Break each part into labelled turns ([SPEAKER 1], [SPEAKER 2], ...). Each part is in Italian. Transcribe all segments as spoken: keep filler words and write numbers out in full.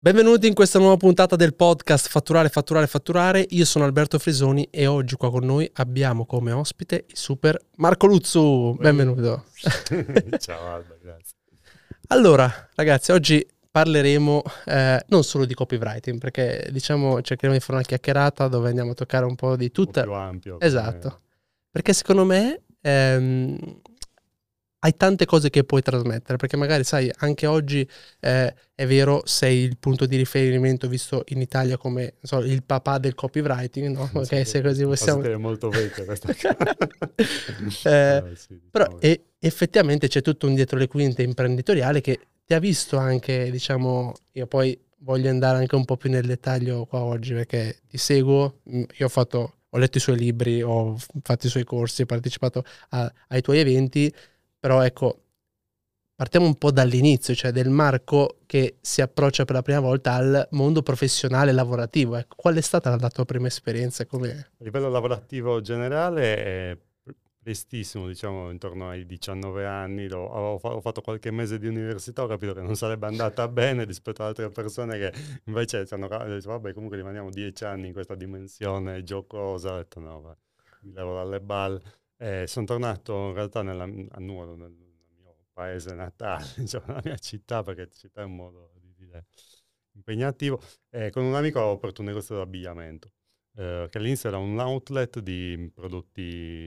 [SPEAKER 1] Benvenuti in questa nuova puntata del podcast Fatturare, Fatturare, Fatturare. Io sono Alberto Frisoni e oggi qua con noi abbiamo come ospite il super Marco Luzzu. Benvenuto.
[SPEAKER 2] Ciao Alba, grazie.
[SPEAKER 1] Allora, ragazzi, oggi parleremo eh, non solo di copywriting, perché diciamo cercheremo di fare una chiacchierata dove andiamo a toccare un po' di tutto.
[SPEAKER 2] Un po' più ampio.
[SPEAKER 1] Esatto.
[SPEAKER 2] Come...
[SPEAKER 1] Perché secondo me... Ehm, hai tante cose che puoi trasmettere, perché magari sai, anche oggi eh, è vero, sei il punto di riferimento visto in Italia come non so, il papà del copywriting, no? Ok,
[SPEAKER 2] sì,
[SPEAKER 1] se così possiamo...
[SPEAKER 2] È molto vecchia questa
[SPEAKER 1] eh,
[SPEAKER 2] no, sì,
[SPEAKER 1] però
[SPEAKER 2] diciamo
[SPEAKER 1] e, effettivamente c'è tutto un dietro le quinte imprenditoriale che ti ha visto anche, diciamo, io poi voglio andare anche un po' più nel dettaglio qua oggi, perché ti seguo, io ho fatto, ho letto i suoi libri, ho fatto i suoi corsi, ho partecipato a, ai tuoi eventi. Però ecco, partiamo un po' dall'inizio, cioè del Marco che si approccia per la prima volta al mondo professionale lavorativo. Ecco, qual è stata la tua prima esperienza? Come...
[SPEAKER 2] A livello lavorativo generale è prestissimo, diciamo intorno ai diciannove anni, ho, ho fatto qualche mese di università, ho capito che non sarebbe andata bene rispetto ad altre persone che invece ci hanno detto vabbè comunque rimaniamo dieci anni in questa dimensione giocosa, ho detto no, va, mi levo dalle balle. Eh, sono tornato in realtà nella, a Nuoro, nel, nel mio paese natale, diciamo, nella mia città, perché città è un modo di dire impegnativo, eh, con un amico ho aperto un negozio di abbigliamento, eh, che all'inizio era un outlet di prodotti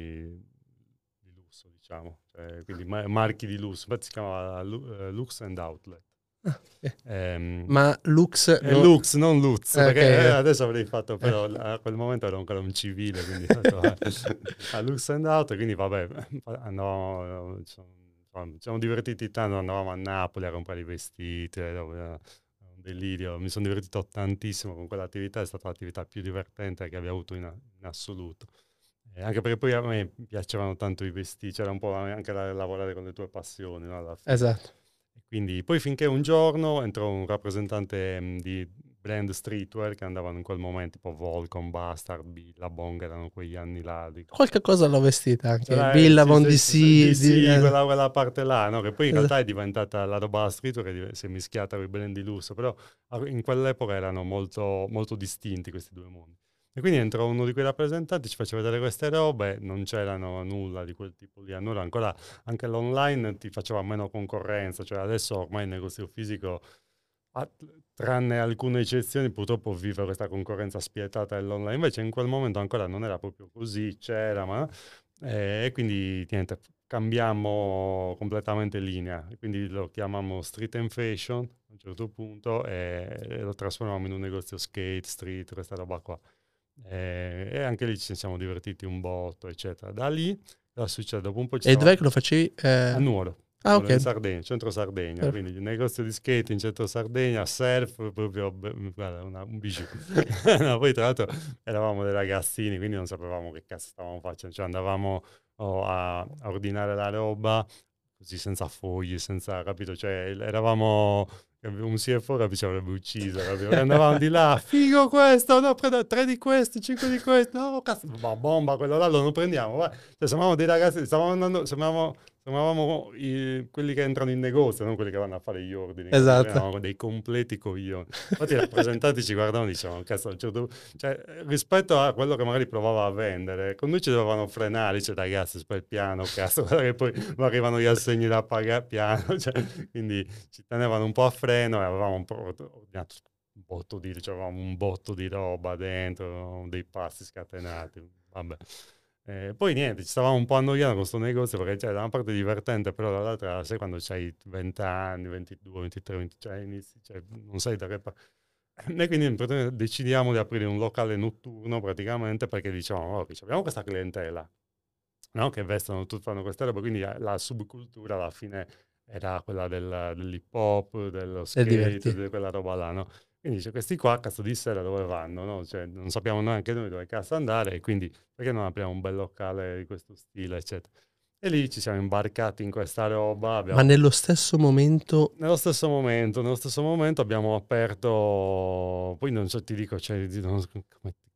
[SPEAKER 2] di lusso, diciamo, cioè, quindi ma- marchi di lusso, infatti si chiamava Lu- uh, Lux and Outlet.
[SPEAKER 1] Ah, okay.
[SPEAKER 2] ehm,
[SPEAKER 1] Ma Lux...
[SPEAKER 2] è
[SPEAKER 1] no...
[SPEAKER 2] Lux, non Lutz,
[SPEAKER 1] eh,
[SPEAKER 2] perché eh,
[SPEAKER 1] okay.
[SPEAKER 2] adesso avrei fatto, però
[SPEAKER 1] eh.
[SPEAKER 2] a quel momento ero ancora un civile, quindi ho fatto a Lux and Out, quindi vabbè, andavamo, ci siamo divertiti tanto, andavamo a Napoli a comprare i vestiti, era un delirio, mi sono divertito tantissimo con quell'attività, è stata l'attività più divertente che abbia avuto in, in assoluto. Eh, anche perché poi a me piacevano tanto i vestiti, c'era un po' anche da lavorare con le tue passioni, no, alla fine.
[SPEAKER 1] Esatto.
[SPEAKER 2] Quindi poi finché un giorno entrò un rappresentante mh, di brand streetwear che andavano in quel momento, tipo Volcom, Bastard, Billabong, erano quegli anni là. Di...
[SPEAKER 1] Qualche cosa l'ho vestita anche,
[SPEAKER 2] C'era, eh,
[SPEAKER 1] Billabong,
[SPEAKER 2] sì,
[SPEAKER 1] D
[SPEAKER 2] sì, sì,
[SPEAKER 1] C...
[SPEAKER 2] di
[SPEAKER 1] Di,
[SPEAKER 2] sì,
[SPEAKER 1] eh.
[SPEAKER 2] quella, quella parte là, no? Che poi in
[SPEAKER 1] Esatto.
[SPEAKER 2] realtà è diventata la roba streetwear che si è mischiata con i brand di lusso, però in quell'epoca erano molto, molto distinti questi due mondi. E quindi entrò uno di quei rappresentanti, ci faceva vedere queste robe, non c'erano nulla di quel tipo lì. Allora ancora anche l'online ti faceva meno concorrenza, cioè adesso ormai il negozio fisico, tranne alcune eccezioni, purtroppo vive questa concorrenza spietata dell'online. Invece in quel momento ancora non era proprio così, c'era, ma... Eh, e quindi niente, cambiamo completamente linea, quindi lo chiamiamo street and fashion a un certo punto e, e lo trasformiamo in un negozio skate, street, questa roba qua. E, e anche lì ci siamo divertiti un botto, eccetera. Da lì cosa succede? Dopo un po' ci
[SPEAKER 1] E
[SPEAKER 2] stava
[SPEAKER 1] dov'è che lo facevi? Eh...
[SPEAKER 2] a Nuoro.
[SPEAKER 1] Ah,
[SPEAKER 2] In
[SPEAKER 1] ok.
[SPEAKER 2] Sardegna, centro Sardegna, quindi il negozio di skate in centro Sardegna, surf, proprio guarda, una, un bijou. No, poi tra l'altro eravamo dei ragazzini, quindi non sapevamo che cazzo stavamo facendo, cioè andavamo oh, a, a ordinare la roba così senza fogli, senza, capito, cioè eravamo un C F O che ci avrebbe ucciso, capito? Andavamo di là, figo questo, no, prendo tre di questi, cinque di questi, no, cazzo, ma bomba, quello là lo non prendiamo, vai. Cioè, sembravamo dei ragazzi, stavamo andando, sembravamo, sembravamo i, quelli che entrano in negozio, non quelli che vanno a fare gli ordini, capito?
[SPEAKER 1] Esatto.
[SPEAKER 2] Eravamo dei completi coglioni. Infatti i rappresentanti ci guardavano e dicevano, cazzo, a un certo punto, cioè, rispetto a quello che magari provava a vendere, con noi ci dovevano frenare, cioè, ragazzi, spel piano, cazzo, guarda che poi arrivano gli assegni da pagare piano, cioè, quindi ci tenevano un po' a freno e avevamo un po' ordinato un botto di, cioè, avevamo un botto di roba dentro, dei passi scatenati, vabbè. Eh, poi niente, ci stavamo un po' annoiando con questo negozio perché cioè, da una parte è divertente, però dall'altra sai quando hai venti anni, ventidue, ventitré, venti, cioè, inizi, cioè, non sai da che parte. Noi quindi decidiamo di aprire un locale notturno praticamente perché diciamo, oh, abbiamo questa clientela, no? Che vestono, tutti fanno queste robe, quindi la subcultura alla fine era quella del, dell'hip hop, dello skate, di quella roba là, no? Quindi dice, questi qua, cazzo di sera dove vanno, no? Cioè, non sappiamo neanche noi dove cazzo andare, e quindi perché non apriamo un bel locale di questo stile, eccetera. E lì ci siamo imbarcati in questa roba. Abbiamo...
[SPEAKER 1] Ma nello stesso momento...
[SPEAKER 2] Nello stesso momento, nello stesso momento abbiamo aperto, poi non so, ti dico, cioè, non, come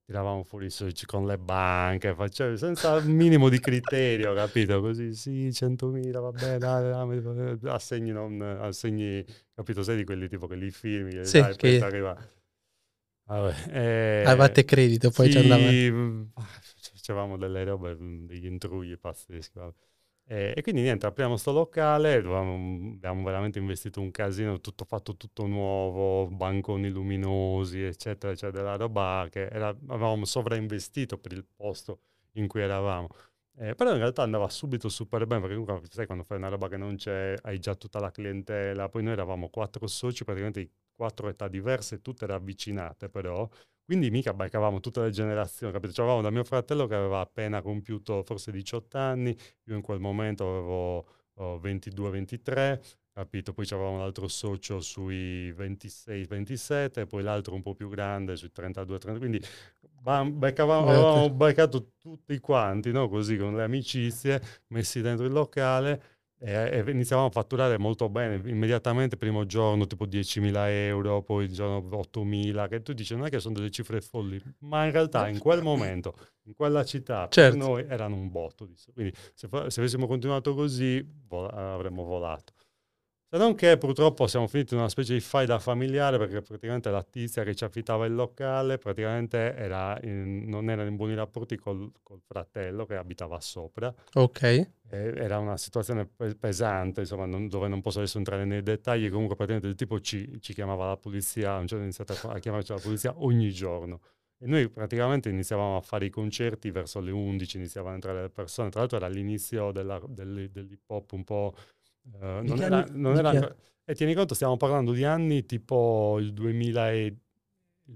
[SPEAKER 2] tiravamo fuori i soldi con le banche, facevo, senza un minimo di criterio, capito? Così, sì, centomila, vabbè, dai, dai, dai, assegni, non, assegni, capito? Sei di quelli tipo che li filmi, che
[SPEAKER 1] Sì,
[SPEAKER 2] dai, poi ti
[SPEAKER 1] che
[SPEAKER 2] arriva... Vabbè, eh,
[SPEAKER 1] avevate credito, poi ci andava.
[SPEAKER 2] sì, mh, facevamo delle robe, mh, degli intrugli pazzeschi, vabbè. E, e quindi niente, apriamo sto locale, dovevamo- abbiamo veramente investito un casino, tutto fatto tutto nuovo, banconi luminosi, eccetera, cioè della roba che era, avevamo sovrainvestito per il posto in cui eravamo. Eh, però in realtà andava subito super bene, perché comunque sai quando fai una roba che non c'è, hai già tutta la clientela, poi noi eravamo quattro soci, praticamente di quattro età diverse, tutte ravvicinate però, quindi mica beccavamo tutte le generazioni, capito? Cioè, avevamo da mio fratello che aveva appena compiuto forse diciotto anni, io in quel momento avevo oh, ventidue ventitré, capito? Poi c'avevamo un altro socio sui ventisei ventisette, poi l'altro un po' più grande sui trentadue trenta, quindi bam, beccavamo, avevamo
[SPEAKER 1] Avevate-
[SPEAKER 2] beccato tutti quanti, no? Così con le amicizie, messi dentro il locale e, e iniziavamo a fatturare molto bene. Immediatamente, primo giorno, tipo diecimila euro, poi il giorno ottomila, che tu dici non è che sono delle cifre folli, ma in realtà in quel momento, in quella città, per
[SPEAKER 1] Certo.
[SPEAKER 2] noi erano un botto. di soldi. Quindi se, fa- se avessimo continuato così, vo- avremmo volato. Se non che purtroppo siamo finiti in una specie di faida familiare perché praticamente la tizia che ci affittava il locale praticamente era in- non era in buoni rapporti col, col fratello che abitava sopra.
[SPEAKER 1] Ok.
[SPEAKER 2] Eh, era una situazione pe- pesante, insomma, non- dove non posso adesso entrare nei dettagli. Comunque praticamente il tipo ci, ci chiamava la polizia, a un certo punto ha iniziato a, a chiamarci la polizia ogni giorno. E noi praticamente iniziavamo a fare i concerti verso le undici, iniziavano ad entrare le persone. Tra l'altro era l'inizio della- del- dell'hip hop un po'. Eh,
[SPEAKER 1] Di
[SPEAKER 2] non
[SPEAKER 1] che
[SPEAKER 2] era,
[SPEAKER 1] anni?
[SPEAKER 2] non
[SPEAKER 1] Di
[SPEAKER 2] era
[SPEAKER 1] che?
[SPEAKER 2] ancora... E tieni conto, stiamo parlando di anni tipo il duemila e- il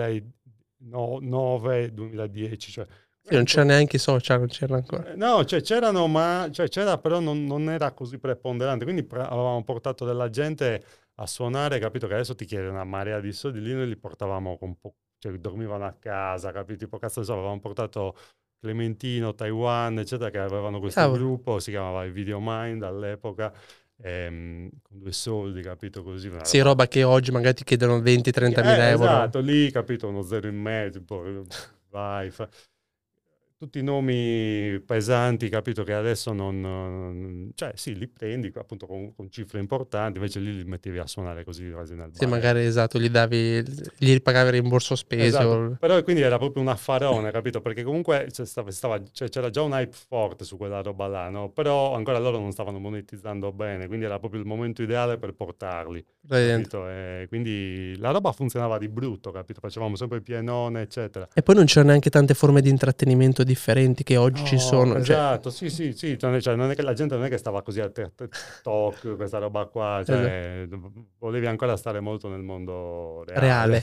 [SPEAKER 2] duemilanove, duemiladieci, cioè
[SPEAKER 1] Sì, non c'era
[SPEAKER 2] insomma,
[SPEAKER 1] neanche i social, non c'era ancora.
[SPEAKER 2] eh, no, cioè c'erano, ma cioè, c'era, però non, non era così preponderante. Quindi pre- avevamo portato della gente a suonare, capito? Che adesso ti chiede una marea di soldi, lì noi li portavamo con po', cioè dormivano a casa, capito? Tipo, cazzo ne so, avevamo portato Clementino, Taiwan, eccetera, che avevano questo
[SPEAKER 1] Cavolo.
[SPEAKER 2] gruppo, si chiamava il Video Mind all'epoca, ehm, con due soldi, capito? Così, una
[SPEAKER 1] Sì,
[SPEAKER 2] roba.
[SPEAKER 1] roba che oggi magari ti chiedono venti-trenta mila
[SPEAKER 2] Eh,
[SPEAKER 1] euro.
[SPEAKER 2] esatto, lì, capito, uno zero in mezzo, tipo, vai, fa- tutti i nomi pesanti, capito, che adesso non, non- cioè sì, li prendi appunto con, con cifre importanti, invece lì li mettevi a suonare così quasi nel
[SPEAKER 1] Sì,
[SPEAKER 2] bar.
[SPEAKER 1] magari esatto, gli davi, gli ripagavi il rimborso spese.
[SPEAKER 2] Esatto,
[SPEAKER 1] o-
[SPEAKER 2] però quindi era proprio un affarone, capito? Perché comunque c'è stava- stava- cioè, c'era già un hype forte su quella roba là, no? Però ancora loro non stavano monetizzando bene, quindi era proprio il momento ideale per portarli,
[SPEAKER 1] praticamente.
[SPEAKER 2] capito? E quindi la roba funzionava di brutto, capito? Facevamo sempre il pienone, eccetera.
[SPEAKER 1] E poi non c'erano neanche tante forme di intrattenimento differenti che oggi ci
[SPEAKER 2] No,
[SPEAKER 1] sono. Cioè,
[SPEAKER 2] esatto, sì, sì, sì, cioè, cioè, non è che la gente non è che stava così a te- te- TikTok, questa roba qua,
[SPEAKER 1] esatto,
[SPEAKER 2] cioè, volevi ancora stare molto nel mondo reale.
[SPEAKER 1] reale.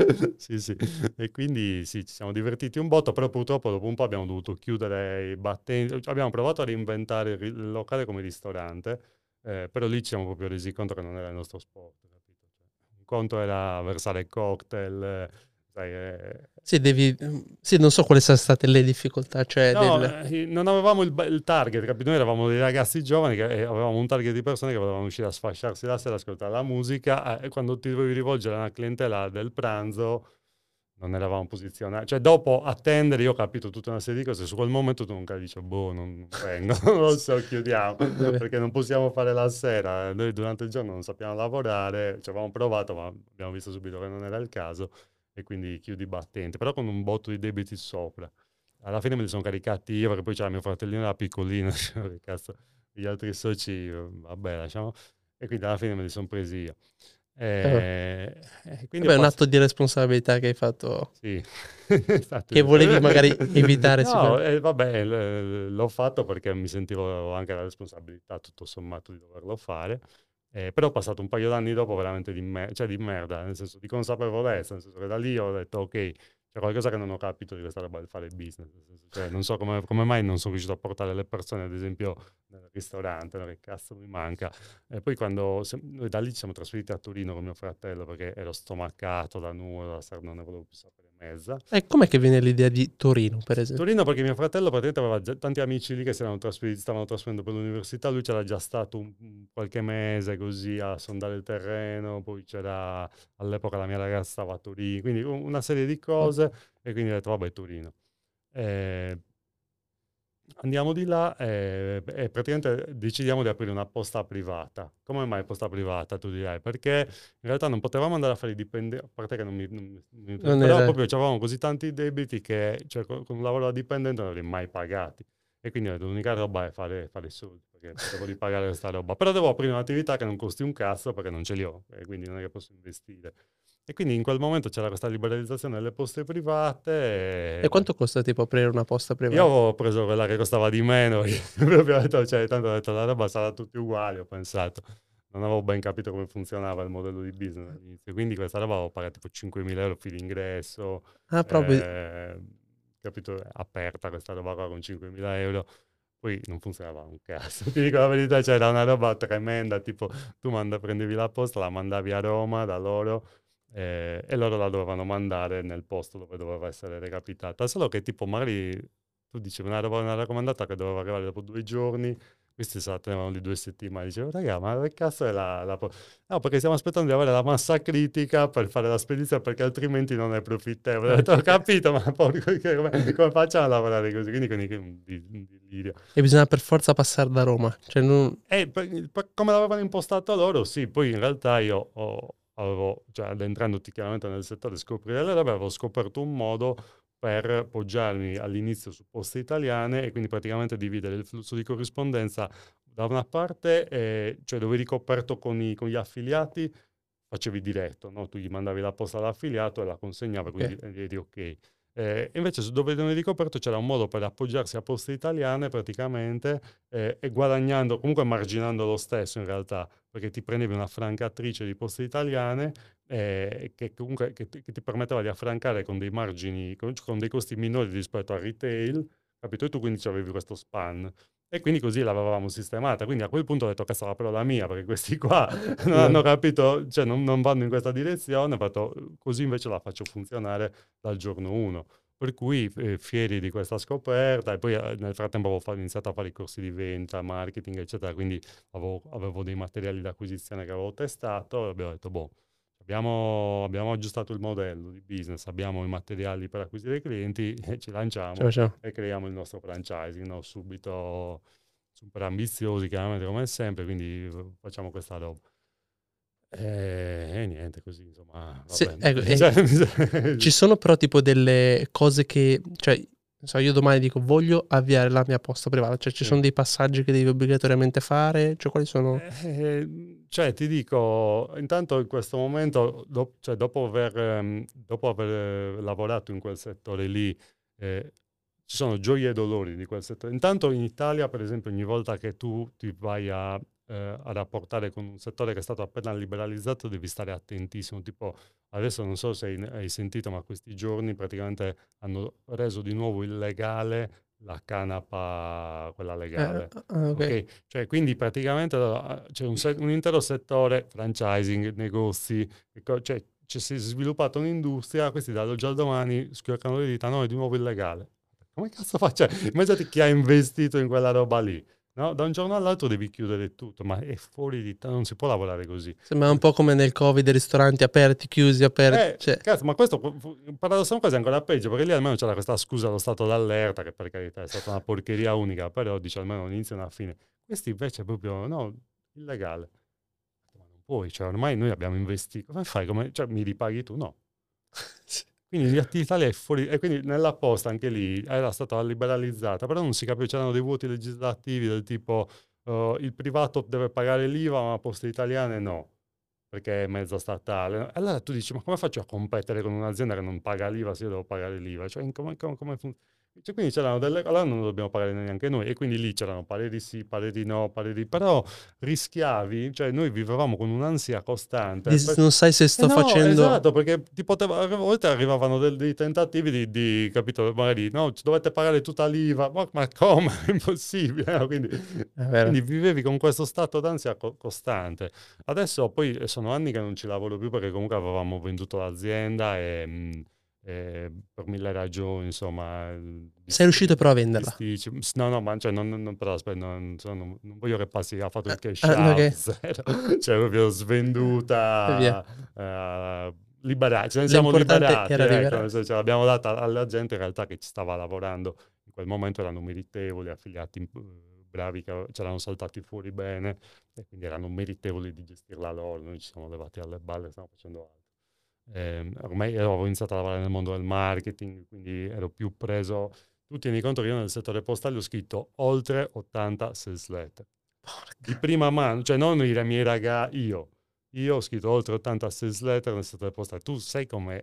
[SPEAKER 2] Sì, sì, e quindi sì, ci siamo divertiti un botto, però purtroppo dopo un po' abbiamo dovuto chiudere i battenti, cioè, abbiamo provato a reinventare il ri- il locale come ristorante, eh, però lì ci siamo proprio resi conto che non era il nostro sport, capito? Cioè, un conto era versare cocktail, eh, sai, eh,
[SPEAKER 1] Sì, devi... Sì, non so quali sono state le difficoltà, cioè
[SPEAKER 2] no,
[SPEAKER 1] del...
[SPEAKER 2] eh, non avevamo il, il target, capito? Noi eravamo dei ragazzi giovani che e avevamo un target di persone che volevano uscire a sfasciarsi la sera, ascoltare la musica, eh, e quando ti dovevi rivolgere a una clientela del pranzo non eravamo posizionati. Cioè, dopo attendere, io ho capito tutta una serie di cose, su quel momento tu non capisci, boh, non, non vengo, non lo so, chiudiamo,
[SPEAKER 1] Vabbè.
[SPEAKER 2] perché non possiamo fare la sera, noi durante il giorno non sappiamo lavorare, ci avevamo provato, ma abbiamo visto subito che non era il caso, e quindi chiudi i battenti, però con un botto di debiti sopra. Alla fine me li sono caricati io, perché poi c'era mio fratellino era piccolino, cioè, che cazzo, gli altri soci, vabbè, lasciamo. E quindi alla fine me li sono presi io.
[SPEAKER 1] Eh,
[SPEAKER 2] E, e quindi ho
[SPEAKER 1] Vabbè, è un atto
[SPEAKER 2] passato...
[SPEAKER 1] di responsabilità che hai fatto,
[SPEAKER 2] Sì, esatto.
[SPEAKER 1] che volevi magari evitare
[SPEAKER 2] No,
[SPEAKER 1] sicuramente.
[SPEAKER 2] eh, vabbè, l- l'ho fatto perché mi sentivo anche la responsabilità, tutto sommato, di doverlo fare. Eh, però ho passato un paio d'anni dopo veramente di, mer- cioè di merda, nel senso di consapevolezza, nel senso che da lì ho detto, ok, c'è qualcosa che non ho capito di questa roba del fare business. Nel senso, cioè, non so come, come mai non sono riuscito a portare le persone, ad esempio, nel ristorante, no? Che cazzo mi manca. E poi quando se- noi da lì ci siamo trasferiti a Torino con mio fratello perché ero stomacato da nuovo, da Sar- non ne volevo più sapere mezza.
[SPEAKER 1] E com'è che viene l'idea di Torino, per esempio?
[SPEAKER 2] Torino perché mio fratello praticamente aveva già tanti amici lì che si erano trasferiti, stavano trasferendo per l'università, lui c'era già stato un, qualche mese così a sondare il terreno, poi c'era all'epoca la mia ragazza stava a Torino, quindi una serie di cose e quindi ho detto vabbè Torino. Eh, Andiamo di là e, e praticamente decidiamo di aprire una posta privata. Come mai posta privata, tu dirai? Perché in realtà non potevamo andare a fare i dipendenti, a parte che non mi... Non mi
[SPEAKER 1] Non
[SPEAKER 2] però
[SPEAKER 1] era...
[SPEAKER 2] proprio avevamo così tanti debiti che cioè, con, con un lavoro da dipendente non li ho mai pagati. E quindi ho detto, l'unica roba è fare, fare i soldi, perché devo ripagare questa roba. Però devo aprire un'attività che non costi un cazzo perché non ce li ho, e quindi non è che posso investire. E quindi in quel momento c'era questa liberalizzazione delle poste private.
[SPEAKER 1] E
[SPEAKER 2] E
[SPEAKER 1] quanto costa tipo aprire una posta
[SPEAKER 2] io
[SPEAKER 1] privata?
[SPEAKER 2] avevo preso quella che costava di meno, proprio ho detto, cioè, tanto ho detto la roba sarà tutti uguali, ho pensato. Non avevo ben capito come funzionava il modello di business all'inizio, quindi questa roba avevo pagato tipo cinquemila euro fee d'ingresso,
[SPEAKER 1] Ah, proprio...
[SPEAKER 2] eh, capito, aperta questa roba qua con cinquemila euro. Poi non funzionava un cazzo, ti dico la verità, c'era cioè, una roba tremenda, tipo tu manda, prendevi la posta, la mandavi a Roma da loro, eh, e loro la dovevano mandare nel posto dove doveva essere recapitata. Solo che tipo magari tu dicevi una roba, una raccomandata che doveva arrivare dopo due giorni, questi se la tenevano di due settimane. Dicevo, raga, ma che cazzo è la, la po-" No, perché stiamo aspettando di avere la massa critica per fare la spedizione, perché altrimenti non è profittevole. Ho detto, ho capito, ma porco, come, come facciamo a lavorare così? Quindi, quindi un, un delirio.
[SPEAKER 1] E bisogna per forza passare da Roma. Cioè, non...
[SPEAKER 2] E per- per come l'avevano impostato loro, sì, poi in realtà io ho, avevo, cioè addentrandoti chiaramente nel settore scoprire le robe, avevo scoperto un modo per poggiarmi all'inizio su poste italiane e quindi praticamente dividere il flusso di corrispondenza da una parte, eh, cioè dove eri coperto con, i, con gli affiliati, facevi diretto, no? Tu gli mandavi la posta all'affiliato e la consegnava,
[SPEAKER 1] Okay.
[SPEAKER 2] quindi eri ok. Eh, invece su dove non eri coperto c'era un modo per appoggiarsi a poste italiane praticamente eh, e guadagnando, comunque marginando lo stesso in realtà, perché ti prendevi una francatrice di poste italiane eh, che comunque che ti, che ti permetteva di affrancare con dei margini, con, con dei costi minori rispetto al retail, capito? E tu quindi avevi questo span. E quindi così l'avevamo sistemata. Quindi a quel punto ho detto che sarà però la mia, perché questi qua non hanno capito, cioè non, non vanno in questa direzione, ho fatto, così invece la faccio funzionare dal giorno uno. Per cui eh, fieri di questa scoperta e poi eh, nel frattempo avevo fa- iniziato a fare i corsi di venta, marketing, eccetera, quindi avevo, avevo dei materiali d'acquisizione che avevo testato e abbiamo detto, boh, abbiamo, abbiamo aggiustato il modello di business, abbiamo i materiali per acquisire clienti e ci lanciamo
[SPEAKER 1] Ciao, ciao.
[SPEAKER 2] e creiamo il nostro franchising, no? Subito super ambiziosi, chiaramente come sempre, quindi eh, facciamo questa roba. E, e niente, così insomma,
[SPEAKER 1] Se,
[SPEAKER 2] vabbè.
[SPEAKER 1] ecco, e
[SPEAKER 2] Cioè,
[SPEAKER 1] ci sono però tipo delle cose che, cioè, non so, io domani dico voglio avviare la mia posta privata, cioè ci
[SPEAKER 2] sì.
[SPEAKER 1] sono dei passaggi che devi obbligatoriamente fare, cioè quali sono?
[SPEAKER 2] Eh, cioè, ti dico, intanto in questo momento, do- cioè, dopo aver, ehm, dopo aver lavorato in quel settore lì, eh, ci sono gioie e dolori di quel settore. Intanto in Italia, per esempio, ogni volta che tu ti vai a, eh, a rapportare con un settore che è stato appena liberalizzato, devi stare attentissimo. Tipo, adesso non so se hai, hai sentito, ma questi giorni praticamente hanno reso di nuovo illegale la canapa, quella
[SPEAKER 1] Eh,
[SPEAKER 2] legale.
[SPEAKER 1] ah, ok.
[SPEAKER 2] Ok, cioè quindi praticamente allora, c'è un, se- un intero settore, franchising, negozi, e co- cioè ci si è sviluppata un'industria, questi dall'oggi al domani schioccano le dita, no, è di nuovo illegale. Come cazzo faccio? Cioè, immaginati chi ha investito in quella roba lì, no? Da un giorno all'altro devi chiudere tutto, ma è fuori di te, non si può lavorare così.
[SPEAKER 1] Sembra un po' come nel Covid, ristoranti aperti, chiusi, aperti,
[SPEAKER 2] Eh,
[SPEAKER 1] cioè,
[SPEAKER 2] cazzo, ma questo paradossalmente quasi è ancora peggio, perché lì almeno c'era questa scusa allo stato d'allerta, che per carità è stata una porcheria unica, però dice almeno un inizio e una fine. Questi invece è proprio, no, illegale. Ma non puoi, cioè ormai noi abbiamo investito, come fai? Come, cioè mi ripaghi tu? No. Quindi l'attività lì è fuori, e quindi nella posta anche lì era stata liberalizzata, però non si capiva, c'erano dei vuoti legislativi del tipo uh, il privato deve pagare l'I V A, ma poste italiane no, perché è mezzo statale. E allora tu dici, ma come faccio a competere con un'azienda che non paga l'I V A se io devo pagare l'I V A? Cioè, come, come, come funziona? Cioè, quindi c'erano delle... Allora non lo dobbiamo pagare neanche noi. E quindi lì c'erano pareri sì, pareri no, pareri... Però rischiavi, cioè noi vivevamo con un'ansia costante.
[SPEAKER 1] di-
[SPEAKER 2] Per...
[SPEAKER 1] non sai se
[SPEAKER 2] Eh
[SPEAKER 1] sto
[SPEAKER 2] no,
[SPEAKER 1] facendo...
[SPEAKER 2] esatto, perché ti poteva, a volte arrivavano del- dei tentativi di, di, capito, magari, no, ci dovete pagare tutta l'I V A, ma, ma come? È impossibile, no? Quindi,
[SPEAKER 1] È vero.
[SPEAKER 2] quindi vivevi con questo stato d'ansia co- costante. Adesso poi sono anni che non ci lavoro più perché comunque avevamo venduto l'azienda e, mh, eh, per mille ragioni, insomma.
[SPEAKER 1] Sei riuscito però a venderla?
[SPEAKER 2] Bisticci, no, no, ma cioè, non, non, però, aspetta, non, so, non, non voglio che passi, ha fatto il cash
[SPEAKER 1] Ah, ah,
[SPEAKER 2] out,
[SPEAKER 1] ok,
[SPEAKER 2] zero. Cioè proprio
[SPEAKER 1] e via.
[SPEAKER 2] svenduta, eh, liberati, ce ne siamo
[SPEAKER 1] L'importante
[SPEAKER 2] liberati,
[SPEAKER 1] era
[SPEAKER 2] ecco, nel senso,
[SPEAKER 1] liberarsi.
[SPEAKER 2] ce l'abbiamo data alla gente in realtà che ci stava lavorando, in quel momento erano meritevoli, affiliati eh, bravi, che c'erano saltati fuori bene, e quindi erano meritevoli di gestirla loro, noi ci siamo levati alle balle, stiamo facendo altro. Eh, ormai avevo iniziato a lavorare nel mondo del marketing, quindi ero più preso. Tu tieni conto che io nel settore postale ho scritto oltre ottanta sales letter. Di
[SPEAKER 1] Porca.
[SPEAKER 2] prima mano, cioè non i miei ragazzi, io. Io ho scritto oltre ottanta sales letter nel settore postale. Tu sai come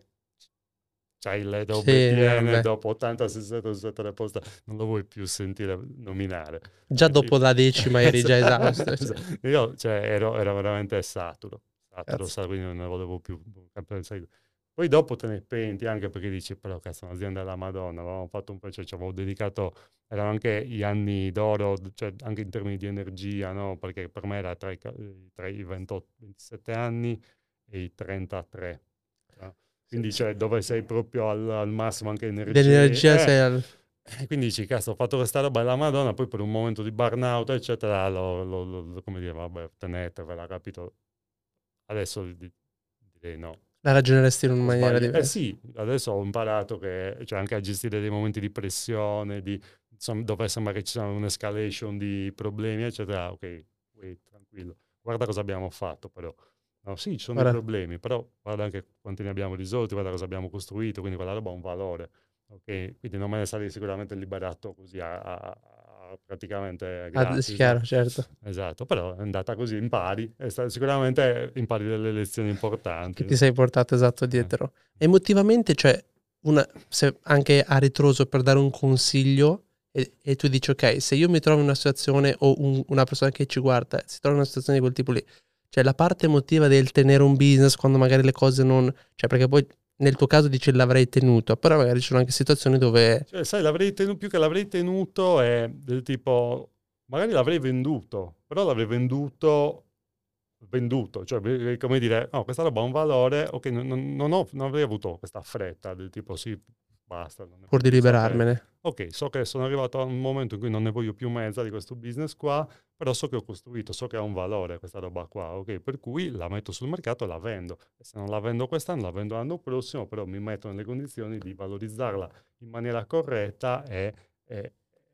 [SPEAKER 2] c'hai le robe
[SPEAKER 1] Sì,
[SPEAKER 2] piene
[SPEAKER 1] vabbè.
[SPEAKER 2] dopo ottanta sales letter nel settore postale, non lo vuoi più sentire nominare.
[SPEAKER 1] Già
[SPEAKER 2] Io,
[SPEAKER 1] dopo la decima eri già esausto. Cioè.
[SPEAKER 2] io, cioè, ero, ero veramente saturo, saturo,
[SPEAKER 1] Cazzo.
[SPEAKER 2] saturo, quindi non ne volevo più. Sai, poi dopo te ne penti anche perché dici, però cazzo, un'azienda della Madonna, avevamo fatto un po', cioè, ci avevo dedicato, erano anche gli anni d'oro, cioè anche in termini di energia, no? Perché per me era tra i, tra i ventotto, ventisette anni e i trentatré. No? Quindi cioè, dove sei proprio al, al massimo anche energia.
[SPEAKER 1] Dell'energia
[SPEAKER 2] Eh,
[SPEAKER 1] sei al...
[SPEAKER 2] e quindi dici, cazzo, ho fatto questa roba della Madonna, poi per un momento di burnout, eccetera, lo, lo, lo, come dire, vabbè, tenetevela, capito? Adesso di- direi no.
[SPEAKER 1] la ragioneresti in una
[SPEAKER 2] Ho
[SPEAKER 1] maniera
[SPEAKER 2] sbagliato. Eh
[SPEAKER 1] diversa.
[SPEAKER 2] sì, adesso ho imparato che, cioè anche a gestire dei momenti di pressione, di, insomma, dove sembra che ci sia un'escalation di problemi, eccetera. Ok, wait, tranquillo. Guarda cosa abbiamo fatto però. No, sì, ci sono dei
[SPEAKER 1] Guarda,
[SPEAKER 2] problemi, però guarda anche quanti ne abbiamo risolti, guarda cosa abbiamo costruito, quindi quella roba ha un valore. Ok, quindi non me ne sarei sicuramente liberato così a, a- a- praticamente
[SPEAKER 1] ah, sì,
[SPEAKER 2] gratis, no?
[SPEAKER 1] chiaro, certo.
[SPEAKER 2] Esatto, però è andata così, impari, e sta- sicuramente impari delle lezioni
[SPEAKER 1] Che
[SPEAKER 2] importanti,
[SPEAKER 1] ti
[SPEAKER 2] no?
[SPEAKER 1] sei portato esatto
[SPEAKER 2] Eh.
[SPEAKER 1] dietro. Emotivamente, cioè, una, se anche a ritroso per dare un consiglio e, e tu dici, ok, se io mi trovo in una situazione o un- una persona che ci guarda si trova in una situazione di quel tipo lì, cioè la parte emotiva del tenere un business quando magari le cose non... Cioè, perché poi nel tuo caso dici l'avrei tenuto, però magari ci sono anche situazioni dove...
[SPEAKER 2] Cioè, sai, l'avrei tenuto, più che l'avrei tenuto è del tipo, magari l'avrei venduto, però l'avrei venduto, venduto, cioè ve- come dire, no, questa roba ha un valore, ok, non, non- non ho- non avrei avuto questa fretta del tipo, sì, basta, non ne
[SPEAKER 1] pur
[SPEAKER 2] voglio
[SPEAKER 1] di
[SPEAKER 2] più sapere.
[SPEAKER 1] liberarmene.
[SPEAKER 2] Ok, so che sono arrivato a un momento in cui non ne voglio più mezza di questo business qua, però so che ho costruito, so che ha un valore questa roba qua, ok, per cui la metto sul mercato e la vendo. E se non la vendo quest'anno, la vendo l'anno prossimo, però mi metto nelle condizioni di valorizzarla in maniera corretta e, e-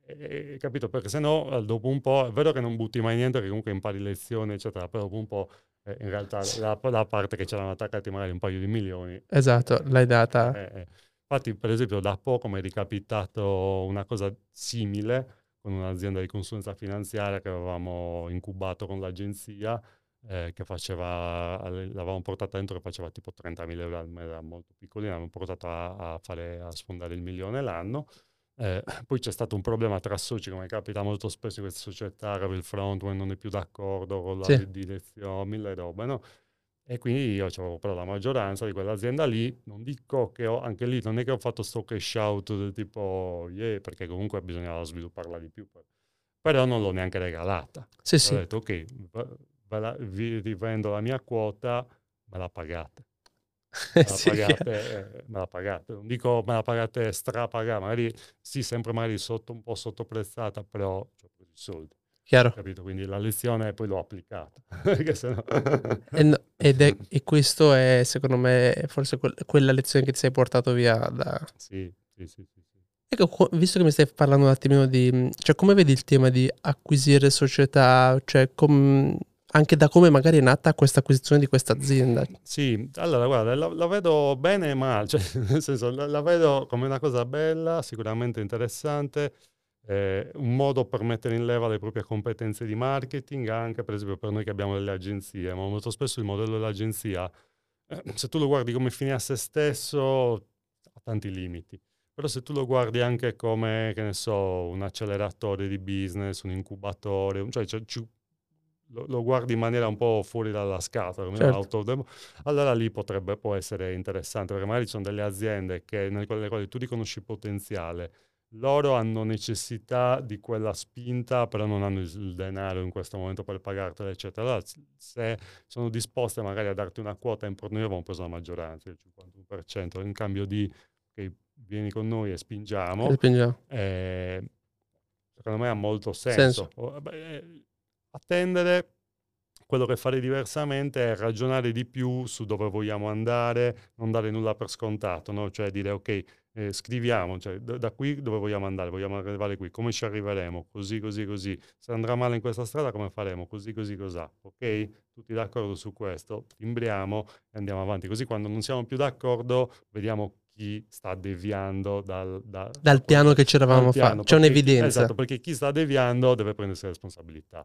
[SPEAKER 2] e- capito? Perché se no, eh, dopo un po', è vero che non butti mai niente, che comunque impari lezioni, eccetera, però dopo un po', eh, in realtà,
[SPEAKER 1] Sì.
[SPEAKER 2] la, la parte che c'erano attaccati magari un paio di milioni.
[SPEAKER 1] Esatto, l'hai
[SPEAKER 2] eh,
[SPEAKER 1] data.
[SPEAKER 2] eh, eh. Infatti, per esempio, da poco mi è ricapitato una cosa simile con un'azienda di consulenza finanziaria che avevamo incubato con l'agenzia, eh, che faceva, l'avevamo portata dentro che faceva tipo trentamila euro al mese, era molto piccolina, l'avevamo portata a, a fare, a sfondare il milione l'anno. Eh, poi c'è stato un problema tra soci, come capita molto spesso in queste società, dove il frontman non è più d'accordo con la
[SPEAKER 1] Sì,
[SPEAKER 2] direzione, mille robe, no? E quindi io avevo però la maggioranza di quell'azienda lì, non dico che ho, anche lì non è che ho fatto sto cash out del tipo, yeah, perché comunque bisognava svilupparla di più, però non l'ho neanche regalata.
[SPEAKER 1] sì,
[SPEAKER 2] Ho
[SPEAKER 1] sì.
[SPEAKER 2] detto, ok, ve- ve la- vi rivendo la mia quota, me la pagate. Me la
[SPEAKER 1] Sì, chiaro.
[SPEAKER 2] pagate, eh, me la pagate. Non dico me la pagate strapagata, magari sì, sempre magari sotto, un po' sottoprezzata, però ho preso i soldi.
[SPEAKER 1] Chiaro.
[SPEAKER 2] Capito? Quindi la lezione poi l'ho applicata. Perché sennò...
[SPEAKER 1] E no- ed è, e questo è, secondo me, forse quel- quella lezione che ti sei portato via da...
[SPEAKER 2] Sì, sì, sì, sì, sì.
[SPEAKER 1] Ecco, co- visto che mi stai parlando un attimino di... mh, cioè, come vedi il tema di acquisire società, cioè, com- anche da come magari è nata questa acquisizione di questa azienda?
[SPEAKER 2] Sì, allora guarda, la, la vedo bene e male, cioè, nel senso la, la vedo come una cosa bella, sicuramente interessante, eh, un modo per mettere in leva le proprie competenze di marketing, anche per esempio per noi che abbiamo delle agenzie, ma molto spesso il modello dell'agenzia, eh, se tu lo guardi come fine a se stesso, ha tanti limiti. Però se tu lo guardi anche come, che ne so, un acceleratore di business, un incubatore, cioè, cioè, ci- lo, lo guardi in maniera un po' fuori dalla scatola, come un
[SPEAKER 1] Certo,
[SPEAKER 2] autodemo, allora lì potrebbe può essere interessante, perché magari ci sono delle aziende che, nelle quali quali tu riconosci potenziale, loro hanno necessità di quella spinta, però non hanno il, il denaro in questo momento per pagartela, eccetera. Allora, se sono disposte magari a darti una quota in noi avevamo preso la maggioranza, il cinquantuno per cento, in cambio di ok, vieni con noi e spingiamo,
[SPEAKER 1] E spingiamo.
[SPEAKER 2] eh, secondo me ha molto senso.
[SPEAKER 1] Senso.
[SPEAKER 2] O- beh, attendere, quello che farei diversamente è ragionare di più su dove vogliamo andare, non dare nulla per scontato, no? Cioè dire ok, eh, scriviamo, cioè, da, da qui dove vogliamo andare, vogliamo arrivare qui, come ci arriveremo, così, così, così. Se andrà male in questa strada, come faremo? Così, così, cos'ha. Ok? Tutti d'accordo su questo, timbriamo e andiamo avanti. Così quando non siamo più d'accordo, vediamo chi sta deviando dal, da,
[SPEAKER 1] Dal
[SPEAKER 2] da
[SPEAKER 1] piano
[SPEAKER 2] quello-
[SPEAKER 1] che ci eravamo
[SPEAKER 2] dal
[SPEAKER 1] fatti.
[SPEAKER 2] piano,
[SPEAKER 1] C'è
[SPEAKER 2] perché-
[SPEAKER 1] un'evidenza.
[SPEAKER 2] Esatto, perché chi sta deviando deve prendersi la responsabilità.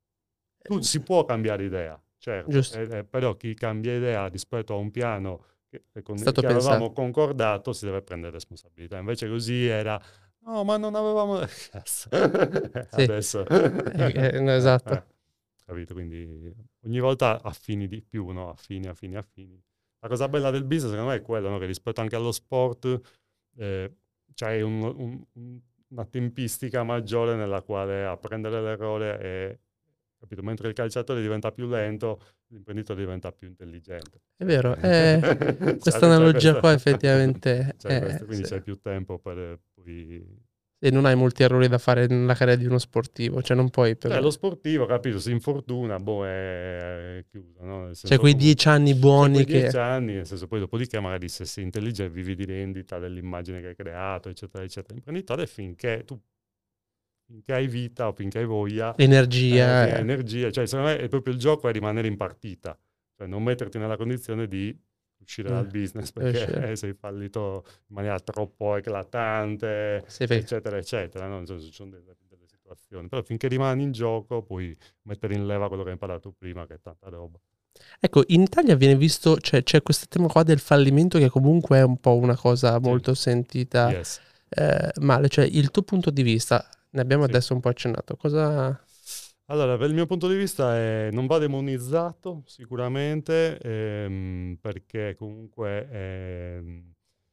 [SPEAKER 2] Tu si può cambiare idea, certo,
[SPEAKER 1] Giusto.
[SPEAKER 2] eh, eh, però chi cambia idea rispetto a un piano che, che con-
[SPEAKER 1] Stato
[SPEAKER 2] che avevamo
[SPEAKER 1] pensato.
[SPEAKER 2] concordato si deve prendere responsabilità. Invece così era, no, ma non avevamo... Cazzo. Adesso...
[SPEAKER 1] Eh, eh, no,
[SPEAKER 2] Eh,
[SPEAKER 1] esatto.
[SPEAKER 2] eh, capito? Quindi ogni volta affini di più, no? Affini, affini, affini. La cosa bella del business secondo me è quello, no? Che rispetto anche allo sport eh, c'hai un- un- un- una tempistica maggiore nella quale apprendere l'errore e capito? Mentre il calciatore diventa più lento, l'imprenditore diventa più intelligente.
[SPEAKER 1] È vero,
[SPEAKER 2] Cioè,
[SPEAKER 1] eh,
[SPEAKER 2] c'è-
[SPEAKER 1] questa
[SPEAKER 2] c'è
[SPEAKER 1] analogia
[SPEAKER 2] questa-
[SPEAKER 1] qua effettivamente
[SPEAKER 2] c'è
[SPEAKER 1] è,
[SPEAKER 2] questo, quindi
[SPEAKER 1] sì.
[SPEAKER 2] c'è più tempo per poi...
[SPEAKER 1] E non hai molti errori da fare nella carriera di uno sportivo, cioè non puoi per...
[SPEAKER 2] Cioè, lo sportivo, capito, si infortuna, boh, è, è chiuso, no? Nel
[SPEAKER 1] C'è
[SPEAKER 2] senso,
[SPEAKER 1] quei
[SPEAKER 2] tu-
[SPEAKER 1] dieci anni
[SPEAKER 2] c'è
[SPEAKER 1] buoni
[SPEAKER 2] quei
[SPEAKER 1] che...
[SPEAKER 2] dieci anni, nel senso, poi dopodiché magari se sei intelligente vivi di rendita dell'immagine che hai creato, eccetera, eccetera. Imprenditore finché tu, finché hai vita o finché hai voglia,
[SPEAKER 1] Energia.
[SPEAKER 2] eh, finché hai
[SPEAKER 1] eh.
[SPEAKER 2] energia, cioè secondo me è proprio il gioco è rimanere in partita, cioè non metterti nella condizione di uscire dal
[SPEAKER 1] Eh,
[SPEAKER 2] business
[SPEAKER 1] deve
[SPEAKER 2] perché
[SPEAKER 1] uscire.
[SPEAKER 2] eh, sei fallito in maniera troppo eclatante,
[SPEAKER 1] Sì, perché-
[SPEAKER 2] eccetera, eccetera, no? Nel senso, ci sono delle, delle situazioni, però finché rimani in gioco puoi mettere in leva quello che hai imparato prima, che è tanta roba.
[SPEAKER 1] Ecco, in Italia viene visto, cioè c'è questo tema qua del fallimento che comunque è un po' una cosa molto sentita
[SPEAKER 2] Yes.
[SPEAKER 1] eh, male, cioè il tuo punto di vista, ne abbiamo
[SPEAKER 2] Sì.
[SPEAKER 1] adesso un po' accennato, cosa...
[SPEAKER 2] Allora, per il mio punto di vista è, non va demonizzato sicuramente, ehm, perché comunque ehm,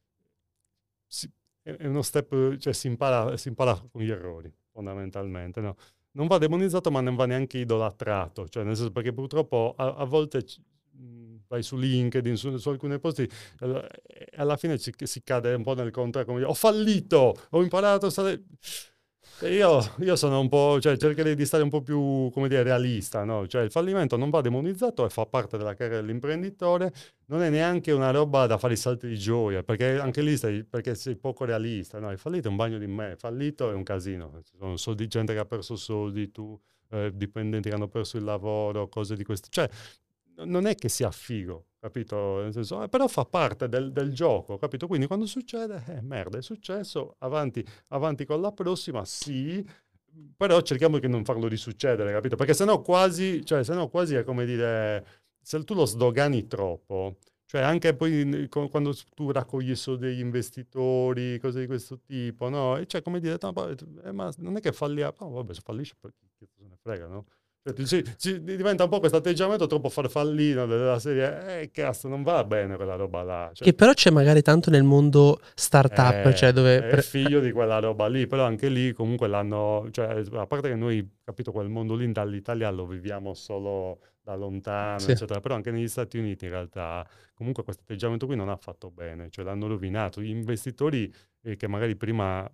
[SPEAKER 2] si- è è uno step, cioè si impara, si impara con gli errori, fondamentalmente, no? Non va demonizzato, ma non va neanche idolatrato, cioè nel senso perché purtroppo a, a volte ci- mh, vai su LinkedIn, su, su alcuni posti, eh, e alla fine ci- si cade un po' nel contrario, come dire, ho fallito, ho imparato a stare... Cioè, Io, io sono un po', cioè cercherei di stare un po' più, come dire, realista, no? Cioè il fallimento non va demonizzato e fa parte della carriera dell'imprenditore, non è neanche una roba da fare i salti di gioia, perché anche lì stai, perché sei poco realista, no? Il fallito è un bagno di me, fallito è un casino, ci sono soldi, gente che ha perso soldi, tu, eh, dipendenti che hanno perso il lavoro, cose di questo, cioè non è che sia figo, capito? Nel senso, eh, però fa parte del, del gioco, capito? Quindi quando succede, eh, merda, è successo, avanti, avanti con la prossima, sì, però cerchiamo di non farlo risuccedere, capito? Perché sennò quasi, cioè, sennò quasi è come dire, se tu lo sdogani troppo, cioè anche poi quando tu raccogli soldi degli investitori, cose di questo tipo, no? E cioè come dire, no, eh, ma non è che falliamo, no, vabbè, se fallisce, poi chi se ne frega, no? Cioè, ci, diventa un po' questo atteggiamento troppo farfallino della serie, eh, cazzo, non va bene quella roba là. Cioè,
[SPEAKER 1] Che però c'è magari tanto nel mondo startup, cioè
[SPEAKER 2] è,
[SPEAKER 1] dove...
[SPEAKER 2] è
[SPEAKER 1] pre-
[SPEAKER 2] figlio di quella roba lì, però anche lì comunque l'hanno, cioè, a parte che noi, capito, quel mondo lì dall'Italia lo viviamo solo da lontano,
[SPEAKER 1] Sì.
[SPEAKER 2] eccetera, però anche negli Stati Uniti in realtà comunque questo atteggiamento qui non ha fatto bene, cioè l'hanno rovinato. Gli investitori eh, che magari prima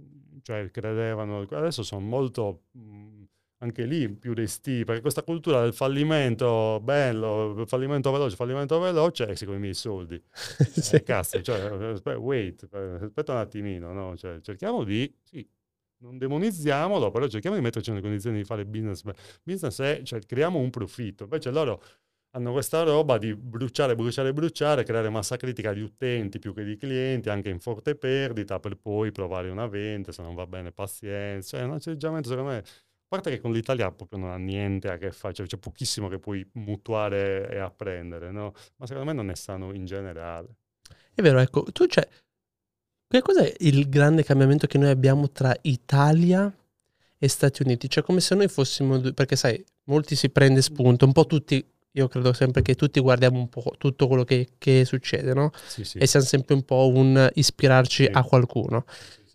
[SPEAKER 2] cioè, credevano, adesso sono molto... Mh, anche lì più resti, perché questa cultura del fallimento bello, fallimento veloce, fallimento veloce, è secondo me i soldi.
[SPEAKER 1] Sì.
[SPEAKER 2] Eh, cazzo, cioè, wait, aspetta un attimino, no? Cioè, cerchiamo di, sì, non demonizziamolo, però cerchiamo di metterci nelle condizioni di fare business. Business è, cioè, creiamo un profitto. Invece loro hanno questa roba di bruciare, bruciare, bruciare, creare massa critica di utenti più che di clienti, anche in forte perdita, per poi provare una vendita, se non va bene pazienza. Cioè, è un atteggiamento, secondo me... A parte che con l'Italia proprio non ha niente a che fare, cioè c'è pochissimo che puoi mutuare e apprendere, no? Ma secondo me non ne sanno in generale.
[SPEAKER 1] È vero, ecco, tu c'è... Che cos'è il grande cambiamento che noi abbiamo tra Italia e Stati Uniti? Cioè come se noi fossimo... due- Perché sai, molti si prende spunto, un po' tutti... Io credo sempre che tutti guardiamo un po' tutto quello che, che succede, no?
[SPEAKER 2] Sì, sì.
[SPEAKER 1] E siamo sempre un po' un ispirarci
[SPEAKER 2] Sì.
[SPEAKER 1] a qualcuno.
[SPEAKER 2] Sì, sì.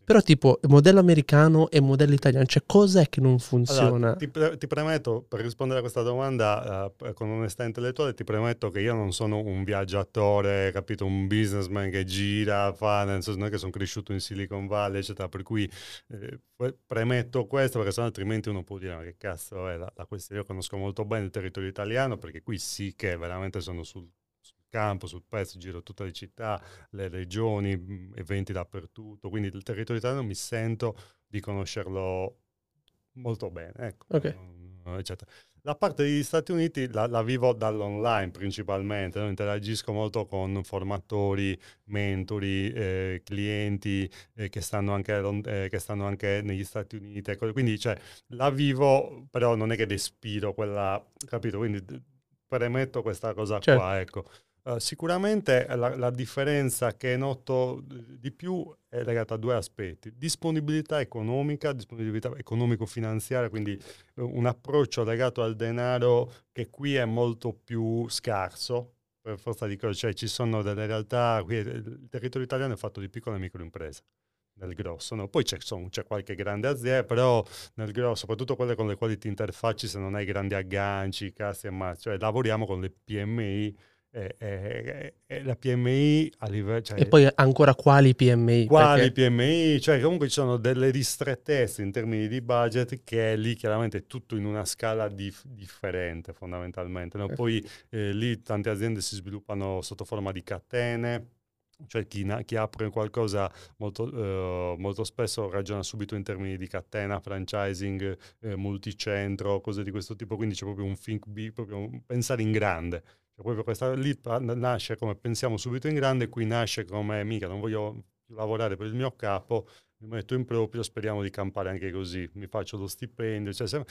[SPEAKER 1] Però tipo modello americano e modello italiano, cioè cos'è che non funziona?
[SPEAKER 2] Allora, ti, pre- ti premetto, per rispondere a questa domanda eh, con onestà intellettuale, ti premetto che io non sono un viaggiatore, capito, un businessman che gira, fa, nel senso non è che sono cresciuto in Silicon Valley, eccetera, per cui eh, premetto questo perché sennò altrimenti uno può dire ma che cazzo è la, la questione. Io conosco molto bene il territorio italiano perché qui sì che veramente sono sul, sul campo, sul pezzo, giro tutte le città, le regioni, mh, eventi dappertutto, quindi il territorio italiano mi sento di conoscerlo molto bene, ecco,
[SPEAKER 1] Ok,
[SPEAKER 2] mm, eccetera. La parte degli Stati Uniti la, la vivo dall'online principalmente, no? Interagisco molto con formatori, mentori, eh, clienti eh, che, stanno anche, eh, che stanno anche negli Stati Uniti, ecco. Quindi cioè, la vivo, però non è che respiro quella, capito? Quindi d- premetto questa cosa
[SPEAKER 1] certo,
[SPEAKER 2] qua, ecco. Uh, sicuramente la, la differenza che noto di più è legata a due aspetti: disponibilità economica, disponibilità economico-finanziaria, quindi un approccio legato al denaro che qui è molto più scarso, per forza di cose, cioè ci sono delle realtà, qui il territorio italiano è fatto di piccole e microimprese, nel grosso, no? Poi c'è, son, c'è qualche grande azienda, però nel grosso, soprattutto quelle con le quali ti interfacci se non hai grandi agganci, cassi e mazzi, cioè lavoriamo con le P M I e, e, e la P M I a livello,
[SPEAKER 1] e
[SPEAKER 2] cioè,
[SPEAKER 1] poi ancora quali P M I?
[SPEAKER 2] quali
[SPEAKER 1] Perché
[SPEAKER 2] P M I, cioè comunque ci sono delle ristrettezze in termini di budget che lì chiaramente è tutto in una scala dif- differente fondamentalmente, no? Poi eh, lì tante aziende si sviluppano sotto forma di catene, cioè chi, na- chi apre qualcosa molto, eh, molto spesso ragiona subito in termini di catena, franchising, eh, multicentro, cose di questo tipo, quindi c'è proprio un think big, proprio un pensare in grande. Cioè, proprio questa lì pa- nasce come pensiamo subito in grande, qui nasce come mica, non voglio lavorare per il mio capo, mi metto in proprio, speriamo di campare anche così, mi faccio lo stipendio, cioè, se-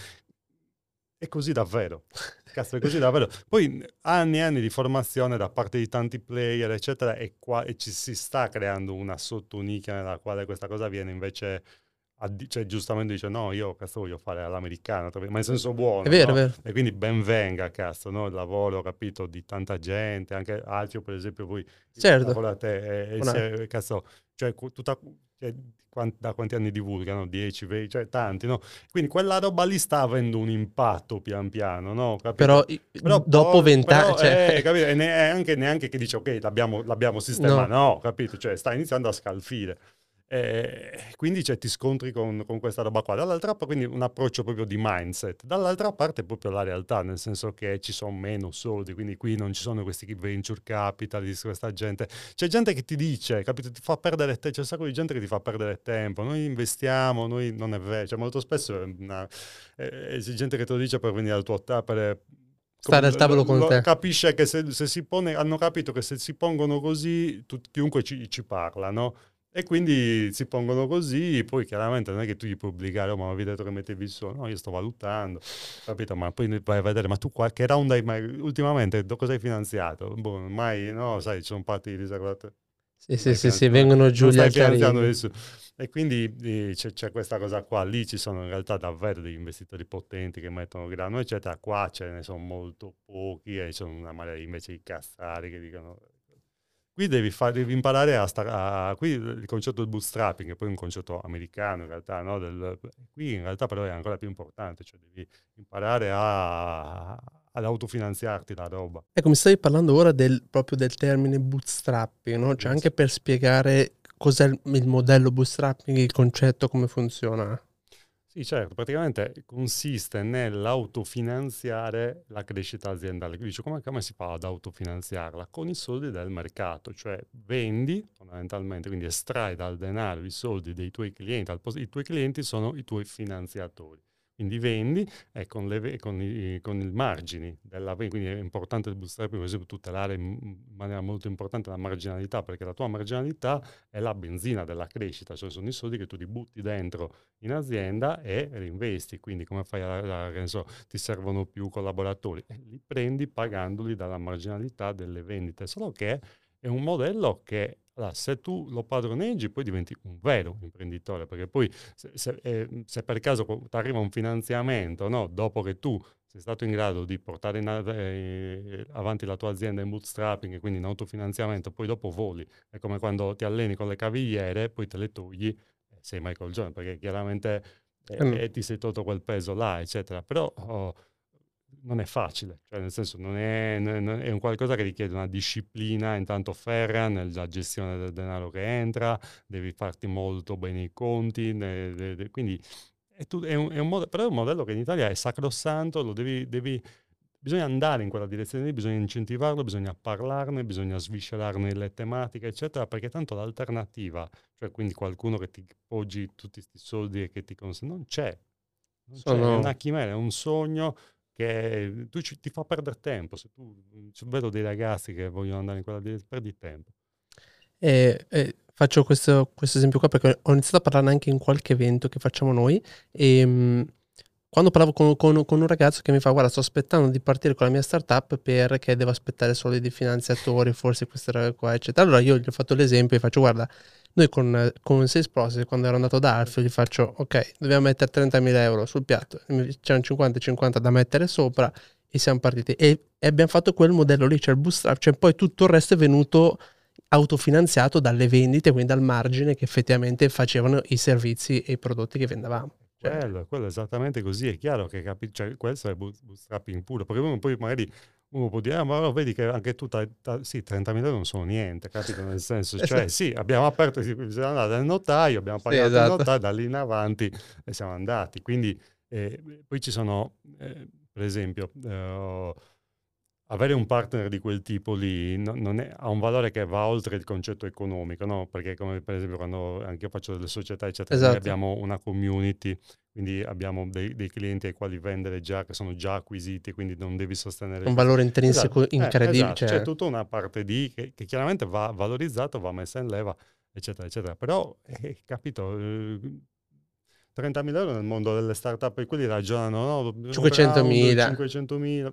[SPEAKER 2] è così davvero. Cazzo, è così davvero. Poi anni e anni di formazione da parte di tanti player, eccetera, e, qua, e ci si sta creando una sottonicchia nella quale questa cosa viene invece, addi- cioè giustamente dice no, io questo voglio fare all'americana, ma in senso
[SPEAKER 1] è
[SPEAKER 2] buono,
[SPEAKER 1] vero, è
[SPEAKER 2] no?
[SPEAKER 1] vero,
[SPEAKER 2] E quindi ben venga, cazzo, no? Il lavoro, capito, di tanta gente, anche altri, per esempio, voi
[SPEAKER 1] certo.
[SPEAKER 2] lavorate, e, e si
[SPEAKER 1] Una-
[SPEAKER 2] è- cazzo, cioè, cu- tutta, cioè, quan- da quanti anni divulgano? dieci, venti, cioè tanti, no? Quindi quella roba lì sta avendo un impatto pian piano, no?
[SPEAKER 1] Però
[SPEAKER 2] Capito?
[SPEAKER 1] i-
[SPEAKER 2] Però,
[SPEAKER 1] dopo
[SPEAKER 2] poi,
[SPEAKER 1] vent'anni,
[SPEAKER 2] però
[SPEAKER 1] cioè,
[SPEAKER 2] eh, capito? E neanche, neanche che dice ok, l'abbiamo, l'abbiamo sistemato,
[SPEAKER 1] no.
[SPEAKER 2] no, capito? Cioè sta iniziando a scalfire. E quindi cioè, ti scontri con, con questa roba qua. Dall'altra parte, quindi un approccio proprio di mindset. Dall'altra parte proprio la realtà, nel senso che ci sono meno soldi, quindi qui non ci sono questi venture capitalist, questa gente. C'è gente che ti dice, capito, ti fa perdere tempo, c'è un sacco di gente che ti fa perdere tempo. Noi investiamo, noi non è vero, cioè molto spesso è, una, è, c'è gente che te lo dice per venire al tuo per
[SPEAKER 1] Stare al
[SPEAKER 2] lo,
[SPEAKER 1] tavolo con
[SPEAKER 2] lo,
[SPEAKER 1] te.
[SPEAKER 2] capisce che se, se si pone, hanno capito che se si pongono così, tu, chiunque ci, ci parla, no? E quindi si pongono così, poi chiaramente non è che tu gli puoi obbligare, oh, ma avevi detto che mettevi il suono, no, io sto valutando, capito? Ma poi vai a vedere, ma tu qualche round hai mai, ultimamente, do- cosa hai finanziato? Boh, mai, no, sai, ci sono parti riservate,
[SPEAKER 1] Sì,
[SPEAKER 2] non
[SPEAKER 1] sì,
[SPEAKER 2] stai,
[SPEAKER 1] sì, sì,
[SPEAKER 2] finanzi- non,
[SPEAKER 1] vengono giù
[SPEAKER 2] non
[SPEAKER 1] gli
[SPEAKER 2] stai finanziando
[SPEAKER 1] altarini.
[SPEAKER 2] nessuno. E quindi eh, c'è, c'è questa cosa qua, lì ci sono in realtà davvero degli investitori potenti che mettono grano, eccetera, qua ce ne sono molto pochi e ci sono una marea invece di cazzari che dicono qui devi, fa- devi imparare a stare a, qui il concetto del bootstrapping è poi un concetto americano in realtà, no? Del, qui in realtà però è ancora più importante, cioè devi imparare a, ad autofinanziarti la roba.
[SPEAKER 1] Ecco, mi stavi parlando ora del, proprio del termine bootstrapping, no? Cioè
[SPEAKER 2] Yes.
[SPEAKER 1] anche per spiegare cos'è il, il modello bootstrapping, il concetto, come funziona.
[SPEAKER 2] Sì, certo, praticamente consiste nell'autofinanziare la crescita aziendale. Dice, come, come si fa ad autofinanziarla? Con i soldi del mercato, cioè vendi fondamentalmente, quindi estrai dal denaro i soldi dei tuoi clienti, al posto- i tuoi clienti sono i tuoi finanziatori. Quindi vendi e con, le, ve- con, i, con i margini della vendita, quindi è importante il bootstrapping, per esempio, tutelare in in maniera molto importante la marginalità, perché la tua marginalità è la benzina della crescita, cioè sono i soldi che tu ti butti dentro in azienda e reinvesti, quindi come fai a, a che ne so, ti servono più collaboratori, e li prendi pagandoli dalla marginalità delle vendite, solo che è un modello che allora, se tu lo padroneggi poi diventi un vero imprenditore, perché poi se, se, eh, se per caso ti arriva un finanziamento, no, dopo che tu sei stato in grado di portare in, eh, avanti la tua azienda in bootstrapping e quindi in autofinanziamento, poi dopo voli, è come quando ti alleni con le cavigliere, poi te le togli, sei Michael Jordan, perché chiaramente eh,
[SPEAKER 1] Mm.
[SPEAKER 2] e ti sei tolto quel peso là, eccetera. Però oh, non è facile, cioè nel senso non è, non è un qualcosa che richiede una disciplina intanto ferrea nella gestione del denaro che entra, devi farti molto bene i conti, ne- de- de- quindi è, tu- è un, è un modello, però è un modello che in Italia è sacrosanto, lo devi, devi- bisogna andare in quella direzione lì, bisogna incentivarlo, bisogna parlarne, bisogna sviscerarne le tematiche, eccetera, perché tanto l'alternativa, cioè quindi qualcuno che ti poggi tutti questi soldi e che ti consente, non c'è, non c'è, è
[SPEAKER 1] Sono...
[SPEAKER 2] una chimera, è un sogno che tu ci- ti fa perdere tempo. Se tu se vedo dei ragazzi che vogliono andare in quella direzione, perdi tempo.
[SPEAKER 1] E, e faccio questo, questo esempio qua perché ho iniziato a parlarne anche in qualche evento che facciamo noi e mh, quando parlavo con, con- con un ragazzo che mi fa guarda sto aspettando di partire con la mia startup perché devo aspettare soldi di finanziatori, forse queste robe qua eccetera, allora io gli ho fatto l'esempio e faccio guarda noi con, con Sales Process quando ero andato da Alfio gli faccio ok dobbiamo mettere trentamila euro sul piatto, c'erano cinquanta cinquanta da mettere sopra e siamo partiti e, e abbiamo fatto quel modello lì, cioè il bootstrap, cioè poi tutto il resto è venuto autofinanziato dalle vendite, quindi dal margine che effettivamente facevano i servizi e i prodotti che vendavamo. Cioè,
[SPEAKER 2] Quello, quello è esattamente così, è chiaro che capi- cioè, questo è boot- bootstrapping puro, perché uno poi magari uno può dire, ah, ma vedi che anche tu, ta- ta- sì, trentamila euro non sono niente, capito? Nel senso, cioè sì, abbiamo aperto, siamo andati dal notaio, abbiamo
[SPEAKER 1] sì,
[SPEAKER 2] pagato il
[SPEAKER 1] esatto.
[SPEAKER 2] notaio, da lì in avanti e siamo andati. Quindi eh, poi ci sono, eh, per esempio, eh, avere un partner di quel tipo lì no- non è- ha un valore che va oltre il concetto economico, no? Perché come per esempio quando anche io faccio delle società, eccetera, noi
[SPEAKER 1] Esatto.
[SPEAKER 2] abbiamo una community, quindi abbiamo dei, dei clienti ai quali vendere già, che sono già acquisiti, quindi non devi sostenere
[SPEAKER 1] Un
[SPEAKER 2] questo.
[SPEAKER 1] valore
[SPEAKER 2] Esatto,
[SPEAKER 1] intrinseco
[SPEAKER 2] eh,
[SPEAKER 1] incredibile.
[SPEAKER 2] esatto. C'è
[SPEAKER 1] Cioè,
[SPEAKER 2] tutta una parte di che, che chiaramente va valorizzato, va messa in leva, eccetera, eccetera. Però, eh, capito, eh, trentamila euro nel mondo delle startup e quelli ragionano, no? Un round,
[SPEAKER 1] cinquecentomila
[SPEAKER 2] cinquecentomila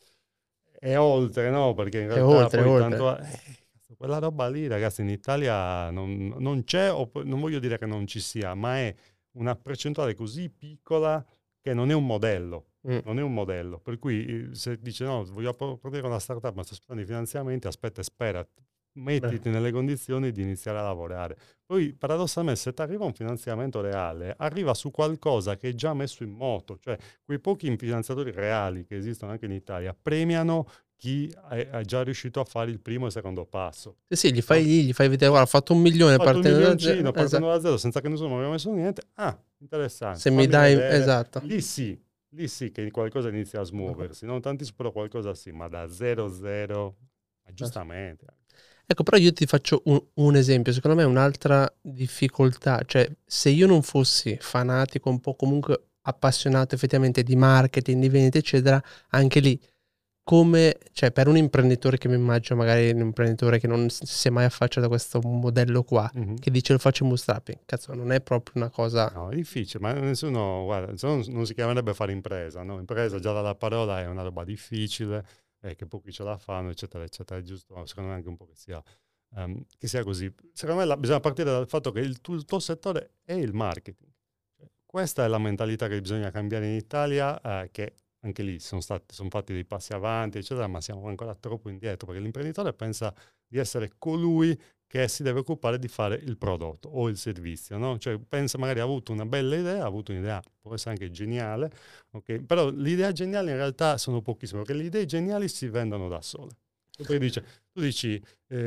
[SPEAKER 2] è oltre, no? Perché in
[SPEAKER 1] è
[SPEAKER 2] realtà
[SPEAKER 1] oltre, è
[SPEAKER 2] poi
[SPEAKER 1] oltre.
[SPEAKER 2] tanto... eh, quella roba lì, ragazzi, in Italia non, non c'è, o po- non voglio dire che non ci sia, ma è una percentuale così piccola che non è un modello.
[SPEAKER 1] Mm.
[SPEAKER 2] Non è un modello. Per cui eh, se dice no, voglio partire una startup, ma sto aspettando i finanziamenti, aspetta e spera.
[SPEAKER 1] Beh,
[SPEAKER 2] Mettiti nelle condizioni di iniziare a lavorare. Poi, paradossalmente, se ti arriva un finanziamento reale, arriva su qualcosa che è già messo in moto, cioè quei pochi finanziatori reali che esistono anche in Italia premiano chi è, è già riuscito a fare il primo e il secondo passo.
[SPEAKER 1] sì, sì, gli fai
[SPEAKER 2] No?
[SPEAKER 1] lì, gli fai vedere, guarda, ho fatto un milione
[SPEAKER 2] Ho fatto il
[SPEAKER 1] partendo da zero.
[SPEAKER 2] milioncino partendo
[SPEAKER 1] Esatto.
[SPEAKER 2] da zero senza che nessuno mi aveva messo niente. Ah, interessante,
[SPEAKER 1] Se mi
[SPEAKER 2] fammi
[SPEAKER 1] dai,
[SPEAKER 2] vedere.
[SPEAKER 1] esatto.
[SPEAKER 2] Lì sì, lì sì che qualcosa inizia a smuoversi, non tantissimo, però qualcosa sì, ma da zero zero, ma giustamente.
[SPEAKER 1] Ecco, però io ti faccio un, un esempio, secondo me un'altra difficoltà, cioè se io non fossi fanatico, un po' comunque appassionato effettivamente di marketing, di vendita, eccetera, anche lì, come, cioè per un imprenditore che mi immagino, magari un imprenditore che non si si è mai affacciato a questo modello qua,
[SPEAKER 2] Mhm.
[SPEAKER 1] che dice lo faccio in bootstrapping, cazzo, non è proprio una cosa...
[SPEAKER 2] No, è difficile, ma nessuno, guarda, se no non si chiamerebbe fare impresa, no? Impresa già dalla parola è una roba difficile, eh, che pochi ce la fanno, eccetera, eccetera. È giusto, secondo me anche un po' che sia, ehm, che sia così. Secondo me la- bisogna partire dal fatto che il, tu- il tuo settore è il marketing. Cioè, questa è la mentalità che bisogna cambiare in Italia, eh, che anche lì sono, stati, sono fatti dei passi avanti, eccetera, ma siamo ancora troppo indietro, perché l'imprenditore pensa di essere colui che si deve occupare di fare il prodotto o il servizio, no? Cioè pensa magari ha avuto una bella idea, ha avuto un'idea, può essere anche geniale, ok? Però l'idea geniale in realtà sono pochissime, perché le idee geniali si vendono da sole. Tu poi dici, tu dici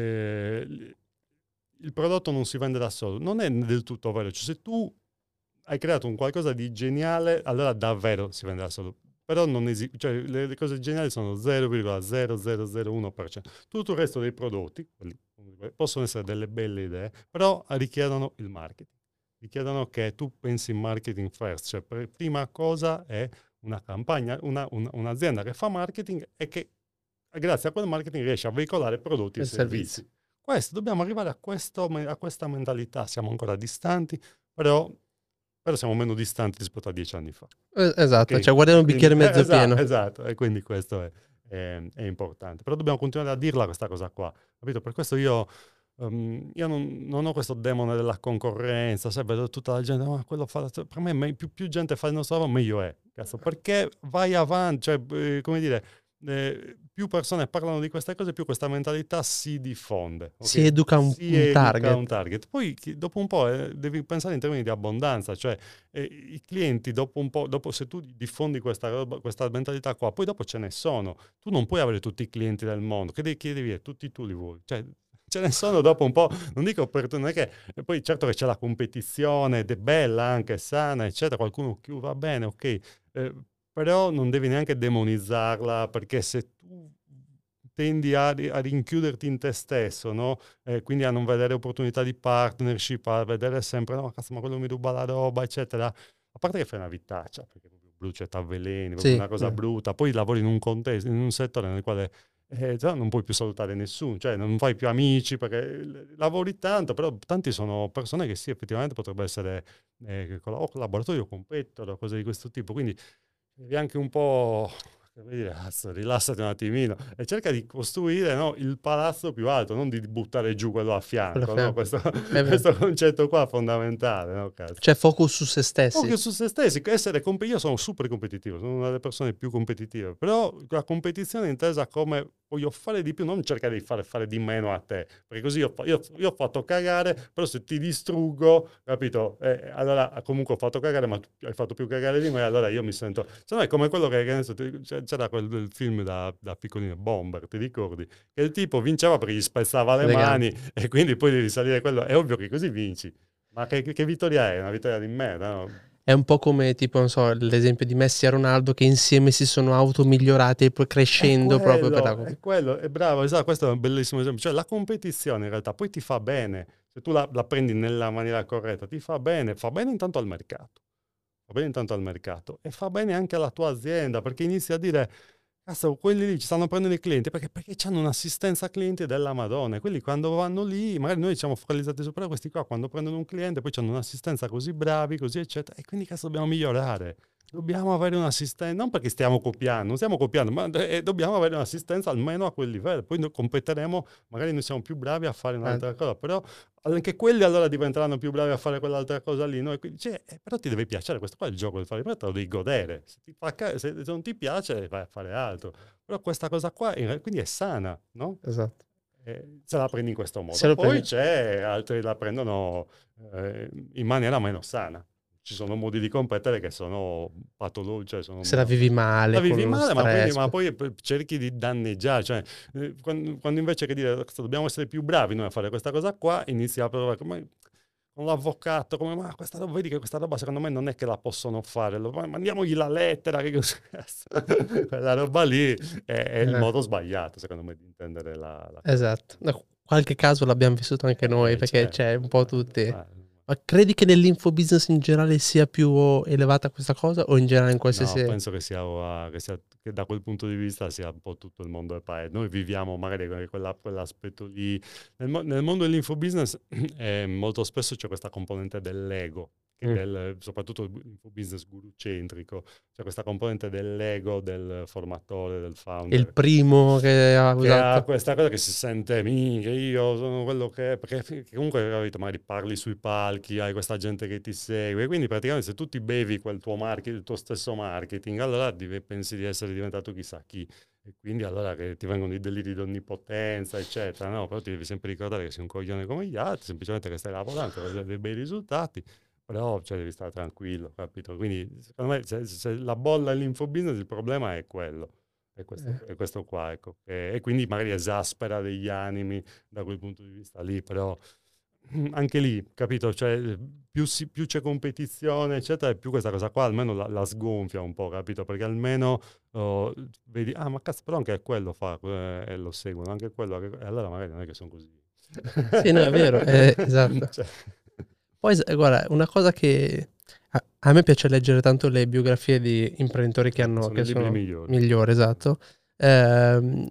[SPEAKER 2] eh, il prodotto non si vende da solo, non è del tutto vero, cioè se tu hai creato un qualcosa di geniale, allora davvero si vende da solo. Però non esiste, cioè le, le cose geniali sono zero virgola zero zero zero uno per cento. Tutto il resto dei prodotti, quelli, possono essere delle belle idee, però richiedono il marketing. Richiedono che tu pensi in marketing first, cioè per, prima cosa è una campagna, una, una, un'azienda che fa marketing e che grazie a quel marketing riesce a veicolare prodotti e
[SPEAKER 1] il servizio.
[SPEAKER 2] servizi. Questo, dobbiamo arrivare a, questo, a questa mentalità, siamo ancora distanti, però però siamo meno distanti rispetto a dieci anni fa.
[SPEAKER 1] Eh, Esatto,
[SPEAKER 2] Okay?
[SPEAKER 1] cioè guardiamo
[SPEAKER 2] E
[SPEAKER 1] il
[SPEAKER 2] quindi,
[SPEAKER 1] bicchiere
[SPEAKER 2] eh,
[SPEAKER 1] mezzo
[SPEAKER 2] esatto,
[SPEAKER 1] pieno.
[SPEAKER 2] esatto, e quindi questo è, è, è importante. Però dobbiamo continuare a dirla questa cosa qua, capito? Per questo io, um, io non, non ho questo demone della concorrenza, sai, vedo tutta la gente, ma quello fa, per me me- più, più gente fa il nostro lavoro, meglio è, cazzo, perché vai avanti, cioè, eh, come dire, eh, più persone parlano di queste cose, più questa mentalità si diffonde. Okay?
[SPEAKER 1] Si educa un,
[SPEAKER 2] si
[SPEAKER 1] un
[SPEAKER 2] educa
[SPEAKER 1] target.
[SPEAKER 2] un target. Poi dopo un po' eh, devi pensare in termini di abbondanza, cioè eh, i clienti dopo un po', dopo se tu diffondi questa, roba, questa mentalità qua, poi dopo ce ne sono. Tu non puoi avere tutti i clienti del mondo, che devi chiedere, tutti tu li vuoi. Cioè, ce ne sono dopo un po', non dico per non è che e poi certo che c'è la competizione ed è bella anche sana eccetera, qualcuno più va bene, ok, eh, però non devi neanche demonizzarla, perché se tu tendi a, a rinchiuderti in te stesso, no? Eh, quindi a non vedere opportunità di partnership, a vedere sempre no, cazzo, ma quello mi ruba la roba eccetera, a parte che fai una vitaccia, perché brucia, t'avveleni, proprio
[SPEAKER 1] Sì,
[SPEAKER 2] una cosa
[SPEAKER 1] eh.
[SPEAKER 2] brutta, poi lavori in un contesto, in un settore nel quale eh, già non puoi più salutare nessuno, cioè non fai più amici perché lavori tanto, però tanti sono persone che sì, effettivamente potrebbero essere eh, o collaboratori o competitor o cose di questo tipo, quindi devi anche un po', come dire, cazzo, rilassati un attimino e cerca di costruire no, il palazzo più alto, non di buttare giù quello a fianco, no? questo, questo concetto qua è fondamentale. No,
[SPEAKER 1] cioè focus su se stessi.
[SPEAKER 2] Focus su se stessi, essere comp- io sono super competitivo, sono una delle persone più competitive, però la competizione è intesa come voglio fare di più, non cercare di fare, fare di meno a te, perché così io, io, io ho fatto cagare, però se ti distruggo, capito? Eh, allora comunque ho fatto cagare, ma tu hai fatto più cagare di me, allora io mi sento... Se no è come quello che, che c'era quel del film da, da piccolino, Bomber, ti ricordi? Che il tipo vinceva perché gli spezzava le
[SPEAKER 1] Elegante.
[SPEAKER 2] mani e quindi poi devi salire quello, è ovvio che così vinci. Ma che, che vittoria è? Una vittoria di merda, no?
[SPEAKER 1] È un po' come, tipo, non so, l'esempio di Messi e Ronaldo che insieme si sono automigliorati e poi crescendo
[SPEAKER 2] è quello,
[SPEAKER 1] proprio per la...
[SPEAKER 2] È quello, è bravo, esatto, questo è un bellissimo esempio. Cioè la competizione in realtà poi ti fa bene, se tu la, la prendi nella maniera corretta, ti fa bene, fa bene intanto al mercato, fa bene intanto al mercato e fa bene anche alla tua azienda, perché inizi a dire... Cazzo, quelli lì ci stanno prendendo i clienti perché, perché hanno un'assistenza clienti della Madonna. Quelli quando vanno lì, magari noi siamo focalizzati su però questi qua, quando prendono un cliente poi hanno un'assistenza così bravi, così eccetera. E quindi cazzo dobbiamo migliorare. Dobbiamo avere un'assistenza, non perché stiamo copiando, non stiamo copiando, ma eh, dobbiamo avere un'assistenza almeno a quel livello. Poi noi competeremo, magari noi siamo più bravi a fare un'altra cosa, però anche quelli allora diventeranno più bravi a fare quell'altra cosa lì. No? Quindi, cioè, eh, però ti deve piacere, questo qua è il gioco del fare, però te lo devi godere. Se, ti fa, se, se non ti piace vai a fare altro. Però questa cosa qua quindi è sana, no?
[SPEAKER 1] Esatto.
[SPEAKER 2] Eh, se la prendi in questo modo. Poi
[SPEAKER 1] prendi.
[SPEAKER 2] c'è altri la prendono eh, in maniera meno sana. Ci sono modi di competere che sono patologici. Cioè sono
[SPEAKER 1] se la vivi male,
[SPEAKER 2] la vivi male, ma, quindi,
[SPEAKER 1] stress.
[SPEAKER 2] ma poi cerchi di danneggiare. Cioè, eh, quando, quando invece che dire dobbiamo essere più bravi noi a fare questa cosa qua, inizi a provare come con l'avvocato, come ma questa roba, vedi che questa roba secondo me non è che la possono fare, lo, mandiamogli la lettera, che quella roba lì è, è il
[SPEAKER 1] eh.
[SPEAKER 2] modo sbagliato secondo me di intendere la, la
[SPEAKER 1] esatto. Da qualche caso l'abbiamo vissuto anche noi,
[SPEAKER 2] eh,
[SPEAKER 1] perché
[SPEAKER 2] certo,
[SPEAKER 1] c'è un po' tutti.
[SPEAKER 2] eh.
[SPEAKER 1] Ma credi che nell'infobusiness in generale sia più elevata questa cosa o in generale in qualsiasi...
[SPEAKER 2] No, penso che sia, che sia che da quel punto di vista sia un po' tutto il mondo del paese. Noi viviamo magari quella, quell'aspetto lì. Nel, nel mondo dell'infobusiness eh, molto spesso c'è questa componente dell'ego, che
[SPEAKER 1] Mm.
[SPEAKER 2] del, soprattutto l'infobusiness guru-centrico, c'è questa componente dell'ego del formatore, del founder.
[SPEAKER 1] Il primo che ha
[SPEAKER 2] Che
[SPEAKER 1] usato...
[SPEAKER 2] ha questa cosa che si sente, minchia, io sono quello che è, perché comunque capito, magari parli sui palchi, hai questa gente che ti segue, quindi praticamente se tu ti bevi quel tuo marketing, il tuo stesso marketing, allora pensi di essere diventato chissà chi, e quindi allora che ti vengono i deliri di onnipotenza, eccetera, no? Però ti devi sempre ricordare che sei un coglione come gli altri, semplicemente che stai lavorando per avere dei bei risultati, però cioè, devi stare tranquillo, capito? Quindi secondo me se, se la bolla dell'infobusiness il problema è quello. E questo,
[SPEAKER 1] Eh.
[SPEAKER 2] e questo qua, ecco. E, e quindi magari esaspera degli animi da quel punto di vista lì, però anche lì, capito? Cioè, più, si, più c'è competizione, eccetera, e più questa cosa qua almeno la, la sgonfia un po', capito? Perché almeno oh, vedi, ah, ma cazzo, però anche quello fa eh, e lo seguono, anche quello, e allora magari non è che sono così.
[SPEAKER 1] Sì, no, è vero, eh, esatto.
[SPEAKER 2] Cioè.
[SPEAKER 1] Poi, guarda, una cosa che... A, a me piace leggere tanto le biografie di imprenditori che hanno...
[SPEAKER 2] Sono
[SPEAKER 1] che
[SPEAKER 2] i libri
[SPEAKER 1] sono
[SPEAKER 2] migliori.
[SPEAKER 1] migliori, esatto. Ehm,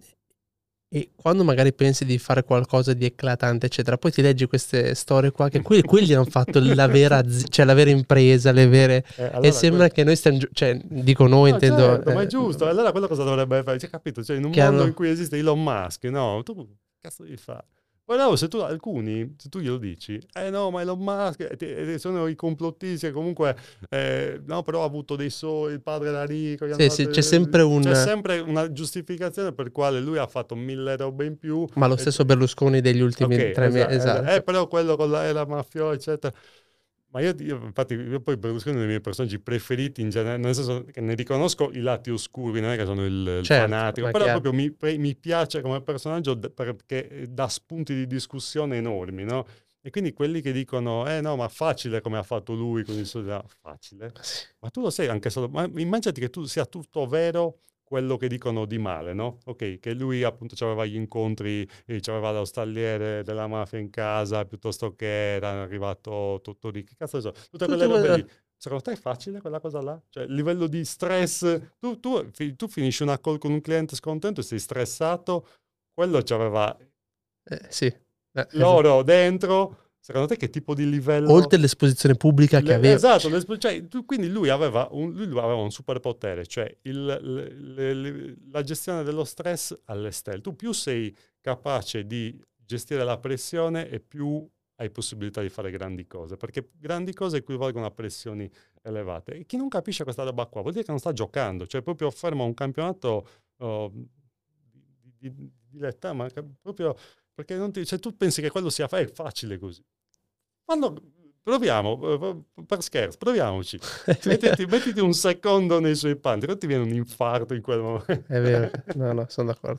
[SPEAKER 1] e quando magari pensi di fare qualcosa di eclatante, eccetera, poi ti leggi queste storie qua che quelli, quelli hanno fatto la vera, cioè la vera impresa, le vere...
[SPEAKER 2] Eh, allora,
[SPEAKER 1] e sembra
[SPEAKER 2] quello...
[SPEAKER 1] che noi stiamo... Cioè, dico noi,
[SPEAKER 2] no,
[SPEAKER 1] intendo...
[SPEAKER 2] certo,
[SPEAKER 1] eh,
[SPEAKER 2] ma è giusto. Allora quello cosa dovrebbe fare? Cioè, capito? Cioè, in un
[SPEAKER 1] che
[SPEAKER 2] mondo
[SPEAKER 1] hanno...
[SPEAKER 2] in cui esiste Elon Musk, no? Tu cazzo devi fare? Poi no, se tu alcuni, se tu glielo dici, eh no, ma Elon Musk, eh, eh, sono i complottisti, comunque, eh, no, però ha avuto dei soldi, il padre era ricco, gli hanno
[SPEAKER 1] Sì, sì,
[SPEAKER 2] dato-
[SPEAKER 1] c'è sempre
[SPEAKER 2] c'è
[SPEAKER 1] un...
[SPEAKER 2] sempre una giustificazione per quale lui ha fatto mille robe in più.
[SPEAKER 1] Ma lo
[SPEAKER 2] e-
[SPEAKER 1] stesso Berlusconi degli
[SPEAKER 2] ok,
[SPEAKER 1] ultimi tre mesi,
[SPEAKER 2] esatto, eh,
[SPEAKER 1] esatto.
[SPEAKER 2] però quello con la, era mafioso, eccetera. Ma io, io, infatti, io poi Berlusconi è uno dei miei personaggi preferiti in genere, nel senso che ne riconosco i lati oscuri, non è che sono il, il
[SPEAKER 1] Certo,
[SPEAKER 2] fanatico,
[SPEAKER 1] ma
[SPEAKER 2] però
[SPEAKER 1] chiaro.
[SPEAKER 2] proprio mi, mi piace come personaggio d- perché dà spunti di discussione enormi, no? E quindi quelli che dicono, eh no, ma facile come ha fatto lui con i soldi, ah, facile.
[SPEAKER 1] Sì.
[SPEAKER 2] Ma tu lo sai anche solo, ma immaginati che tu sia tutto vero quello che dicono di male, no? Ok, che lui appunto aveva gli incontri, eh, c'aveva lo stalliere della mafia in casa, piuttosto che era arrivato tutto lì, che cazzo ne so, tutte quelle
[SPEAKER 1] Tutte
[SPEAKER 2] robe
[SPEAKER 1] quelle...
[SPEAKER 2] lì. Secondo te è facile quella cosa là? Cioè, il livello di stress, tu, tu, fi- tu finisci una call con un cliente scontento e sei stressato, quello c'aveva
[SPEAKER 1] Eh, sì, eh, esatto.
[SPEAKER 2] l'oro dentro, secondo te che tipo di
[SPEAKER 1] Oltre
[SPEAKER 2] livello?
[SPEAKER 1] l'esposizione pubblica che
[SPEAKER 2] Le-
[SPEAKER 1] aveva.
[SPEAKER 2] esatto, l'espo- cioè, tu- quindi lui aveva un, lui aveva un superpotere, cioè il- le- le- le- la gestione dello stress alle stelle. Tu più sei capace di gestire la pressione e più hai possibilità di fare grandi cose, perché grandi cose equivalgono a pressioni elevate. E chi non capisce questa roba qua vuol dire che non sta giocando, cioè proprio ferma un campionato oh, di, di, di dilettanti, ma ca- proprio perché non ti, cioè, tu pensi che quello sia fa- è facile così. Quando proviamo, eh, per scherzo, proviamoci.
[SPEAKER 1] È vero,
[SPEAKER 2] Mettiti, mettiti un secondo nei suoi panni, non ti viene un infarto in quel momento.
[SPEAKER 1] è vero. No, no, sono d'accordo.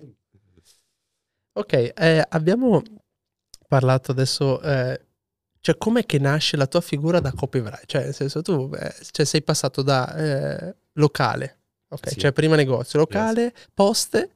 [SPEAKER 1] Ok, eh, abbiamo parlato adesso, eh, cioè com'è che nasce la tua figura da copywriter? Cioè, nel senso tu eh, cioè, sei passato da eh, locale, ok,
[SPEAKER 2] Sì,
[SPEAKER 1] cioè prima negozio,
[SPEAKER 2] yes.
[SPEAKER 1] locale, poste,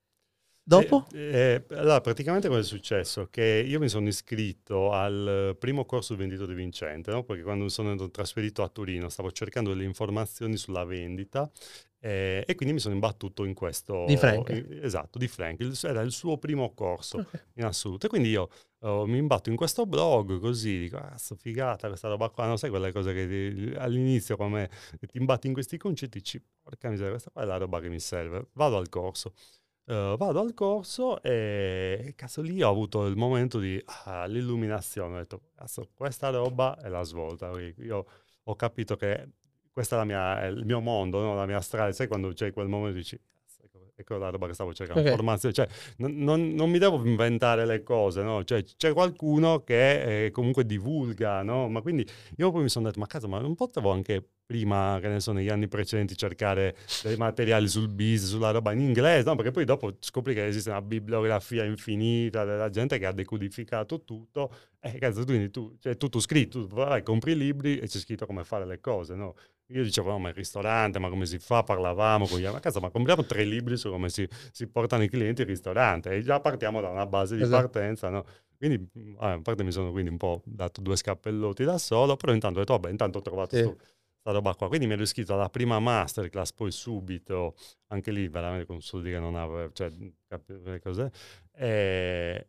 [SPEAKER 2] E,
[SPEAKER 1] dopo?
[SPEAKER 2] e, allora, praticamente cosa è successo? Che io mi sono iscritto al primo corso di venditore vincente, no? Perché quando mi sono trasferito a Torino stavo cercando delle informazioni sulla vendita eh, e quindi mi sono imbattuto in
[SPEAKER 1] Di
[SPEAKER 2] questo,
[SPEAKER 1] Frank.
[SPEAKER 2] in- esatto, di Frank. Il- era il suo primo corso
[SPEAKER 1] Ok.
[SPEAKER 2] in assoluto. E quindi io oh, mi imbatto in questo blog così, dico, ah, sto figata questa roba qua, non sai quelle cose che ti- all'inizio come ti imbatti in questi concetti, dici, porca miseria, questa qua è la roba che mi serve, vado al corso. Uh, vado al corso e cazzo lì ho avuto il momento di ah, l'illuminazione, ho detto cazzo questa roba è la svolta. Io ho capito che questa è, la mia, è il mio mondo, no? La mia strada, sai quando c'è quel momento dici cazzo, ecco, ecco la roba che stavo cercando,
[SPEAKER 1] Ok.
[SPEAKER 2] informazione, cioè non, non- non mi devo inventare le cose, no? Cioè c'è qualcuno che eh, comunque divulga, no? Ma quindi io poi mi sono detto ma cazzo ma non potevo anche prima, che ne so, negli anni precedenti cercare dei materiali sul business, sulla roba in inglese, no? Perché poi dopo scopri che esiste una bibliografia infinita della gente che ha decodificato tutto, e cazzo, quindi tu, cioè, tutto scritto, tu vai, compri i libri e c'è scritto come fare le cose, no? Io dicevo, no, ma il ristorante, ma come si fa? Parlavamo con gli amici, ma cazzo, ma compriamo tre libri su come si, si portano i clienti al ristorante e già partiamo da una base di
[SPEAKER 1] Esatto.
[SPEAKER 2] partenza, no? Quindi, eh, a parte mi sono quindi un po' dato due scappellotti da solo, però intanto ho detto, vabbè, intanto ho trovato
[SPEAKER 1] Sì.
[SPEAKER 2] sto, sta roba qua. Quindi mi ero iscritto alla prima masterclass, poi subito, anche lì veramente con soldi che non avevo, cioè, capire cos'è. E,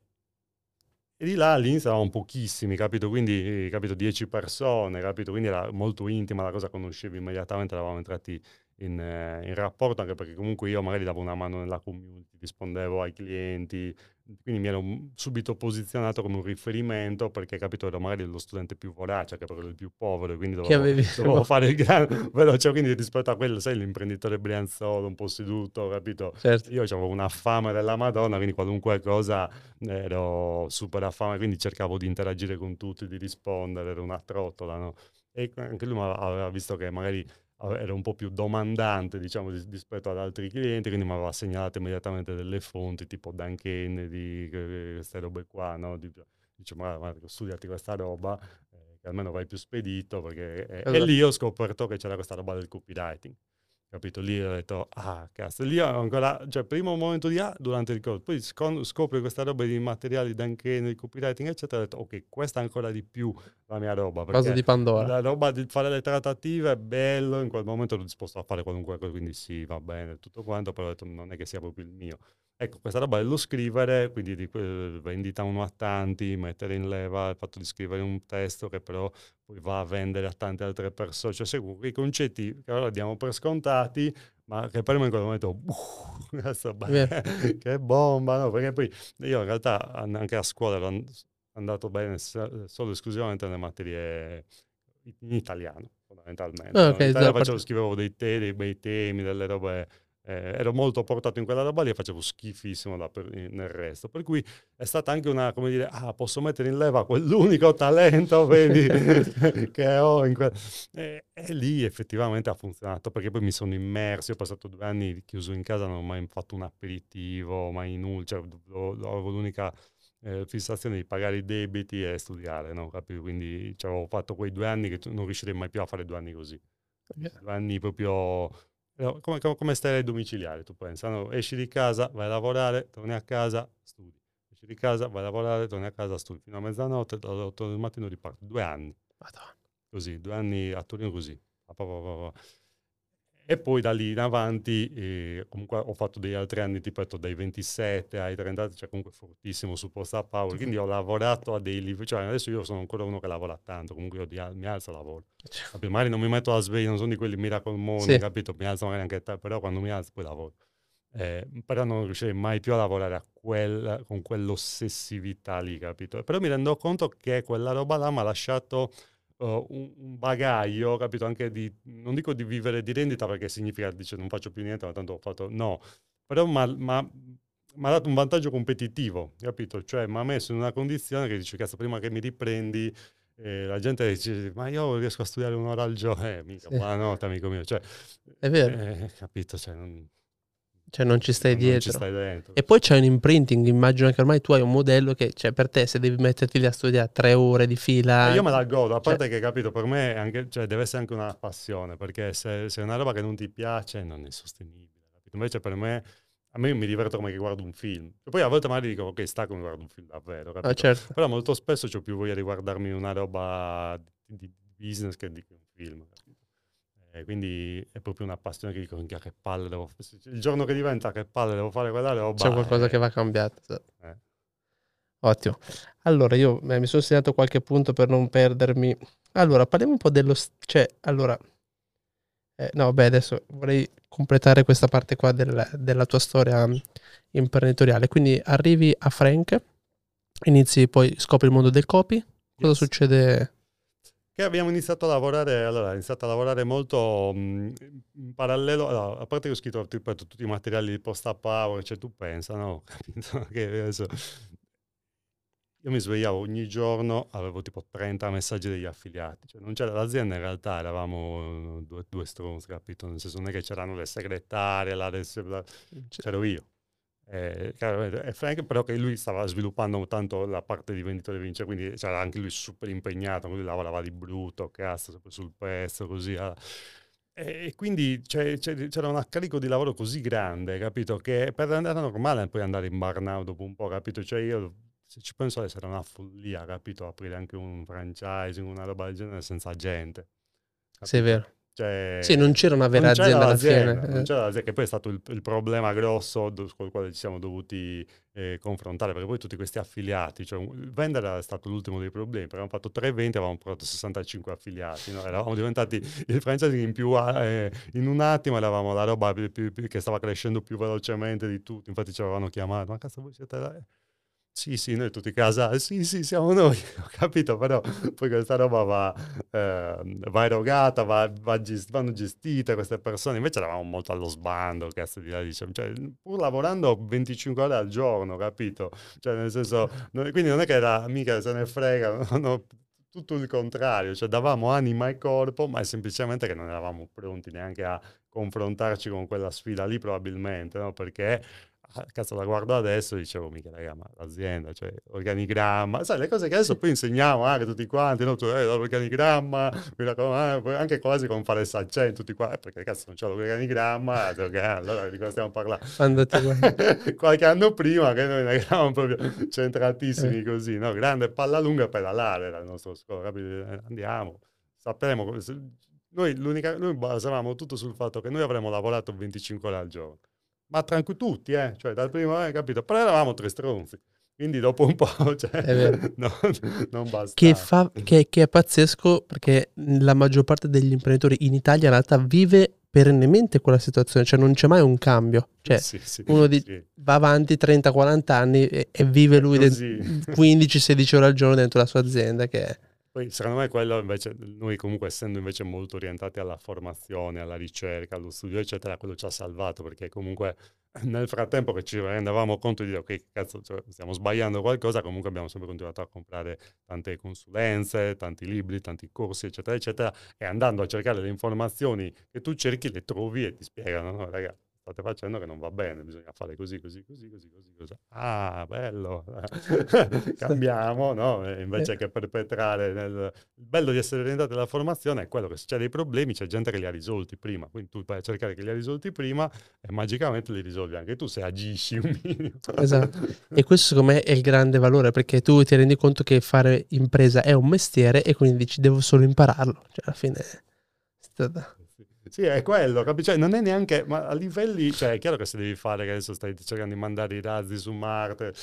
[SPEAKER 2] e di là all'inizio eravamo pochissimi, capito? Quindi, capito, dieci persone, capito? Quindi era molto intima la cosa, conoscevi immediatamente, eravamo entrati in, eh, in rapporto, anche perché comunque io magari davo una mano nella community, rispondevo ai clienti, quindi mi ero mm, subito posizionato come un riferimento, perché, capito, ero magari lo studente più vorace, che proprio il più povero, e quindi
[SPEAKER 1] Che
[SPEAKER 2] dovevo,
[SPEAKER 1] avevi...
[SPEAKER 2] dovevo fare il gran veloce, quindi rispetto a quello, sai, l'imprenditore brianzolo, un po' seduto, capito?
[SPEAKER 1] Certo.
[SPEAKER 2] Io avevo una fame della Madonna, quindi qualunque cosa ero super affamato, quindi cercavo di interagire con tutti, di rispondere, ero una trottola, no? E anche lui aveva visto che magari ero un po' più domandante, diciamo, rispetto ad altri clienti, quindi mi aveva segnalato immediatamente delle fonti, tipo Dan Kennedy, queste robe qua, no? Dice, ma guarda, studiati questa roba, eh, che almeno vai più spedito, perché... E, e
[SPEAKER 1] Esatto.
[SPEAKER 2] lì ho scoperto che c'era questa roba del copywriting. Capito? Lì ho detto, ah, cazzo, lì ho ancora, cioè, primo momento di A durante il corso, poi scon- scopri questa roba di materiali anche nel copywriting, eccetera, ho detto, ok, questa è ancora di più la mia roba,
[SPEAKER 1] Cosa
[SPEAKER 2] perché
[SPEAKER 1] di Pandora.
[SPEAKER 2] la roba di fare le trattative è bello, in quel momento ero disposto a fare qualunque cosa, quindi sì, va bene, tutto quanto, però ho detto, non è che sia proprio il mio. Ecco, questa roba dello scrivere, quindi di eh, vendita uno a tanti, mettere in leva il fatto di scrivere un testo che però poi va a vendere a tante altre persone, cioè seguo quei concetti che ora diamo per scontati, ma che per me in quel momento, uh, adesso,
[SPEAKER 1] Vero.
[SPEAKER 2] beh, che bomba, no? Perché poi io in realtà an- anche a scuola ero and- andato bene se- solo e esclusivamente nelle materie in italiano, fondamentalmente.
[SPEAKER 1] Ah,
[SPEAKER 2] No?
[SPEAKER 1] ok,
[SPEAKER 2] In
[SPEAKER 1] da
[SPEAKER 2] Italia facevo,
[SPEAKER 1] parte-
[SPEAKER 2] scrivevo dei, te- dei bei temi, delle robe, eh, ero molto portato in quella roba lì e facevo schifissimo da per- nel resto. Per cui è stata anche una, come dire, ah, posso mettere in leva quell'unico talento, vedi, che ho in que- e, e lì effettivamente ha funzionato, perché poi mi sono immerso, io ho passato due anni chiuso in casa, non ho mai fatto un aperitivo, mai nulla, cioè, ho- ho- avevo l'unica eh, fissazione di pagare i debiti e studiare, no? Capito? Quindi cioè, avevo fatto quei due anni che tu- non riuscirei mai più a fare due anni così. Due anni proprio... eh, Come, come, come stare ai domiciliari, tu pensa, no? Esci di casa, vai a lavorare, torni a casa, studi. Esci di casa, vai a lavorare, torni a casa, studi. Fino a mezzanotte, alle otto del mattino riparti. Due anni,
[SPEAKER 1] Madonna.
[SPEAKER 2] così, due anni a Torino così. Pa, pa, pa, pa, pa. E poi da lì in avanti, eh, comunque ho fatto degli altri anni, tipo detto, dai ventisette ai trenta, cioè comunque fortissimo su Posta Power, quindi ho lavorato a dei livelli, cioè adesso io sono ancora uno che lavora tanto, comunque io di al- mi alzo e lavoro. Capito? Magari non mi metto la sveglia, non sono di quelli miracle morning,
[SPEAKER 1] Sì,
[SPEAKER 2] capito? Mi alzo magari anche te, però quando mi alzo poi lavoro. Eh, però non riuscirei mai più a lavorare a quel, con quell'ossessività lì, capito? Però mi rendo conto che quella roba là mi ha lasciato uh, un, un bagaglio, capito? Anche di, non dico di vivere di rendita perché significa, dice, non faccio più niente, ma tanto ho fatto, no. Però mi ha dato un vantaggio competitivo, capito? Cioè mi ha messo in una condizione che dice, cazzo, prima che mi riprendi, eh, la gente dice, ma io riesco a studiare un'ora al giorno, eh, mica,
[SPEAKER 1] sì,
[SPEAKER 2] buonanotte, amico mio, cioè,
[SPEAKER 1] è vero.
[SPEAKER 2] eh, capito? Cioè, non,
[SPEAKER 1] Cioè non ci stai
[SPEAKER 2] non, non ci
[SPEAKER 1] dietro.
[SPEAKER 2] stai dentro.
[SPEAKER 1] E poi c'è un imprinting, immagino che ormai tu hai un modello che, cioè per te se devi metterti lì a studiare tre ore di
[SPEAKER 2] E
[SPEAKER 1] fila,
[SPEAKER 2] io me la godo, a
[SPEAKER 1] cioè,
[SPEAKER 2] parte che, capito, per me anche, cioè, deve essere anche una passione, perché se, se è una roba che non ti piace non è sostenibile, capito? Invece per me, a me mi diverto come che guardo un film. E poi a volte magari dico, ok, sta come guardo un film davvero,
[SPEAKER 1] ah,
[SPEAKER 2] capito?
[SPEAKER 1] certo,
[SPEAKER 2] Però molto spesso ho più voglia di guardarmi una roba di, di business che di un film, capito? E quindi è proprio una passione che dico, minchia, che palle devo fare. Il giorno che diventa che palle devo fare quella
[SPEAKER 1] c'è
[SPEAKER 2] roba,
[SPEAKER 1] qualcosa che
[SPEAKER 2] eh,
[SPEAKER 1] va cambiato. Esatto.
[SPEAKER 2] eh.
[SPEAKER 1] Ottimo. Allora, io eh, mi sono segnato qualche punto per non perdermi. Allora, parliamo un po' dello... s- cioè, allora, eh, no, beh, adesso vorrei completare questa parte qua del- della tua storia mm, imprenditoriale. Quindi arrivi a Frank, inizi, poi scopri il mondo del copy. Cosa
[SPEAKER 2] Yes.
[SPEAKER 1] succede?
[SPEAKER 2] Che abbiamo iniziato a lavorare, allora, ho iniziato a lavorare molto mh, in parallelo, allora, a parte che ho scritto tipo, tutti i materiali di Posta Power, cioè tu pensa, no? Capito? Che adesso, io mi svegliavo ogni giorno, avevo tipo trenta messaggi degli affiliati, cioè non c'era l'azienda, in realtà eravamo eh, due, due stronzi, capito? Nel senso non è che c'erano le segretarie, la, la,
[SPEAKER 1] Cioè,
[SPEAKER 2] c'ero io. Eh, chiaramente, e Frank però che lui stava sviluppando tanto la parte di venditore vince, quindi c'era anche lui super impegnato, lui lavorava di brutto, cazzo, sempre sul pezzo, così. ah. E e quindi c'è- c'è- c'era un accarico di lavoro così grande, capito, che per andare normale poi andare in burnout dopo un po', capito? Cioè io, se ci penso adesso, era una follia, capito? Aprire anche un franchising, una roba del genere senza gente,
[SPEAKER 1] sì, è
[SPEAKER 2] capito?
[SPEAKER 1] vero. Sì, non
[SPEAKER 2] Cioè,
[SPEAKER 1] c'era una vera
[SPEAKER 2] non c'era
[SPEAKER 1] azienda alla fine.
[SPEAKER 2] l'azienda, non
[SPEAKER 1] eh.
[SPEAKER 2] c'era l'azienda, che poi è stato il, il problema grosso do- con il quale ci siamo dovuti eh, confrontare, perché poi tutti questi affiliati, cioè un- vendere era stato l'ultimo dei problemi, perché avevamo fatto tre eventi, avevamo prodotto sessantacinque affiliati, no? Eravamo diventati il franchising in, più, eh, in un attimo, eravamo la roba più- più- più- che stava crescendo più velocemente di tutti, infatti ci avevano chiamato, ma cazzo voi siete là? Sì, sì, noi tutti casati, sì, sì, siamo noi, ho capito, però poi questa roba va, eh, va erogata, va, va gest- vanno gestite queste persone, invece eravamo molto allo sbando, cazzo di là, diciamo, cioè, pur lavorando venticinque ore al giorno, capito? Cioè, nel senso, non- quindi non è che era, mica se ne frega, no, no, tutto il contrario, cioè davamo anima e corpo, ma è semplicemente che non eravamo pronti neanche a confrontarci con quella sfida lì probabilmente, no? Perché ah, cazzo, la guardo adesso e dicevo, mica raga, ma l'azienda, cioè, organigramma, sai, le cose che adesso
[SPEAKER 1] Sì.
[SPEAKER 2] poi insegniamo anche tutti quanti, no? Tu, eh, l'organigramma, mi raccomando, eh, anche quasi con fare saccente, tutti qua, eh, perché cazzo non c'è l'organigramma, dico, eh, allora di cosa stiamo parlando?
[SPEAKER 1] Andati qua.
[SPEAKER 2] Qualche anno prima che noi ne eravamo proprio
[SPEAKER 1] Eh,
[SPEAKER 2] centratissimi così, no? Grande palla lunga pedalare era il nostro scopo, capito? Eh, Andiamo, sapremo come... se- Noi, l'unica, noi basavamo tutto sul fatto che noi avremmo lavorato venticinque ore al giorno. Ma tranquilli tutti, eh? Cioè, dal primo, eh, capito? Però eravamo tre stronzi. Quindi dopo un po', cioè,
[SPEAKER 1] è vero.
[SPEAKER 2] no, non
[SPEAKER 1] Che,
[SPEAKER 2] bastava.
[SPEAKER 1] fa, che, che è pazzesco perché la maggior parte degli imprenditori in Italia in realtà vive perennemente quella situazione, cioè non c'è mai un cambio, cioè
[SPEAKER 2] Sì, sì,
[SPEAKER 1] uno di,
[SPEAKER 2] sì.
[SPEAKER 1] va avanti trenta quaranta anni e, e vive
[SPEAKER 2] È
[SPEAKER 1] lui
[SPEAKER 2] così.
[SPEAKER 1] quindici sedici ore al giorno dentro la sua azienda, che è...
[SPEAKER 2] Poi secondo me quello invece, noi comunque essendo invece molto orientati alla formazione, alla ricerca, allo studio, eccetera, quello ci ha salvato, perché comunque nel frattempo che ci rendevamo conto di dire ok, cazzo, cioè, stiamo sbagliando qualcosa, comunque abbiamo sempre continuato a comprare tante consulenze, tanti libri, tanti corsi, eccetera, eccetera, e andando a cercare le informazioni che tu cerchi, le trovi e ti spiegano, no, ragazzi, state facendo che non va bene, bisogna fare così, così, così, così, così, così. Ah, bello, cambiamo, no? E invece che perpetrare nel... Il bello di essere orientati alla formazione è quello che se c'è dei problemi c'è gente che li ha risolti prima, quindi tu vai a cercare che li ha risolti prima e magicamente li risolvi anche tu se agisci un minimo.
[SPEAKER 1] Esatto. E questo secondo me è il grande valore, perché tu ti rendi conto che fare impresa è un mestiere e quindi dici devo solo impararlo, cioè alla fine è stata...
[SPEAKER 2] Sì, è quello, capi? Cioè, non è neanche, ma a livelli, cioè è chiaro che se devi fare, che adesso stai cercando di mandare i razzi su Marte,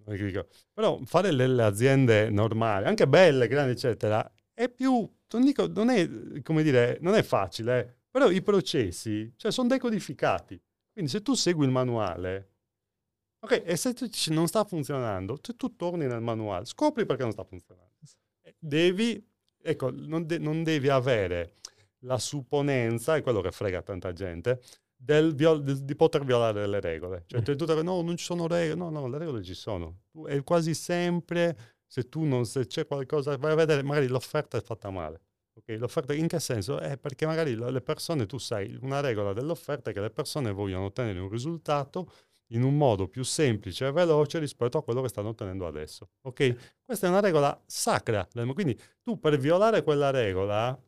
[SPEAKER 2] però fare delle aziende normali, anche belle, grandi, eccetera, è più, non dico, non è, come dire, non è facile, eh, però i processi, cioè, sono decodificati. Quindi se tu segui il manuale, ok, e se tu dici non sta funzionando, se tu torni nel manuale, scopri perché non sta funzionando. Devi, ecco, non, de- non devi avere la supponenza, è quello che frega tanta gente, del viol- del- di poter violare le regole. Cioè, tu tu- no, non ci sono regole. No, no, le regole ci sono. Tu- è quasi sempre, se tu non, se c'è qualcosa, vai a vedere, magari l'offerta è fatta male. Ok, l'offerta in che senso? È perché magari le persone, tu sai, una regola dell'offerta è che le persone vogliono ottenere un risultato in un modo più semplice e veloce rispetto a quello che stanno ottenendo adesso. Ok? Questa è una regola sacra. Quindi tu per violare quella regola,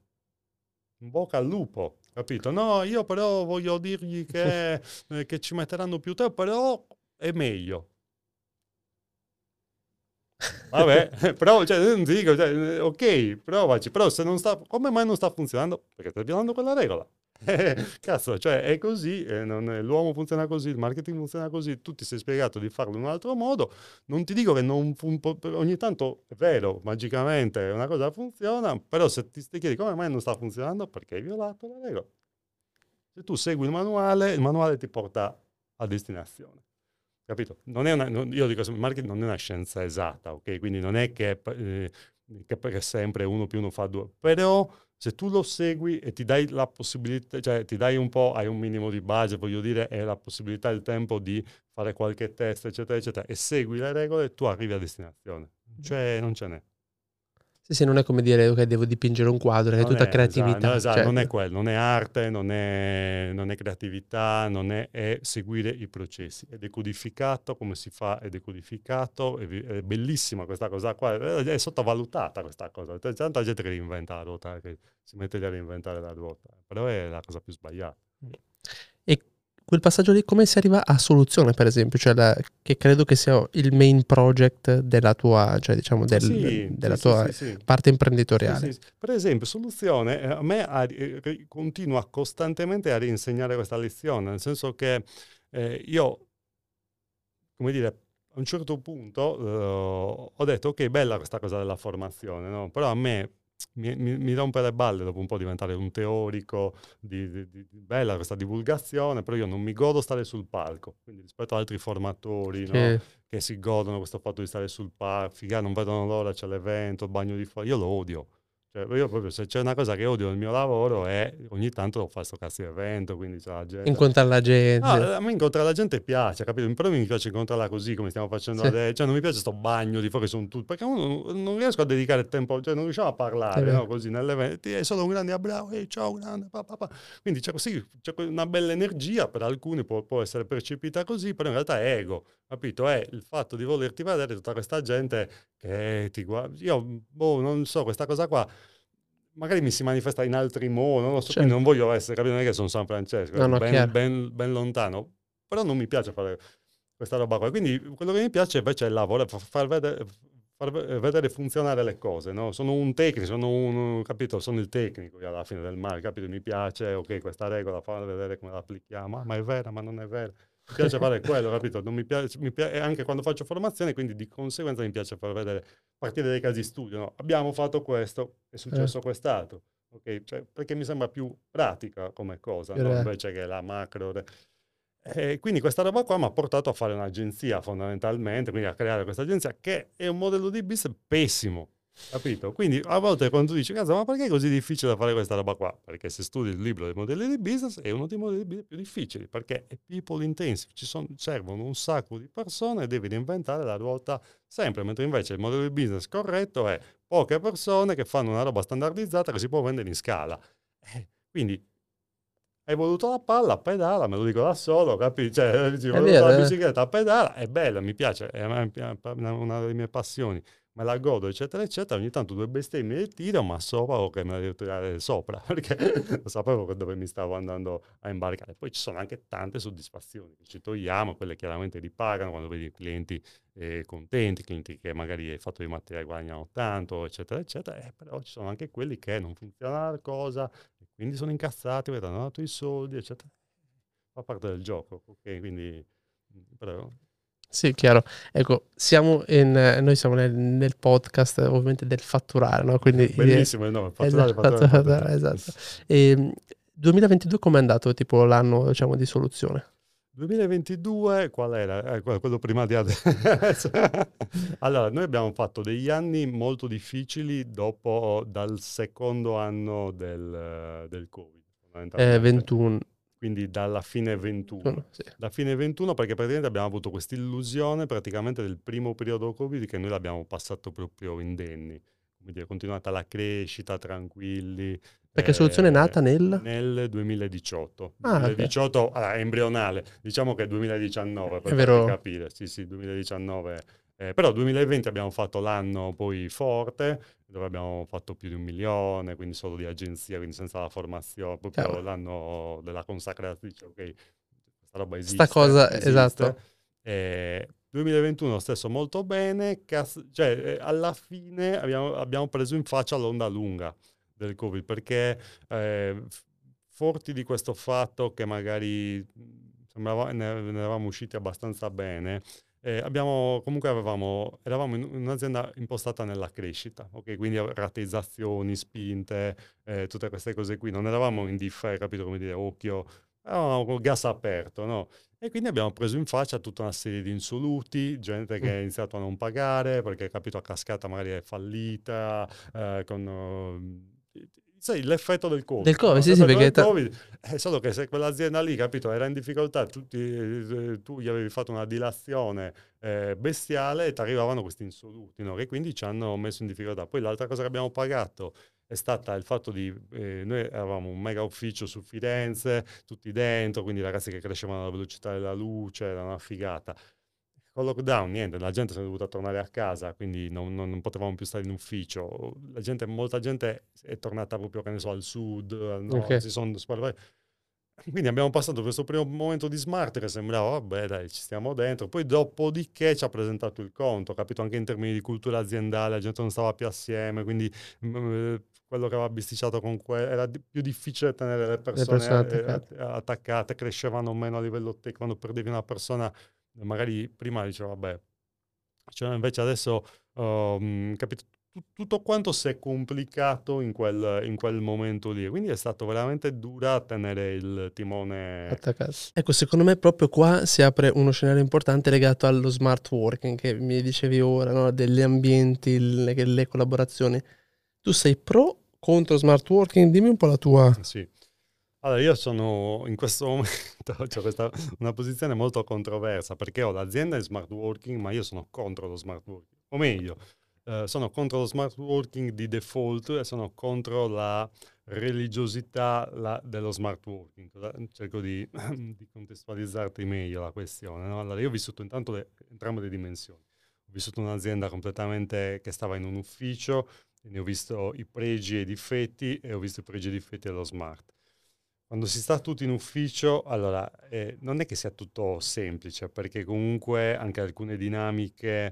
[SPEAKER 2] in bocca al lupo, capito? No, io però voglio dirgli che, eh, che ci metteranno più tempo, però è meglio. Vabbè, però cioè, non ti dico, cioè, ok, provaci, però se non sta, come mai non sta funzionando? Perché stai violando quella regola. Cazzo, cioè è così, eh, non è- l'uomo funziona così, il marketing funziona così, tu ti sei spiegato di farlo in un altro modo, non ti dico che non fun- po- ogni tanto è vero, magicamente una cosa funziona, però se ti stai chiedi come mai non sta funzionando, perché hai violato la regola. Se tu segui il manuale, il manuale ti porta a destinazione. Capito? Non è una, non- io dico, il marketing non è una scienza esatta, ok? Quindi non è che, eh, che per sempre uno più uno fa due, però se tu lo segui e ti dai la possibilità, cioè ti dai un po', hai un minimo di budget, voglio dire, e la possibilità, il tempo di fare qualche test, eccetera, eccetera, e segui le regole, tu arrivi a destinazione. Cioè non ce n'è.
[SPEAKER 1] Sì, sì, non è come dire ok, devo dipingere un quadro, è
[SPEAKER 2] Non
[SPEAKER 1] tutta
[SPEAKER 2] è, esatto, no,
[SPEAKER 1] creatività,
[SPEAKER 2] esatto,
[SPEAKER 1] cioè,
[SPEAKER 2] non è quello, non è arte, non è, non è creatività, non è, è seguire i processi. È decodificato, come si fa, è decodificato, è, vi- è bellissima questa cosa qua, è è sottovalutata questa cosa. C'è tanta gente che reinventa la ruota, che si mette lì a reinventare la ruota, però è la cosa più sbagliata.
[SPEAKER 1] e quel passaggio lì come si arriva a soluzione, per esempio, cioè la- che credo che sia il main project della tua, cioè diciamo del-
[SPEAKER 2] Sì,
[SPEAKER 1] della
[SPEAKER 2] sì, sì,
[SPEAKER 1] tua
[SPEAKER 2] sì, sì.
[SPEAKER 1] parte
[SPEAKER 2] Sì,
[SPEAKER 1] imprenditoriale.
[SPEAKER 2] sì, sì. Per esempio, soluzione, eh, a me ha- eh, ri- continua costantemente a rinsegnare questa lezione, nel senso che eh, io, come dire, a un certo punto eh, ho detto, ok, bella questa cosa della formazione, no? Però a me mi, mi- mi rompe le balle dopo un po' diventare un teorico, di, di- di- di- bella questa divulgazione, però io non mi godo stare sul palco, quindi rispetto ad altri formatori, no?
[SPEAKER 1] Che
[SPEAKER 2] Che si godono questo fatto di stare sul palco, figa, non vedono l'ora, c'è l'evento, il bagno di fuori, io lo odio. Cioè, io proprio, se c'è una cosa che odio nel mio lavoro è ogni tanto devo fare sto cazzo di evento, quindi c'è la gente.
[SPEAKER 1] incontrare la
[SPEAKER 2] No,
[SPEAKER 1] gente.
[SPEAKER 2] a me incontrare la gente piace, capito? Però mi piace incontrarla così come stiamo facendo
[SPEAKER 1] Sì,
[SPEAKER 2] adesso. Cioè, non mi piace sto bagno di fuori che sono tutti. Perché uno non non riesco a dedicare tempo, cioè non riusciamo a
[SPEAKER 1] è
[SPEAKER 2] parlare, no?
[SPEAKER 1] vero.
[SPEAKER 2] Così nell'evento. È solo un grande abbraccio, ehi, ciao, grande, pa, pa, pa. Quindi c'è così, c'è una bella energia, per alcuni può, può essere percepita così, però in realtà è ego, capito? È il fatto di volerti vedere tutta questa gente che ti guarda. Io, boh, non so, questa cosa qua magari mi si manifesta in altri modi, non lo so, quindi non
[SPEAKER 1] Certo.
[SPEAKER 2] voglio essere, capito? Non è che sono San Francesco,
[SPEAKER 1] No,
[SPEAKER 2] capito?
[SPEAKER 1] no,
[SPEAKER 2] Ben,
[SPEAKER 1] chiaro.
[SPEAKER 2] ben, ben lontano, però non mi piace fare questa roba qua. Quindi quello che mi piace invece è il lavoro, fa- far vedere, far ve- vedere funzionare le cose, no? Sono un tecnico, sono un, capito? Sono il tecnico io alla fine del mare, capito? Mi piace, ok, questa regola, fa vedere come la applichiamo, ah, ma è vera, ma non è vera. Mi piace fare quello, capito? Non mi piace, mi piace, e anche quando faccio formazione, quindi di conseguenza mi piace far vedere, partire dai casi studio, no? Abbiamo fatto questo, è
[SPEAKER 1] Eh.
[SPEAKER 2] successo quest'altro. ok? Cioè, perché mi sembra più pratica come cosa, no? Invece che la macro. E quindi questa roba qua mi ha portato a fare un'agenzia fondamentalmente, quindi a creare questa agenzia che è un modello di business pessimo, capito? Quindi a volte quando tu dici, cazzo, ma perché è così difficile fare questa roba qua? Perché se studi il libro dei modelli di business è uno dei modelli di business più difficili, perché è people intensive, ci son, servono un sacco di persone e devi reinventare la ruota sempre, mentre invece il modello di business corretto è poche persone che fanno una roba standardizzata che si può vendere in scala. Eh, quindi hai voluto la palla, pedala, me lo dico da solo, capi? Cioè, hai voluto la bicicletta, pedala, è bella, mi piace, è una delle mie passioni, me la godo, eccetera, eccetera. Ogni tanto due bestemmie le tiro, ma sopra che me le devo tirare sopra, perché lo sapevo dove mi stavo andando a imbarcare. Poi ci sono anche tante soddisfazioni che ci togliamo, quelle chiaramente ripagano quando vedi i clienti eh, contenti, clienti che magari hai fatto di materiale guadagnano tanto, eccetera, eccetera. Eh, però ci sono anche quelli che non funziona la cosa, quindi sono incazzati, perché hanno dato i soldi, eccetera. Fa parte del gioco, ok? Quindi, però...
[SPEAKER 1] Sì, chiaro. Ecco, siamo in, noi siamo nel, nel podcast ovviamente del fatturare, no? Quindi,
[SPEAKER 2] bellissimo il nome, fatturare,
[SPEAKER 1] esatto,
[SPEAKER 2] fatturare, fatturare.
[SPEAKER 1] Esatto. E duemilaventidue com'è andato, tipo l'anno, diciamo, di soluzione?
[SPEAKER 2] duemilaventidue qual era? Eh, quello prima di adesso. Allora, noi abbiamo fatto degli anni molto difficili dopo, dal secondo anno del, del Covid, fondamentalmente.
[SPEAKER 1] Eh, ventuno.
[SPEAKER 2] Quindi dalla fine ventuno.
[SPEAKER 1] Sì.
[SPEAKER 2] Da fine ventuno, perché praticamente abbiamo avuto questa illusione praticamente del primo periodo Covid che noi l'abbiamo passato proprio indenni. Quindi è continuata la crescita, tranquilli.
[SPEAKER 1] Perché Soluzione è nata nel?
[SPEAKER 2] Nel duemiladiciotto.
[SPEAKER 1] Ah,
[SPEAKER 2] duemiladiciotto, okay. Allora, embrionale, diciamo che è duemiladiciannove per
[SPEAKER 1] è vero.
[SPEAKER 2] farti capire. Sì, sì, duemiladiciannove. Eh, però duemilaventi abbiamo fatto l'anno poi forte, dove abbiamo fatto più di un milione, quindi solo di agenzia, quindi senza la formazione, proprio Chiaro. L'anno della consacrazione, ok, questa roba esiste.
[SPEAKER 1] Sta cosa,
[SPEAKER 2] esiste.
[SPEAKER 1] Esatto.
[SPEAKER 2] Eh, duemilaventuno stesso molto bene, cas- cioè eh, alla fine abbiamo, abbiamo preso in faccia l'onda lunga del Covid, perché eh, forti di questo fatto che magari sembrava, ne, ne eravamo usciti abbastanza bene, eh, abbiamo, comunque avevamo, eravamo in un'azienda impostata nella crescita, ok? Quindi rateizzazioni, spinte, eh, tutte queste cose qui. Non eravamo in differ, capito come dire, occhio, eravamo col gas aperto, no? E quindi abbiamo preso in faccia tutta una serie di insoluti, gente che ha iniziato a non pagare perché, capito, a cascata magari è fallita, eh, con... Uh, sai, l'effetto del Covid.
[SPEAKER 1] Del Covid,
[SPEAKER 2] no?
[SPEAKER 1] sì, sì, perché...
[SPEAKER 2] Del COVID è solo che se quell'azienda lì, capito, era in difficoltà, tutti, eh, tu gli avevi fatto una dilazione eh, bestiale e ti arrivavano questi insoluti, no? Che quindi ci hanno messo in difficoltà. Poi l'altra cosa che abbiamo pagato è stata il fatto di... Eh, noi avevamo un mega ufficio su Firenze, tutti dentro, quindi ragazzi che crescevano alla velocità della luce, era una figata. Con lockdown, niente, la gente si è dovuta tornare a casa, quindi non, non, non potevamo più stare in ufficio. La gente, molta gente è tornata proprio, che ne so, al sud, al nord, okay. Si sono quindi abbiamo passato questo primo momento di smart che sembrava, vabbè dai, ci stiamo dentro. Poi dopodiché ci ha presentato il conto, capito? Anche in termini di cultura aziendale, la gente non stava più assieme, quindi mh, quello che aveva bisticciato con quello era di- più difficile tenere le persone, le persone attaccate. Eh, attaccate, crescevano meno a livello tecnico, quando perdevi una persona magari prima diceva vabbè, cioè invece adesso um, capito, tutto quanto si è complicato in quel, in quel momento lì, quindi è stato veramente dura tenere il timone
[SPEAKER 1] attaccato. Ecco, secondo me proprio qua si apre uno scenario importante legato allo smart working che mi dicevi ora, no? Degli ambienti, le, le collaborazioni. Tu sei pro, contro smart working? Dimmi un po' la tua.
[SPEAKER 2] Sì. Allora, io sono in questo momento, ho questa, una posizione molto controversa, perché ho l'azienda in smart working, ma io sono contro lo smart working. O meglio, eh, sono contro lo smart working di default e sono contro la religiosità la, dello smart working. Cerco di, di contestualizzarti meglio la questione. No? Allora, io ho vissuto intanto le, entrambe le dimensioni. Ho vissuto un'azienda completamente che stava in un ufficio, e ne ho visto i pregi e i difetti, e ho visto i pregi e i difetti dello smart. Quando si sta tutti in ufficio, allora, eh, non è che sia tutto semplice, perché comunque anche alcune dinamiche,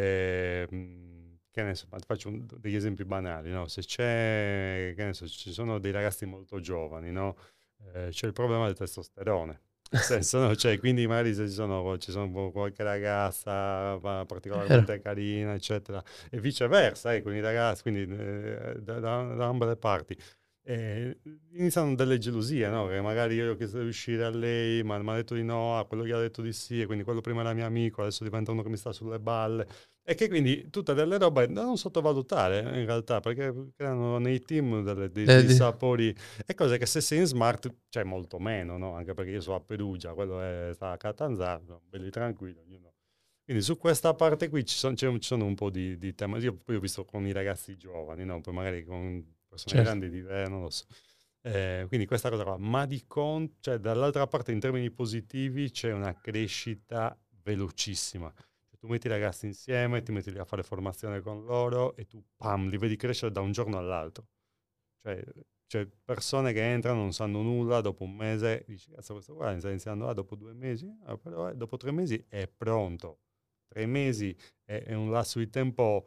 [SPEAKER 2] eh, che ne so, faccio un, degli esempi banali, no? Se c'è, che ne so, ci sono dei ragazzi molto giovani, no? Eh, c'è il problema del testosterone. Nel senso, no? Cioè, quindi magari se ci sono, ci sono qualche ragazza particolarmente carina, eccetera, e viceversa, eh, con i ragazzi, quindi eh, da, da, da ambe le parti. E iniziano delle gelosie, no? Che magari io ho chiesto di uscire a lei, ma mi ha detto di no, a quello che ha detto di sì, e quindi quello prima era mio amico, adesso diventa uno che mi sta sulle balle. E che quindi tutte delle robe da non sottovalutare in realtà, perché creano nei team delle- dei,
[SPEAKER 1] Eh,
[SPEAKER 2] dei
[SPEAKER 1] di-
[SPEAKER 2] sapori e cose che se sei in smart c'è molto meno, no? Anche perché io sono a Perugia, quello è, sta a Catanzaro, belli tranquilli, ognuno. Quindi su questa parte qui ci sono, c'è- ci sono un po' di, di temi. Io poi ho visto con i ragazzi giovani, no? Poi magari con persone
[SPEAKER 1] certo.
[SPEAKER 2] grandi, di, eh, non lo so. Eh, quindi questa cosa qua, ma di con, cioè dall'altra parte in termini positivi c'è una crescita velocissima. Cioè, tu metti i ragazzi insieme, ti metti lì a fare formazione con loro e tu, pam, li vedi crescere da un giorno all'altro. Cioè, c'è persone che entrano, non sanno nulla, dopo un mese dici, cazzo, questo qua sta iniziando, ah, dopo due mesi, ah, però eh, dopo tre mesi è pronto. Tre mesi è, è un lasso di tempo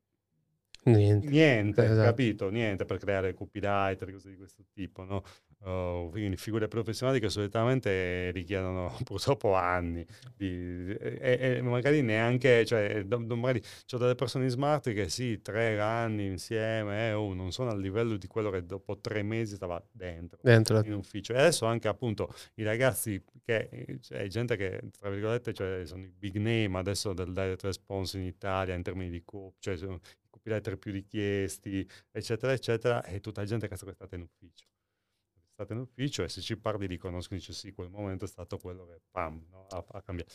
[SPEAKER 1] Niente.
[SPEAKER 2] niente,
[SPEAKER 1] Esatto.
[SPEAKER 2] capito? Niente per creare copywriter, cose di questo tipo, no? Uh, quindi figure professionali che solitamente richiedono purtroppo anni di, e, e magari neanche, cioè, do, do, magari c'ho delle persone in smart che sì, tre anni insieme, eh, oh, non sono al livello di quello che dopo tre mesi stava dentro
[SPEAKER 1] Dentro.
[SPEAKER 2] in ufficio. E adesso anche appunto i ragazzi che, cioè, gente che, tra virgolette, cioè, sono i big name adesso del direct response in Italia in termini di co- cioè, sono i copywriter più richiesti, eccetera, eccetera, e tutta la gente che è stata in ufficio. È stata in ufficio e se ci parli riconoscono, dice sì, quel momento è stato quello che, pam, no, ha, ha cambiato.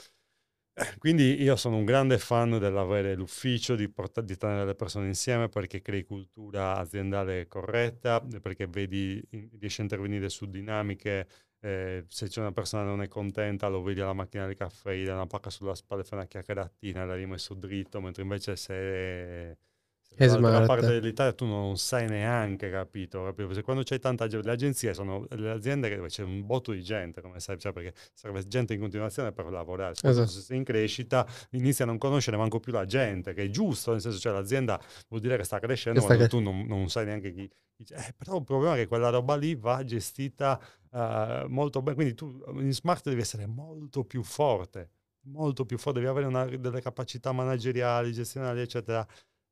[SPEAKER 2] Quindi io sono un grande fan dell'avere l'ufficio, di, portare, di tenere le persone insieme perché crei cultura aziendale corretta, perché vedi, riesci a intervenire su dinamiche, eh, se c'è una persona che non è contenta lo vedi alla macchina del caffè, gli dai una pacca sulla spalla e fai una chiacchieratina, l'hai rimesso dritto, mentre invece se... se
[SPEAKER 1] È
[SPEAKER 2] dall'altra parte
[SPEAKER 1] smart.
[SPEAKER 2] dell'Italia tu non sai neanche, capito? capito? Perché quando c'è tanta gente, le agenzie sono le aziende dove c'è un botto di gente, come sai, cioè perché serve gente in continuazione per lavorare, soprattutto
[SPEAKER 1] Esatto.
[SPEAKER 2] se sei in crescita, inizi a non conoscere manco più la gente, che è giusto, nel senso, cioè l'azienda vuol dire che sta crescendo
[SPEAKER 1] Questa
[SPEAKER 2] quando
[SPEAKER 1] che...
[SPEAKER 2] tu non, non sai neanche chi... chi eh, però il problema è che quella roba lì va gestita uh, molto bene, quindi tu in smart devi essere molto più forte, molto più forte, devi avere una, delle capacità manageriali, gestionali, eccetera,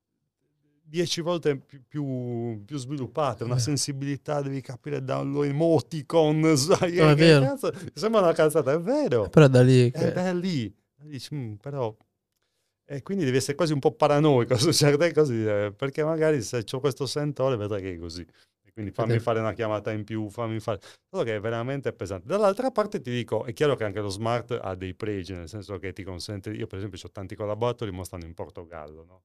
[SPEAKER 2] dieci volte più, più, più sviluppate, una
[SPEAKER 1] eh,
[SPEAKER 2] sensibilità, devi capire da lo emoticon, sai,
[SPEAKER 1] No,
[SPEAKER 2] che,
[SPEAKER 1] è
[SPEAKER 2] che
[SPEAKER 1] vero.
[SPEAKER 2] cazzo, sembra una cazzata, è vero,
[SPEAKER 1] Però è da lì
[SPEAKER 2] è
[SPEAKER 1] che...
[SPEAKER 2] da lì, dici, "Mm, però, e quindi devi essere quasi un po' paranoico su certe cose, eh, perché magari se ho questo sentore vedrai che è così, e quindi fammi fare una chiamata in più, fammi fare, solo che è veramente pesante. Dall'altra parte ti dico, è chiaro che anche lo smart ha dei pregi, nel senso che ti consente, io per esempio ho tanti collaboratori, ma stanno in Portogallo, no?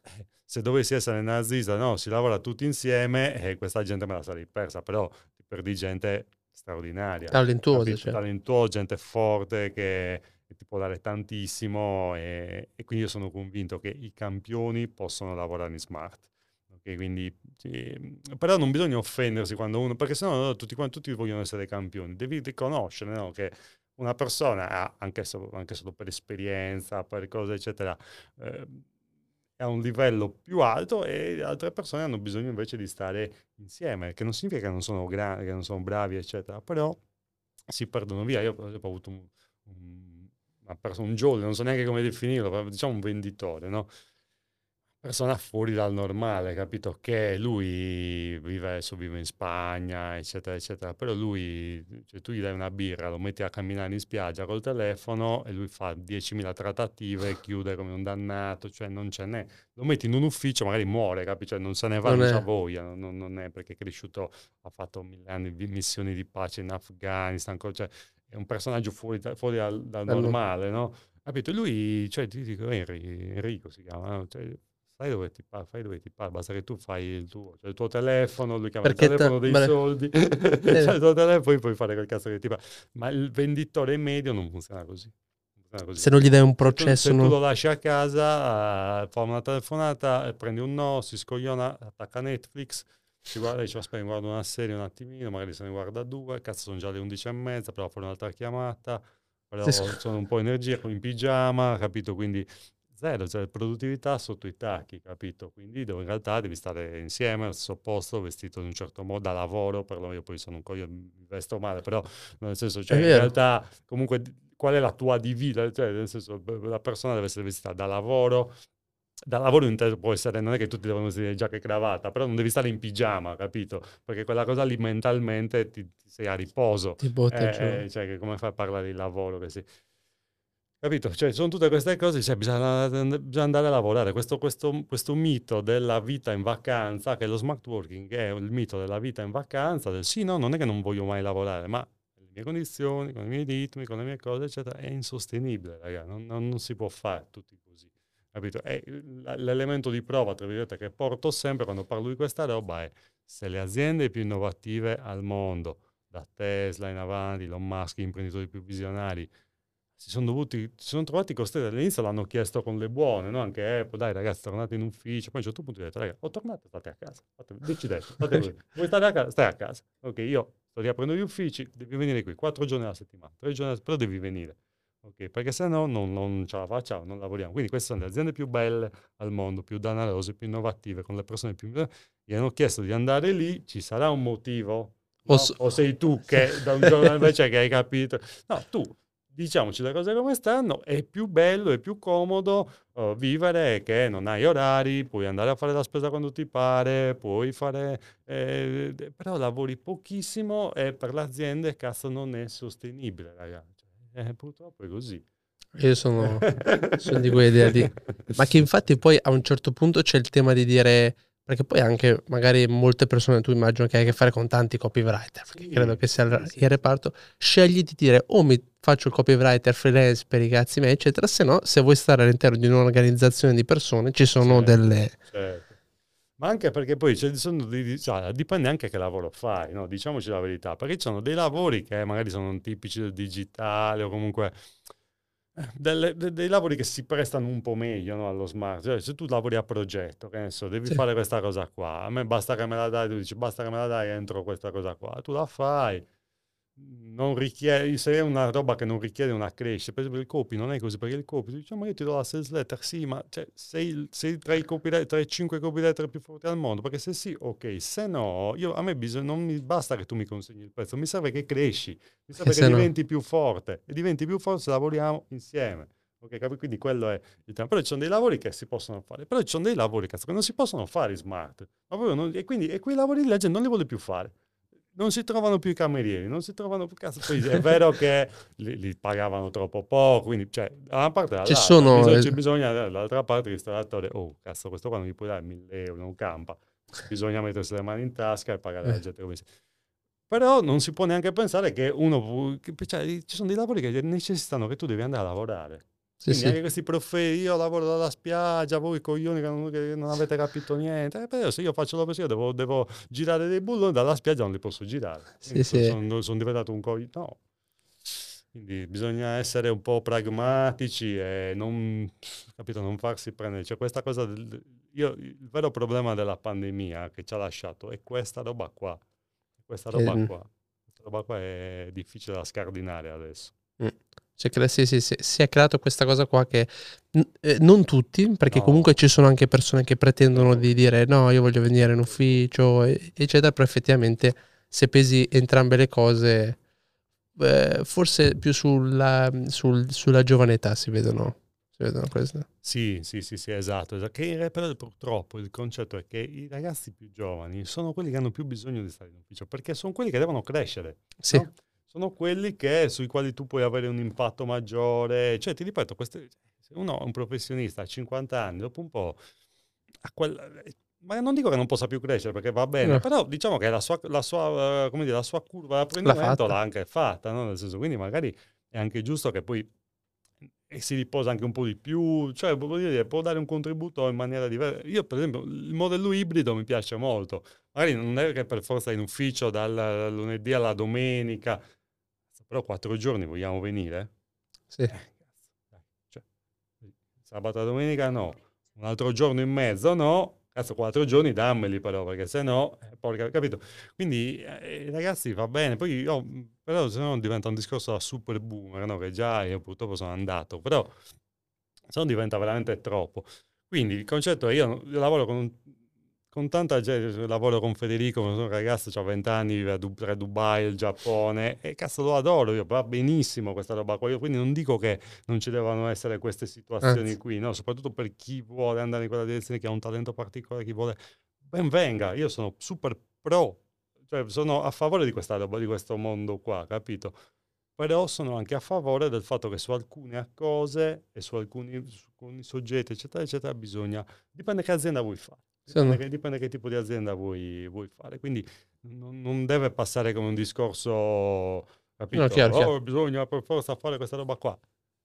[SPEAKER 2] Se dovessi essere nazista, no, si lavora tutti insieme e questa gente me la sarei persa, però ti perdi gente straordinaria,
[SPEAKER 1] Talentuoso,
[SPEAKER 2] capito?
[SPEAKER 1] cioè.
[SPEAKER 2] Talentuosa, gente forte che, che ti può dare tantissimo e, e quindi io sono convinto che i campioni possono lavorare in smart. Okay, quindi, sì, però non bisogna offendersi quando uno, perché sennò no, tutti, quanti, tutti vogliono essere campioni, devi riconoscere, no, che una persona ha, anche solo, anche solo per esperienza, per cose eccetera, eh, è a un livello più alto e altre persone hanno bisogno invece di stare insieme, che non significa che non sono, gra- che non sono bravi, eccetera, però si perdono via. Io per esempio ho avuto un, un, una persona, un jolly, non so neanche come definirlo, però diciamo un venditore, no? Persona fuori dal normale, capito? Che lui vive, adesso vive in Spagna, eccetera, eccetera, però lui, cioè tu gli dai una birra, lo metti a camminare in spiaggia col telefono e lui fa diecimila trattative, chiude come un dannato, cioè non ce n'è. Lo metti in un ufficio, magari muore, capito? Cioè non se ne va,
[SPEAKER 1] Non
[SPEAKER 2] non c'ha
[SPEAKER 1] è...
[SPEAKER 2] voglia, non, non è perché è cresciuto, ha fatto mille anni di missioni di pace in Afghanistan, cioè è un personaggio fuori, fuori dal, dal
[SPEAKER 1] Hanno...
[SPEAKER 2] normale, no? Capito? E lui, cioè, ti dico, Henry, Enrico si chiama, no? Cioè, sai dove ti parla, fai dove ti parla, basta che tu fai il tuo, cioè il tuo telefono, lui chiama il
[SPEAKER 1] Perché... Ta...
[SPEAKER 2] telefono dei
[SPEAKER 1] Beh,
[SPEAKER 2] soldi, cioè il
[SPEAKER 1] eh,
[SPEAKER 2] tuo telefono, poi puoi fare quel cazzo che ti parla. Ma il venditore medio non funziona così. Non funziona così.
[SPEAKER 1] se non gli dai un
[SPEAKER 2] Se tu,
[SPEAKER 1] processo,
[SPEAKER 2] se tu lo
[SPEAKER 1] no?
[SPEAKER 2] lasci a casa, uh, fa una telefonata, eh, prendi un no, si scogliona, attacca Netflix, si guarda, dice aspetta, guardo una serie un attimino, magari se ne guarda due, cazzo sono già le undici e mezza, però fare un'altra chiamata,
[SPEAKER 1] Sì, sì.
[SPEAKER 2] però sono un po' energia, in pigiama, capito? Quindi zero, cioè produttività sotto i tacchi, capito? Quindi dove in realtà devi stare insieme al stesso posto, vestito in un certo modo, da lavoro, perlomeno io poi sono un coglione, mi vesto male, però nel senso,
[SPEAKER 1] È
[SPEAKER 2] cioè in
[SPEAKER 1] vero.
[SPEAKER 2] realtà comunque qual è la tua divisa? Cioè nel senso la persona deve essere vestita da lavoro, da lavoro inteso può essere, non è che tutti devono vestire giacca e cravatta, però non devi stare in pigiama, capito? Perché quella cosa lì mentalmente ti, ti sei a riposo,
[SPEAKER 1] Ti botta giù.
[SPEAKER 2] eh, eh, cioè che come fai a parlare di lavoro? Che si... Capito? Cioè, sono tutte queste cose, cioè, bisogna, bisogna andare a lavorare. Questo, questo, questo mito della vita in vacanza, che lo smart working è il mito della vita in vacanza, del sì, no, non è che non voglio mai lavorare, ma le mie condizioni, con i miei ritmi, con le mie cose, eccetera, è insostenibile, ragazzi. Non, non, non si può fare tutti così. Capito? E l'elemento di prova, tra virgolette, che porto sempre quando parlo di questa roba è se le aziende più innovative al mondo, da Tesla in avanti, Elon Musk, gli imprenditori più visionari, si sono dovuti, si sono trovati costretti, all'inizio l'hanno chiesto con le buone, no? Anche Apple, dai ragazzi, tornate in ufficio, poi a un certo punto ho detto, ragazzi, o tornate, state a casa, fate, decidete, fate voi, vuoi stare a casa, stai a casa, ok, io sto riaprendo gli uffici, devi venire qui, quattro giorni alla settimana, tre giorni, alla- però devi venire, ok, perché se no non, non ce la facciamo, non lavoriamo, quindi queste sono le aziende più belle al mondo, più danarose, più innovative, con le persone più, gli hanno chiesto di andare lì, ci sarà un motivo?
[SPEAKER 1] O,
[SPEAKER 2] No?
[SPEAKER 1] s-
[SPEAKER 2] O sei tu che da un giorno invece che hai capito, no, tu diciamoci le cose come stanno, è più bello, è più comodo uh, vivere che non hai orari, puoi andare a fare la spesa quando ti pare, puoi fare, eh, però lavori pochissimo e per l'azienda cazzo non è sostenibile, ragazzi. Eh, purtroppo è così.
[SPEAKER 1] io sono, sono di quell'idea lì. Ma che infatti poi a un certo punto c'è il tema di dire, perché poi anche magari molte persone, tu immagino che hai a che fare con tanti copywriter, perché
[SPEAKER 2] Sì,
[SPEAKER 1] credo che sia il,
[SPEAKER 2] sì, sì,
[SPEAKER 1] il reparto, scegli di dire o mi faccio il copywriter freelance per i cazzi miei, eccetera, se no, se vuoi stare all'interno di un'organizzazione di persone, ci sono
[SPEAKER 2] certo,
[SPEAKER 1] delle...
[SPEAKER 2] certo. Ma anche perché poi ci sono dei- cioè, dipende anche che lavoro fai, no? Diciamoci la verità, perché ci sono dei lavori che magari sono tipici del digitale o comunque eh, delle- de- dei lavori che si prestano un po' meglio, no, allo smart. Cioè, se tu lavori a progetto, che ne so, devi
[SPEAKER 1] Sì,
[SPEAKER 2] fare questa cosa qua, a me basta che me la dai, tu dici basta che me la dai, entro questa cosa qua, tu la fai. Non richiede, se è una roba che non richiede una crescita, per esempio il copy non è così, perché il copy, diciamo io ti do la sales letter, sì, ma cioè, sei, sei tra i copywriter, tra i cinque copywriter più forti al mondo, perché se sì, ok, se no, io, a me bisogna, non mi basta che tu mi consegni il pezzo, mi serve che cresci, mi
[SPEAKER 1] perché
[SPEAKER 2] serve che
[SPEAKER 1] se no...
[SPEAKER 2] diventi più forte, e diventi più forte se lavoriamo insieme. Ok, capi? Quindi quello è il tema. Però ci sono dei lavori che si possono fare, però ci sono dei lavori cazzo, che non si possono fare in smart. Ma proprio non- e quindi e quei lavori la gente non li vuole più fare. Non si trovano più i camerieri, non si trovano più cazzo. Poi è vero che li, li pagavano troppo poco, quindi cioè, da una parte e
[SPEAKER 1] Ci
[SPEAKER 2] dall'altra,
[SPEAKER 1] sono...
[SPEAKER 2] bisogna,
[SPEAKER 1] eh,
[SPEAKER 2] c'è bisogno dall'altra parte il ristoratore, oh cazzo, questo qua non gli puoi dare mille euro, non campa. Bisogna mettersi le mani in tasca e pagare la
[SPEAKER 1] eh,
[SPEAKER 2] gente come si... Però non si può neanche pensare che uno, pu- che- cioè, ci sono dei lavori che necessitano che tu devi andare a lavorare.
[SPEAKER 1] sì,
[SPEAKER 2] Quindi
[SPEAKER 1] sì.
[SPEAKER 2] anche questi profeti, io lavoro dalla spiaggia, voi coglioni che non, che non avete capito niente. Eh, però se io faccio la poesia devo, devo girare dei bulloni, dalla spiaggia non li posso girare.
[SPEAKER 1] Sì,
[SPEAKER 2] Quindi sono,
[SPEAKER 1] sì.
[SPEAKER 2] sono- sono diventato un coglione. No. Quindi bisogna essere un po' pragmatici e non, capito, non farsi prendere. Cioè questa cosa, del- io, il vero problema della pandemia che ci ha lasciato è questa roba qua. Questa
[SPEAKER 1] Che,
[SPEAKER 2] roba
[SPEAKER 1] mm,
[SPEAKER 2] qua. Questa roba qua è difficile da scardinare adesso.
[SPEAKER 1] mm. Cioè, cre- sì, sì, sì, si è creato questa cosa qua che n- eh, non tutti, perché comunque
[SPEAKER 2] No,
[SPEAKER 1] ci sono anche persone che pretendono
[SPEAKER 2] certo.
[SPEAKER 1] di dire no, io voglio venire in ufficio, e- eccetera, però effettivamente se pesi entrambe le cose, eh, forse più sulla, sul- sulla giovane età si vedono, si vedono queste.
[SPEAKER 2] Sì, sì, sì, sì, esatto. esatto. Che in- però purtroppo il concetto è che i ragazzi più giovani sono quelli che hanno più bisogno di stare in ufficio, perché sono quelli che devono crescere,
[SPEAKER 1] Sì,
[SPEAKER 2] no? Sono quelli che, sui quali tu puoi avere un impatto maggiore. Cioè, ti ripeto, queste, se uno è un professionista a cinquanta anni, dopo un po', a quel- ma non dico che non possa più crescere perché va bene,
[SPEAKER 1] no,
[SPEAKER 2] però diciamo che la sua, la sua, eh, come dire, la sua curva di
[SPEAKER 1] l'ha
[SPEAKER 2] apprendimento
[SPEAKER 1] fatta.
[SPEAKER 2] l'ha anche fatta, no? Nel senso, quindi magari è anche giusto che poi e si riposa anche un po' di più, cioè voglio dire, può dare un contributo in maniera diversa. Io per esempio il modello ibrido mi piace molto, magari non è che per forza in ufficio dal lunedì alla domenica, però quattro giorni vogliamo venire?
[SPEAKER 1] Sì.
[SPEAKER 2] Eh, cazzo, dai, cioè, sabato e domenica no, un altro giorno in mezzo no, cazzo quattro giorni dammeli però, perché se no, eh, porca, capito? Quindi eh, ragazzi va bene, poi io, però se no diventa un discorso da super boomer, no? Che già io purtroppo sono andato, però se no diventa veramente troppo. Quindi il concetto è io, io lavoro con un, con tanta gente, lavoro con Federico, un ragazzo, ha venti anni, vive a Du- tra Dubai, il Giappone, e cazzo lo adoro, io va benissimo questa roba qua, io quindi non dico che non ci devono essere queste situazioni
[SPEAKER 1] Anzi,
[SPEAKER 2] qui, no? Soprattutto per chi vuole andare in quella direzione, che ha un talento particolare, chi vuole, ben venga, io sono super pro, cioè sono a favore di questa roba, di questo mondo qua, capito? Però sono anche a favore del fatto che su alcune cose e su alcuni, su alcuni soggetti, eccetera, eccetera, bisogna, dipende che azienda vuoi fare. Dipende
[SPEAKER 1] sono,
[SPEAKER 2] che, dipende che tipo di azienda vuoi, vuoi fare. Quindi non, non deve passare come un discorso,
[SPEAKER 1] no,
[SPEAKER 2] capito?
[SPEAKER 1] chiaro, chiaro.
[SPEAKER 2] Oh, bisogna per forza fare questa roba qua.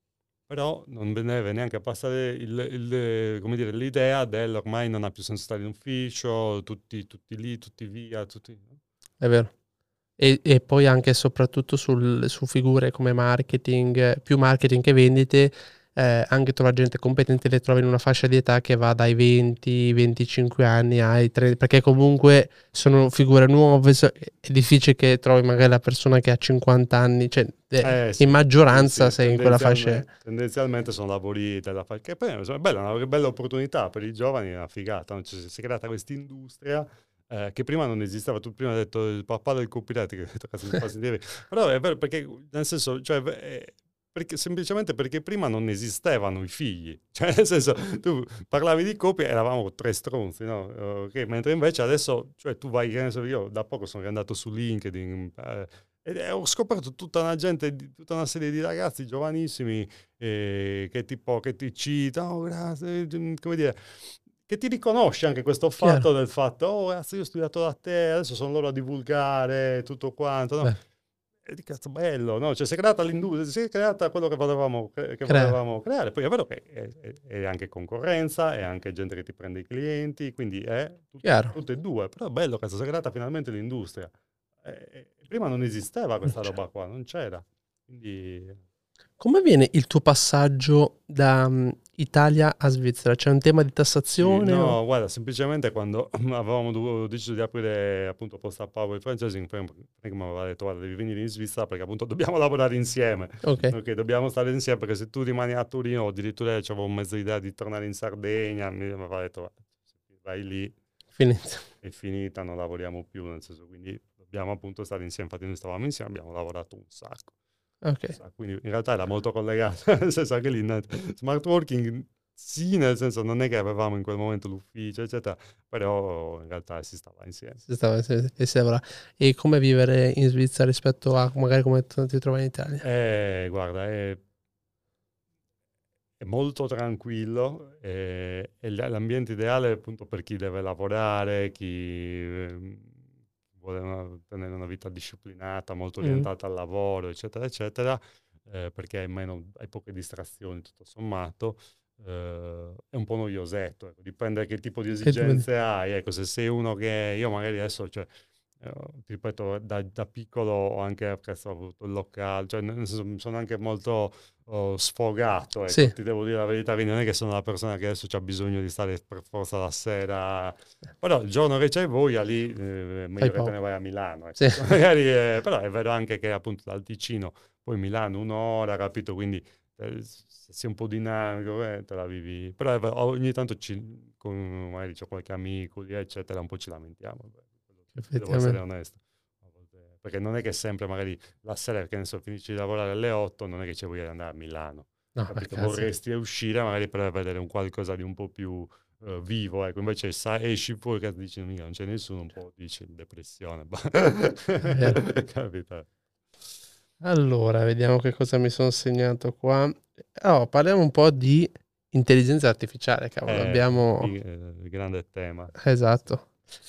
[SPEAKER 2] Però non deve neanche passare il, il- come dire, l'idea del ormai non ha più senso stare in ufficio, tutti, tutti lì, tutti via, tutti...
[SPEAKER 1] È vero. E, e poi anche e soprattutto sul- su figure come marketing, eh, più marketing che vendite, eh, anche trovare gente competente le trovi in una fascia di età che va dai venti venticinque anni ai trenta, perché comunque sono figure nuove, so- è difficile che trovi magari la persona che ha cinquanta anni, cioè eh,
[SPEAKER 2] Eh
[SPEAKER 1] in
[SPEAKER 2] sì, sì,
[SPEAKER 1] maggioranza
[SPEAKER 2] sì,
[SPEAKER 1] sei in quella fascia.
[SPEAKER 2] tendenzialmente, tendenzialmente sono lavori della fa- che poi insomma, è bella, una bella opportunità per i giovani, è una figata, no? Cioè, si è creata questa industria eh, che prima non esisteva. Tu prima hai detto il papà del copyright, che ho detto, cazzo, mi fa sentire, però è vero perché, nel senso, cioè, eh, perché, semplicemente perché prima non esistevano i figli, cioè nel senso, tu parlavi di copia, eravamo tre stronzi, no? Ok, mentre invece adesso, cioè tu vai, che ne so, io da poco sono andato su LinkedIn, eh, ed è- ho scoperto tutta una gente, di- tutta una serie di ragazzi giovanissimi eh, che tipo che ti citano, oh, grazie, mm, come dire, che ti riconosce anche questo fatto
[SPEAKER 1] Chiaro.
[SPEAKER 2] del fatto, oh, grazie, io ho studiato da te, adesso sono loro a divulgare tutto quanto, no?
[SPEAKER 1] Beh,
[SPEAKER 2] E di cazzo bello, no? Cioè si è creata l'industria, si è creata quello che volevamo, che che
[SPEAKER 1] creare.
[SPEAKER 2] volevamo creare. Poi è vero che è, è- è anche concorrenza, è anche gente che ti prende i clienti, quindi è tutte,
[SPEAKER 1] Chiaro.
[SPEAKER 2] tutte e due. Però è bello che si è creata finalmente l'industria. Eh, eh, prima non esisteva
[SPEAKER 1] Non
[SPEAKER 2] questa
[SPEAKER 1] c'è.
[SPEAKER 2] roba qua, non c'era. Quindi
[SPEAKER 1] Come avviene il tuo passaggio da mm, Italia a Svizzera? C'è un tema di
[SPEAKER 2] sì,
[SPEAKER 1] tassazione o...
[SPEAKER 2] no, guarda, semplicemente quando avevamo dovuto- deciso di aprire appunto Posta Power Franchising, Frank Frank mi aveva detto, guarda, devi venire in Svizzera perché appunto dobbiamo lavorare insieme.
[SPEAKER 1] Ok,
[SPEAKER 2] Ok, dobbiamo stare insieme perché se tu rimani a Torino, o addirittura avevo mezzo idea di tornare in Sardegna, mi aveva detto, guarda, se vai lì
[SPEAKER 1] finito.
[SPEAKER 2] è finita, non lavoriamo più, nel senso, quindi dobbiamo appunto stare insieme. Infatti noi stavamo insieme, abbiamo lavorato un sacco.
[SPEAKER 1] Ok,
[SPEAKER 2] Un sacco. Quindi in realtà era molto collegato, nel senso che lì nel smart working sì, nel senso non è che avevamo in quel momento l'ufficio, eccetera, però in realtà si stava insieme.
[SPEAKER 1] si stava, si, si stava là. E come vivere in Svizzera rispetto a magari come tu ti trovi in Italia?
[SPEAKER 2] Eh, guarda, è, è molto tranquillo, è, è l- l'ambiente ideale appunto per chi deve lavorare, chi ehm, vuole una- tenere una vita disciplinata, molto
[SPEAKER 1] Mm,
[SPEAKER 2] orientata al lavoro, eccetera, eccetera, eh, perché hai, meno, hai poche distrazioni, tutto sommato. Eh, è un po' noiosetto, ecco, dipende che tipo di
[SPEAKER 1] che tipo di...
[SPEAKER 2] esigenze hai. Ecco, se sei uno che io magari adesso, cioè, eh, ti ripeto, da, da piccolo ho anche apprezzato avuto il locale, cioè nel senso, sono anche molto oh, sfogato, ecco,
[SPEAKER 1] Sì,
[SPEAKER 2] ti devo dire la verità, quindi non è che sono la persona che adesso ha bisogno di stare per forza la sera, però il giorno che c'hai voglia lì, eh,
[SPEAKER 1] fai
[SPEAKER 2] meglio che te ne
[SPEAKER 1] poco.
[SPEAKER 2] vai a Milano,
[SPEAKER 1] Sì,
[SPEAKER 2] ecco. Magari, eh, però è vero anche che appunto dal Ticino, poi Milano un'ora, capito, quindi eh, se sei un po' dinamico, eh, te la vivi, però è vero, ogni tanto ci, con, magari c'ho qualche amico lì, eccetera, un po' ci lamentiamo, devo essere
[SPEAKER 1] effettivamente.
[SPEAKER 2] onesto. A volte- Perché non è che sempre magari la sera, che ne so, finisci di lavorare alle otto, non è che c'è voglia di andare a Milano,
[SPEAKER 1] No, per
[SPEAKER 2] capito?
[SPEAKER 1] cazzo.
[SPEAKER 2] Vorresti uscire magari per vedere un qualcosa di un po' più eh, vivo, ecco, invece sa, esci fuori che dici, mica non c'è nessuno, un po' dici depressione, bah.
[SPEAKER 1] È vero.
[SPEAKER 2] Capita.
[SPEAKER 1] Allora, vediamo che cosa mi sono segnato qua. Oh, parliamo un po' di intelligenza artificiale, cavolo.
[SPEAKER 2] È
[SPEAKER 1] Abbiamo...
[SPEAKER 2] il grande tema. Sì, sì.
[SPEAKER 1] Esatto.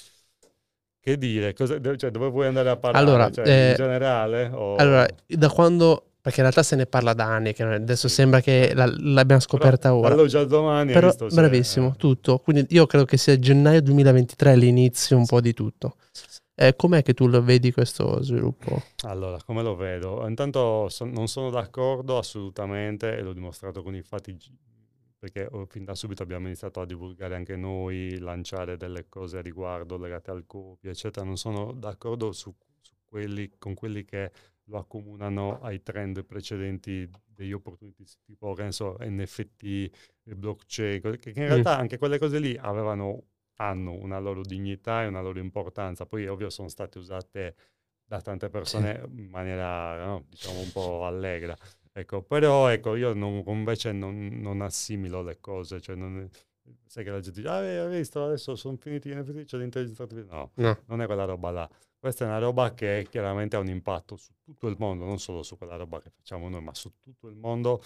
[SPEAKER 2] Che dire? Cosa- cioè, dove vuoi andare a
[SPEAKER 1] Allora,
[SPEAKER 2] parare? Cioè, in
[SPEAKER 1] eh,
[SPEAKER 2] generale?
[SPEAKER 1] allora,
[SPEAKER 2] O...
[SPEAKER 1] da quando... Perché in realtà se ne parla da anni, che adesso
[SPEAKER 2] Sì,
[SPEAKER 1] sembra che
[SPEAKER 2] beh.
[SPEAKER 1] la- l'abbiamo
[SPEAKER 2] Però
[SPEAKER 1] scoperta ora.
[SPEAKER 2] dallo già domani hai
[SPEAKER 1] Però,
[SPEAKER 2] visto se...
[SPEAKER 1] bravissimo,
[SPEAKER 2] eh,
[SPEAKER 1] tutto. Quindi io credo che sia gennaio duemilaventitré l'inizio un po' di tutto. Eh, com'è che tu lo vedi questo sviluppo?
[SPEAKER 2] Allora, come lo vedo? Intanto son- non sono d'accordo assolutamente e l'ho dimostrato con i fatti, gi- perché oh, fin da subito abbiamo iniziato a divulgare anche noi, lanciare delle cose a riguardo legate al copia, eccetera. Non sono d'accordo su, su quelli, con quelli che lo accomunano ai trend precedenti degli opportunities tipo, che ne so, N F T, blockchain, che che in
[SPEAKER 1] Mm,
[SPEAKER 2] realtà anche quelle cose lì avevano hanno una loro dignità e una loro importanza. Poi ovvio sono state usate da tante
[SPEAKER 1] Sì.
[SPEAKER 2] persone in maniera, no, diciamo, un po' allegra. Ecco, però ecco, io non, invece non, non assimilo le cose, cioè non, sai che la gente dice, ah, hai visto, adesso sono finiti gli N F T, c'è l'intelligenza artificiale. No,
[SPEAKER 1] No.
[SPEAKER 2] non è quella roba là. Questa è una roba che chiaramente ha un impatto su tutto il mondo, non solo su quella roba che facciamo noi, ma su tutto il mondo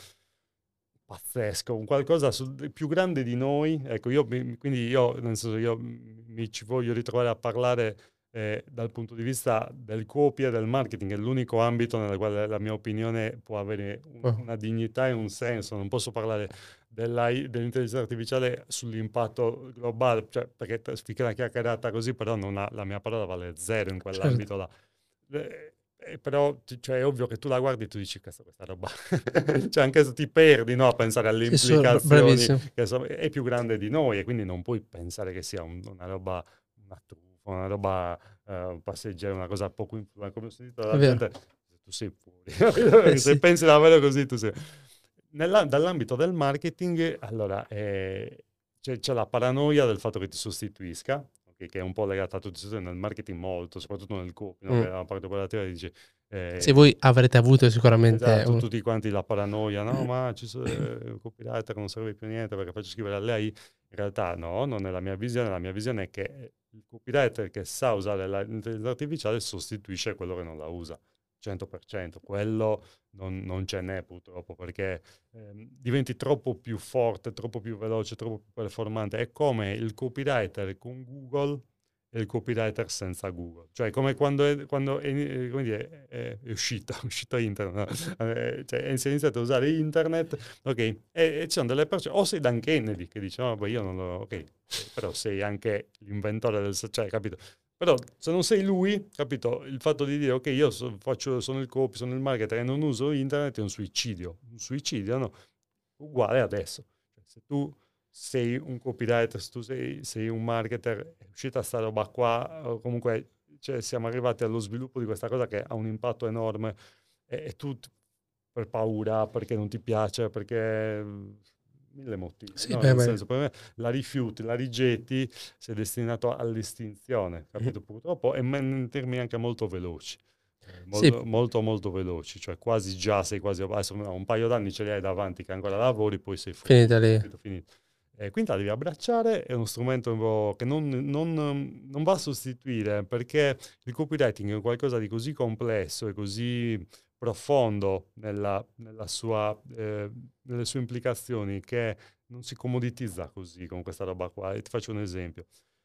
[SPEAKER 2] pazzesco, un qualcosa su, più grande di noi. Ecco, io mi- quindi io, nel senso, io mi ci voglio ritrovare a parlare eh, dal punto di vista del copy e del marketing, è l'unico ambito nel quale la mia opinione può avere un-
[SPEAKER 1] Oh.
[SPEAKER 2] una dignità e un senso. Non posso parlare della- dell'intelligenza artificiale sull'impatto globale, cioè, perché finché una chiacchierata così, però non ha, la mia parola vale zero in
[SPEAKER 1] Certo.
[SPEAKER 2] quell'ambito là. Eh, eh, però ti- cioè, è ovvio che tu la guardi e tu dici questa, questa roba, cioè anche se ti perdi, no, a pensare alle
[SPEAKER 1] Sì, sono bra-
[SPEAKER 2] implicazioni,
[SPEAKER 1] bravissimo.
[SPEAKER 2] che so- è più grande di noi e quindi non puoi pensare che sia un- una roba, una truffa, una roba eh, passeggera, una cosa poco influente. Come ho sentito
[SPEAKER 1] È
[SPEAKER 2] dalla
[SPEAKER 1] vero.
[SPEAKER 2] gente, tu sei fuori.
[SPEAKER 1] Eh,
[SPEAKER 2] Se
[SPEAKER 1] sì.
[SPEAKER 2] pensi davvero così, tu sei... Nella- dall'ambito del marketing, allora, eh, c'è, c'è la paranoia del fatto che ti sostituisca, ok, che è un po' legata a tutti nel marketing molto, soprattutto nel copy, no?
[SPEAKER 1] Mm.
[SPEAKER 2] Che la parte operativa dice...
[SPEAKER 1] Sì,
[SPEAKER 2] eh,
[SPEAKER 1] voi avrete avuto sicuramente
[SPEAKER 2] Esatto,
[SPEAKER 1] un...
[SPEAKER 2] tutti quanti la paranoia, no, ma ci sono eh, copywriter che non serve più niente perché faccio scrivere a lei. In realtà no, non è la mia visione, la mia visione è che il copywriter che sa usare la- l'intelligenza artificiale sostituisce quello che non la usa, cento per cento. Quello non, non ce n'è purtroppo perché ehm, diventi troppo più forte, troppo più veloce, troppo più performante. È come il copywriter con Google e il copywriter senza Google. Cioè, come quando è, quando è, eh, come dire, è, è uscita, è uscita internet, no? Eh, cioè, si è iniziato a usare internet, ok, e, e ci sono delle persone, o sei Dan Kennedy che dice, no, beh, io non lo, ok, però sei anche l'inventore del, cioè, capito? Però se non sei lui, capito, il fatto di dire, ok, io so, faccio, sono il copy, sono il marketer e non uso internet è un suicidio, un suicidio, no? Uguale adesso. Cioè, se tu sei un copywriter, se tu sei, sei un marketer, è uscita sta roba qua, o comunque cioè, siamo arrivati allo sviluppo di questa cosa che ha un impatto enorme e, e tu t- per paura, perché non ti piace, perché mm, mille motivi,
[SPEAKER 1] Sì,
[SPEAKER 2] no?
[SPEAKER 1] beh,
[SPEAKER 2] Nel
[SPEAKER 1] beh.
[SPEAKER 2] senso, per me la rifiuti, la rigetti, sei destinato all'estinzione,
[SPEAKER 1] Mhm.
[SPEAKER 2] capito? Purtroppo, e ma in termini anche molto veloci. Eh,
[SPEAKER 1] Sì,
[SPEAKER 2] molto, molto, molto veloci, cioè quasi già sei quasi, adesso no, un paio d'anni ce li hai davanti che ancora lavori, poi sei fuori,
[SPEAKER 1] finita lì.
[SPEAKER 2] capito? Finito. Eh, quindi la devi abbracciare, è uno strumento che non, non, non va a sostituire perché il copywriting è qualcosa di così complesso e così profondo nella, nella sua, eh, nelle sue implicazioni che non si commoditizza così con questa roba qua. E ti faccio un esempio.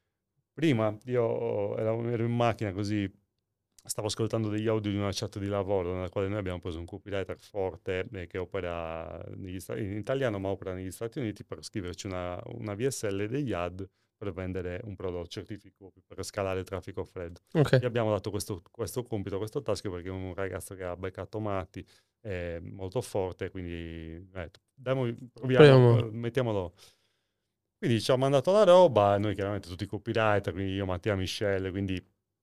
[SPEAKER 2] Prima io ero, ero in macchina così, stavo ascoltando degli audio di una chat di lavoro nella quale noi abbiamo preso un copywriter forte eh, che opera negli Sta- in italiano ma opera negli Stati Uniti per scriverci una, una V S L e degli ad per vendere un prodotto certificato per scalare il traffico freddo.
[SPEAKER 1] Ok.
[SPEAKER 2] Gli abbiamo dato questo, questo compito, questo task perché è un ragazzo che ha beccato Matti, è molto forte, quindi eh, diamo- proviamo,
[SPEAKER 1] Proviamo.
[SPEAKER 2] eh, mettiamolo. Quindi ci ha mandato la roba, noi chiaramente tutti i copywriter, quindi io, Mattia, Michele, quindi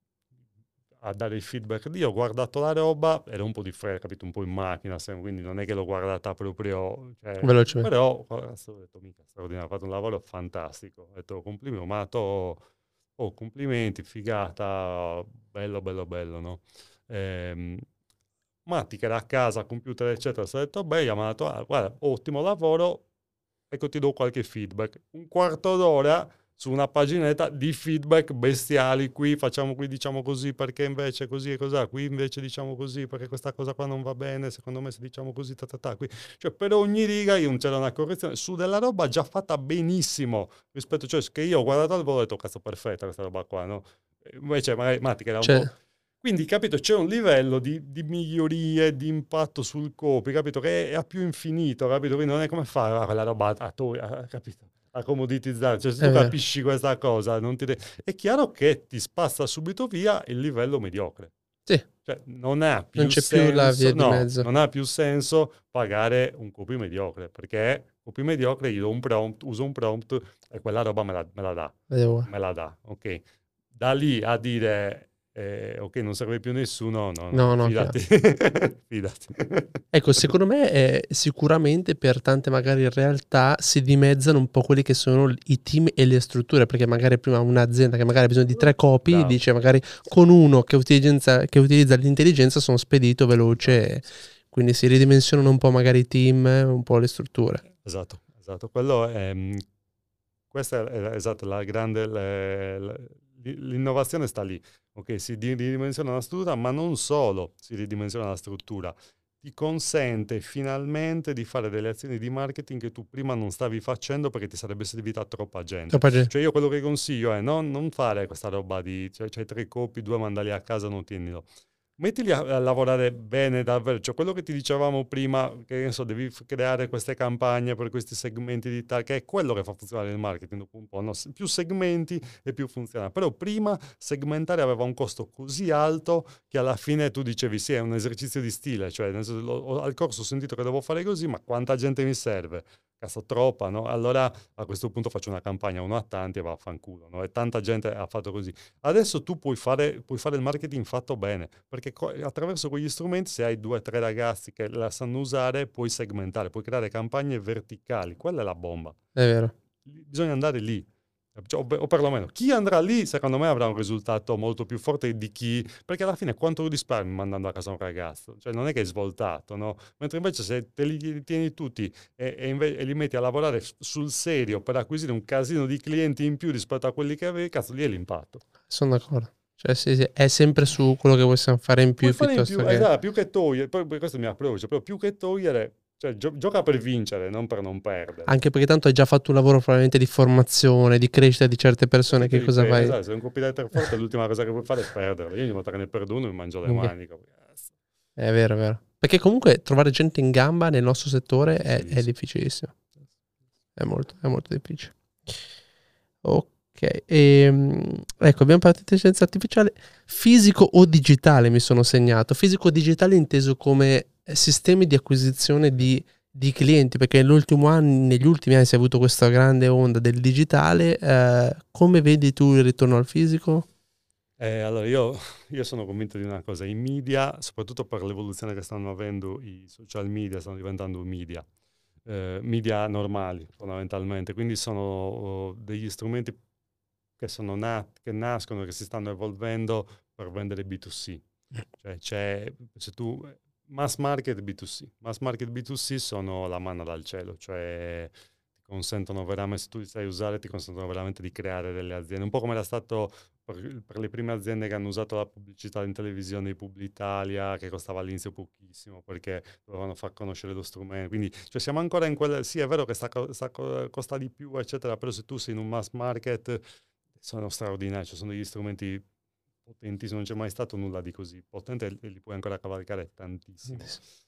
[SPEAKER 2] a dare il feedback. Io ho guardato la roba, ero un po' di fretta, capito, un po' in macchina, se- quindi non è che l'ho guardata proprio, cioè,
[SPEAKER 1] Velocemente.
[SPEAKER 2] però cazzo, ho detto, mica, straordinario, ha fatto un lavoro fantastico. Ho detto, complimenti, ma to- oh, complimenti, figata, bello, bello, bello, no? Ehm, Matti che era a casa, computer, eccetera, si è detto, beh, gli ha mandato, ah, guarda, ottimo lavoro, ecco ti do qualche feedback. Un quarto d'ora su una paginetta di feedback bestiali, qui facciamo qui diciamo così perché invece così e così, qui invece diciamo così perché questa cosa qua non va bene, secondo me se diciamo così ta ta ta, qui. Cioè per ogni riga io non c'era una correzione su della roba già fatta benissimo rispetto, cioè che io ho guardato al volo e ho detto cazzo perfetta questa roba qua, no? Invece magari Matti che era un
[SPEAKER 1] Cioè,
[SPEAKER 2] po'... Quindi, capito, c'è un livello di, di migliorie, di impatto sul copy, capito, che è a più infinito, capito? Quindi non è come fare ah, quella roba a, to- a- capito? A commoditizzare. Cioè, se
[SPEAKER 1] è
[SPEAKER 2] tu
[SPEAKER 1] vero.
[SPEAKER 2] capisci questa cosa, non ti de- è chiaro che ti spazza subito via il livello mediocre.
[SPEAKER 1] Sì,
[SPEAKER 2] Cioè, non ha
[SPEAKER 1] non
[SPEAKER 2] più
[SPEAKER 1] c'è più la
[SPEAKER 2] senso,
[SPEAKER 1] via di
[SPEAKER 2] no,
[SPEAKER 1] mezzo.
[SPEAKER 2] non ha più senso pagare un copy mediocre, perché copy mediocre io do un prompt, uso un prompt e quella roba me la, me la dà,
[SPEAKER 1] Vedevo.
[SPEAKER 2] me la dà, ok? Da lì a dire eh, ok, non serve più nessuno, no,
[SPEAKER 1] No,
[SPEAKER 2] no,
[SPEAKER 1] no,
[SPEAKER 2] fidati, fidati.
[SPEAKER 1] Ecco, secondo me, ehm, sicuramente per tante magari realtà si dimezzano un po' quelli che sono l i team e le strutture, perché magari prima un'azienda che magari ha bisogno di tre copy,
[SPEAKER 2] Bravo.
[SPEAKER 1] dice magari con uno che utilizza che utilizza l'intelligenza sono spedito, veloce,
[SPEAKER 2] Esatto, sì, sì.
[SPEAKER 1] quindi si ridimensionano un po' magari i team, un po' le strutture.
[SPEAKER 2] Esatto, esatto. Quello è, mhmm, questa è è esatto, la grande le l l'i l'innovazione sta lì, okay, si di ridimensiona la struttura, ma non solo si ridimensiona la struttura, ti consente finalmente di fare delle azioni di marketing che tu prima non stavi facendo perché ti sarebbe servita troppa gente.
[SPEAKER 1] Troppa gen
[SPEAKER 2] Cioè io quello che consiglio è non non fare questa roba di cioè c'hai tre copy, due mandali a casa, non tienilo. Mettili a a lavorare bene davvero, cioè quello che ti dicevamo prima, che ne so, devi f creare queste campagne per questi segmenti di ta che è quello che fa funzionare il marketing dopo un po', no, s più segmenti e più funziona. Però prima segmentare aveva un costo così alto che alla fine tu dicevi: "Sì, è un esercizio di stile", cioè nel senso, lo ho al corso ho sentito che devo fare così, ma quanta gente mi serve? Cazzo, troppa, no? Allora a questo punto faccio una campagna uno a tanti e vaffanculo, no? E tanta gente ha fatto così. Adesso tu puoi fare, puoi fare il marketing fatto bene, perché co- attraverso quegli strumenti, se hai due o tre ragazzi che la sanno usare, puoi segmentare, puoi creare campagne verticali. Quella è la bomba.
[SPEAKER 1] è vero.
[SPEAKER 2] Bisogna andare lì. Cioè, o, per- o perlomeno chi andrà lì, secondo me, avrà un risultato molto più forte di chi. Perché alla fine quanto risparmi mandando a casa un ragazzo? Cioè, non è che è svoltato, no? Mentre invece se te li tieni tutti e, e inve- e li metti a lavorare f- sul serio per acquisire un casino di clienti in più rispetto a quelli che avevi, cazzo, lì è l'impatto.
[SPEAKER 1] Son d'accordo. Cioè sì, sì, è sempre su quello che possiam fare in
[SPEAKER 2] Puoi
[SPEAKER 1] più
[SPEAKER 2] fare in
[SPEAKER 1] piuttosto
[SPEAKER 2] più,
[SPEAKER 1] che
[SPEAKER 2] esatto, più che togliere, poi poi questo mi approccio, però più che togliere, cioè gio- gioca per vincere, non per non perdere.
[SPEAKER 1] anche perché tanto hai già fatto un lavoro probabilmente di formazione, di crescita di certe
[SPEAKER 2] Se
[SPEAKER 1] persone,
[SPEAKER 2] tu
[SPEAKER 1] che
[SPEAKER 2] devi
[SPEAKER 1] cosa
[SPEAKER 2] pe-
[SPEAKER 1] fai?
[SPEAKER 2] esatto, sei un copywriter forte, l'ultima cosa che puoi fare è perderlo. Io ogni volta che ne perdo uno mi mangio le
[SPEAKER 1] Minchia.
[SPEAKER 2] mani. Cazzo.
[SPEAKER 1] È vero, è vero. Perché comunque trovare gente in gamba nel nostro settore è è
[SPEAKER 2] Difficilissimo.
[SPEAKER 1] difficilissimo. È molto è molto difficile. Okay, ehm, ecco abbiamo parlato di intelligenza artificiale. Fisico o digitale mi sono segnato. Fisico o digitale inteso come, ehm, sistemi di acquisizione di di clienti, perché nell'ultimo anni negli ultimi anni si è avuto questa grande onda del digitale. Ehm, come vedi tu il ritorno al fisico?
[SPEAKER 2] Eh, allora io, io sono convinto di una cosa, i media, soprattutto per l'evoluzione che stanno avendo i social media, stanno diventando media, eh, media normali fondamentalmente, quindi sono oh, degli strumenti che sono nati, che nascono, che si stanno evolvendo per vendere B due C. Cioè c'è, se tu, mass market B due C, mass market B due C sono la manna dal cielo, cioè ti consentono veramente, se tu li sai usare, ti consentono veramente di creare delle aziende, un po' come era stato per, per le prime aziende che hanno usato la pubblicità in televisione di Publitalia, che costava all'inizio pochissimo perché dovevano far conoscere lo strumento. Quindi cioè, siamo ancora in quella, sì è vero che sta, sta, costa di più, eccetera, però se tu sei in un mass market sono straordinari, cioè sono degli strumenti potentissimi, non c'è mai stato nulla di così potente e li puoi ancora cavalcare tantissimo.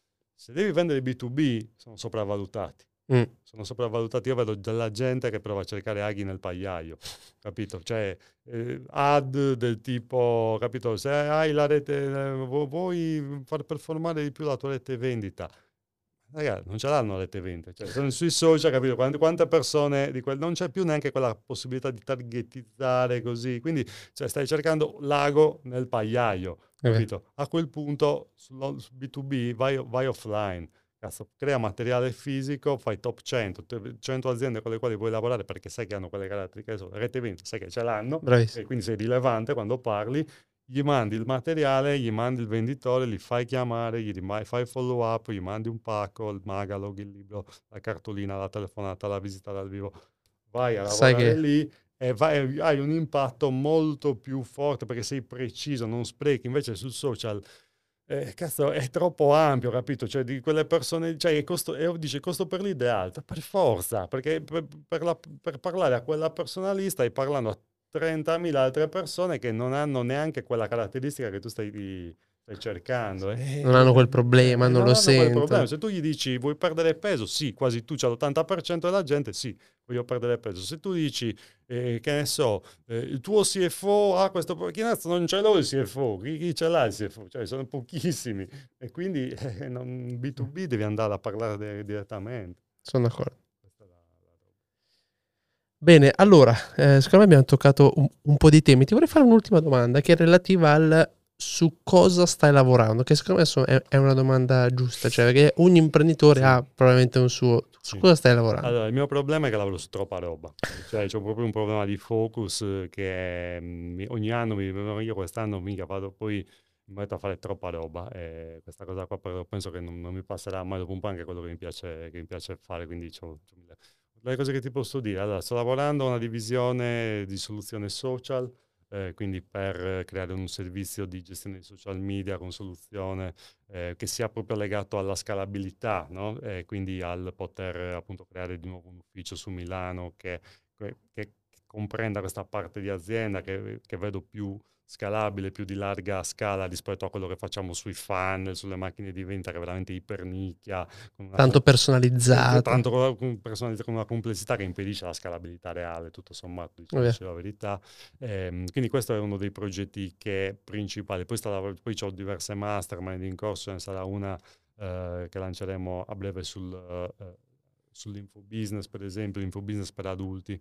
[SPEAKER 2] Se devi vendere B due B, sono sopravvalutati.
[SPEAKER 1] Mh.
[SPEAKER 2] Sono sopravvalutati. Io vedo della gente che prova a cercare aghi nel pagliaio, capito? Cioè, eh, ad del tipo, capito? Se hai la rete, eh, vuoi far performare di più la tua rete vendita, ragazzi, non ce l'hanno le vendite, cioè sono sui social, capito? Quante, quante persone di quel, non c'è più neanche quella possibilità di targetizzare così, quindi cioè, stai cercando l'ago nel pagliaio,
[SPEAKER 1] È vero.
[SPEAKER 2] capito? A quel punto sul su B due B vai, vai offline, cazzo, crea materiale fisico, fai top cento, te- cento aziende con le quali vuoi lavorare perché sai che hanno quelle caratteristiche, so, rete vendita, sai che ce l'hanno e
[SPEAKER 1] Bravissimo.
[SPEAKER 2] quindi sei rilevante quando parli, gli mandi il materiale, gli mandi il venditore, li fai chiamare, gli rimai, fai follow up, gli mandi un pacco, il magalog, il libro, la cartolina, la telefonata, la visita dal vivo, vai a
[SPEAKER 1] Sai
[SPEAKER 2] lavorare
[SPEAKER 1] che
[SPEAKER 2] lì e vai, hai un impatto molto più forte perché sei preciso, non sprechi, invece sul social eh, cazzo, è troppo ampio, capito? Cioè, di quelle persone, cioè, il costo, e dice, il costo per lead è alto, per forza, perché per, per la- per parlare a quella persona lì stai parlando a trentamila altre persone che non hanno neanche quella caratteristica che tu stai, stai cercando.
[SPEAKER 1] non hanno quel
[SPEAKER 2] E,
[SPEAKER 1] problema,
[SPEAKER 2] eh,
[SPEAKER 1] non
[SPEAKER 2] non
[SPEAKER 1] lo
[SPEAKER 2] hanno quel problema.
[SPEAKER 1] sentono.
[SPEAKER 2] Se tu gli dici, vuoi perdere peso? Sì, quasi tu, c'è l'ottanta per cento della gente, sì, voglio perdere peso. Se tu dici, eh, che ne so, eh, il tuo C F O ha questo, chi cazzo non ce l'ho il C F O, chi, chi ce l'ha il C F O? Cioè sono pochissimi e quindi eh, non, B due B devi andare a parlare de- direttamente.
[SPEAKER 1] Son d'accordo.
[SPEAKER 2] Questa è la, la roba.
[SPEAKER 1] Bene, allora, eh, secondo me abbiamo toccato un, un po' di temi. Ti vorrei fare un'ultima domanda che è relativa al su cosa stai lavorando, che secondo me so- è, è una domanda giusta, cioè perché ogni imprenditore
[SPEAKER 2] Sì.
[SPEAKER 1] ha probabilmente un suo... Su
[SPEAKER 2] Sì.
[SPEAKER 1] cosa stai lavorando?
[SPEAKER 2] Allora, il mio problema è che lavoro su troppa roba, cioè c'ho proprio un problema di focus che mm, ogni anno, mi, io quest'anno mica vado, poi mi metto a fare troppa roba e questa cosa qua però penso che non, non mi passerà mai, dopo un po' anche quello che mi piace, che mi piace fare, quindi c'ho, c'ho mille- le cose che ti posso dire. Allora, sto lavorando a una divisione di soluzione social, eh, quindi per creare un servizio di gestione di social media con soluzione eh, che sia proprio legato alla scalabilità, no? E quindi al poter appunto creare di nuovo un ufficio su Milano che, che, che comprenda questa parte di azienda che, che vedo più scalabile, più di larga scala rispetto a quello che facciamo sui funnel, sulle macchine di vendita che è veramente ipernicchia, con una
[SPEAKER 1] Tanto
[SPEAKER 2] com-
[SPEAKER 1] personalizzato.
[SPEAKER 2] tanto con personalizzato, con una complessità che impedisce la scalabilità reale, tutto sommato, diciamoci la verità. Ehm, quindi questo è uno dei progetti che principali. Poi, sta, poi ho diverse mastermind in corso, ce ne sarà una eh, che lanceremo a breve sul, eh, sull'infobusiness, per esempio, l'infobusiness per adulti.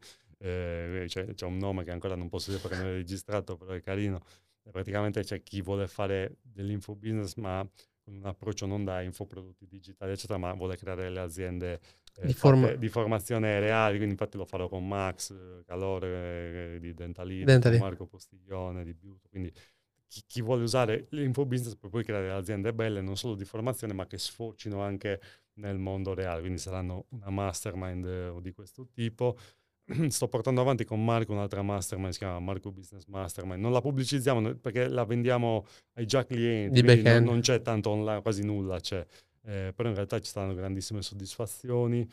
[SPEAKER 2] Eh, c'è, c'è un nome che ancora non posso dire perché non è registrato, però è carino. E praticamente c'è chi vuole fare dell'infobusiness, ma con un approccio non da infoprodotti digitali, eccetera, ma vuole creare le aziende eh,
[SPEAKER 1] Di
[SPEAKER 2] fatte
[SPEAKER 1] forma-
[SPEAKER 2] di formazione reale, quindi infatti lo farò con Max eh, Calore eh, di Dentalino, con
[SPEAKER 1] Dentali.
[SPEAKER 2] Marco Postiglione di Beauty, quindi chi, chi vuole usare l'infobusiness per poi creare aziende belle, non solo di formazione, ma che sfocino anche nel mondo reale, quindi saranno una mastermind eh, di questo tipo. Sto portando avanti con Marco un'altra mastermind, si chiama Marco Business Mastermind. Non la pubblicizziamo perché la vendiamo ai già clienti,
[SPEAKER 1] Di
[SPEAKER 2] quindi non,
[SPEAKER 1] back-end.
[SPEAKER 2] non c'è tanto online, quasi nulla c'è. Eh, però in realtà ci stanno grandissime soddisfazioni.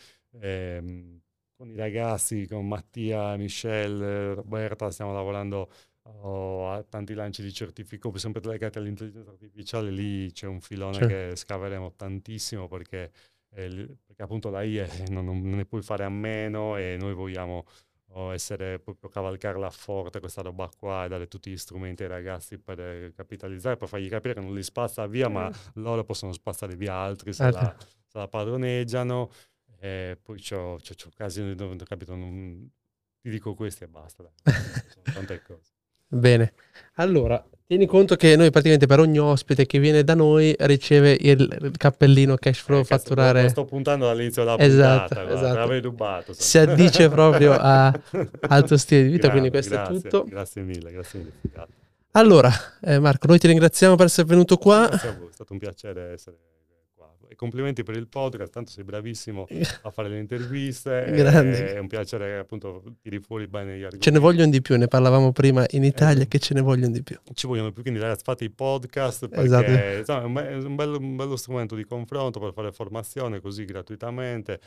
[SPEAKER 2] ehm, con i ragazzi, con Mattia, Michelle, Roberta, stiamo lavorando oh, a tanti lanci di certificato, sempre legati all'intelligenza artificiale. Lì c'è un filone
[SPEAKER 1] Cioè,
[SPEAKER 2] che scaveremo tantissimo perché eh, perché appunto la I A non, non ne puoi fare a meno e noi vogliamo oh, essere proprio cavalcarla forte questa roba qua e dare tutti gli strumenti ai ragazzi per eh, capitalizzare, per fargli capire che non li spazza via, ma loro possono spazzare via altri se
[SPEAKER 1] altro.
[SPEAKER 2] la, se la padroneggiano. E poi c'ho, c'ho, c'ho occasioni dove, capito, non, ti dico questi e basta, dai. Sono tante cose.
[SPEAKER 1] Bene. Allora, tieni conto che noi praticamente per ogni ospite che viene da noi riceve il, il cappellino cash flow
[SPEAKER 2] Eh, cazzo, lo, lo
[SPEAKER 1] fatturare.
[SPEAKER 2] sto puntando dall'inizio della
[SPEAKER 1] Esatto,
[SPEAKER 2] puntata, guarda, te
[SPEAKER 1] esatto.
[SPEAKER 2] l'avevi rubato.
[SPEAKER 1] Si
[SPEAKER 2] Insomma.
[SPEAKER 1] addice proprio a, al tuo stile di vita, quindi
[SPEAKER 2] Grande,
[SPEAKER 1] questo è
[SPEAKER 2] grazie,
[SPEAKER 1] tutto.
[SPEAKER 2] grazie mille, grazie mille. Grazie.
[SPEAKER 1] Allora, eh, Marco, noi ti ringraziamo per essere venuto qua.
[SPEAKER 2] Grazie a voi, è stato un piacere essere qua. E complimenti per il podcast, tanto sei bravissimo a fare le interviste.
[SPEAKER 1] Grande.
[SPEAKER 2] È un piacere, appunto, tiri fuori bene gli argomenti.
[SPEAKER 1] Ce ne vogliono di più, ne parlavamo prima in Italia,
[SPEAKER 2] Eh,
[SPEAKER 1] che ce ne vogliono di più.
[SPEAKER 2] Ci vogliono più, quindi ragazzi fate i podcast
[SPEAKER 1] Esatto.
[SPEAKER 2] perché insomma, è un, be- è un bello, un bello strumento di confronto per fare formazione così gratuitamente.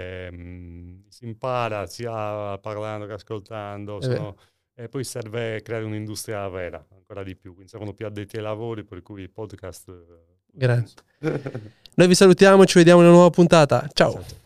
[SPEAKER 2] Ehm, si impara sia parlando che ascoltando.
[SPEAKER 1] È vero.
[SPEAKER 2] Sono- e poi serve creare un'industria vera, ancora di più, quindi servono più addetti ai lavori, per cui i podcast... eh,
[SPEAKER 1] Grazie. Noi vi salutiamo, ci vediamo nella nuova puntata. Ciao.
[SPEAKER 2] Ciao, ciao.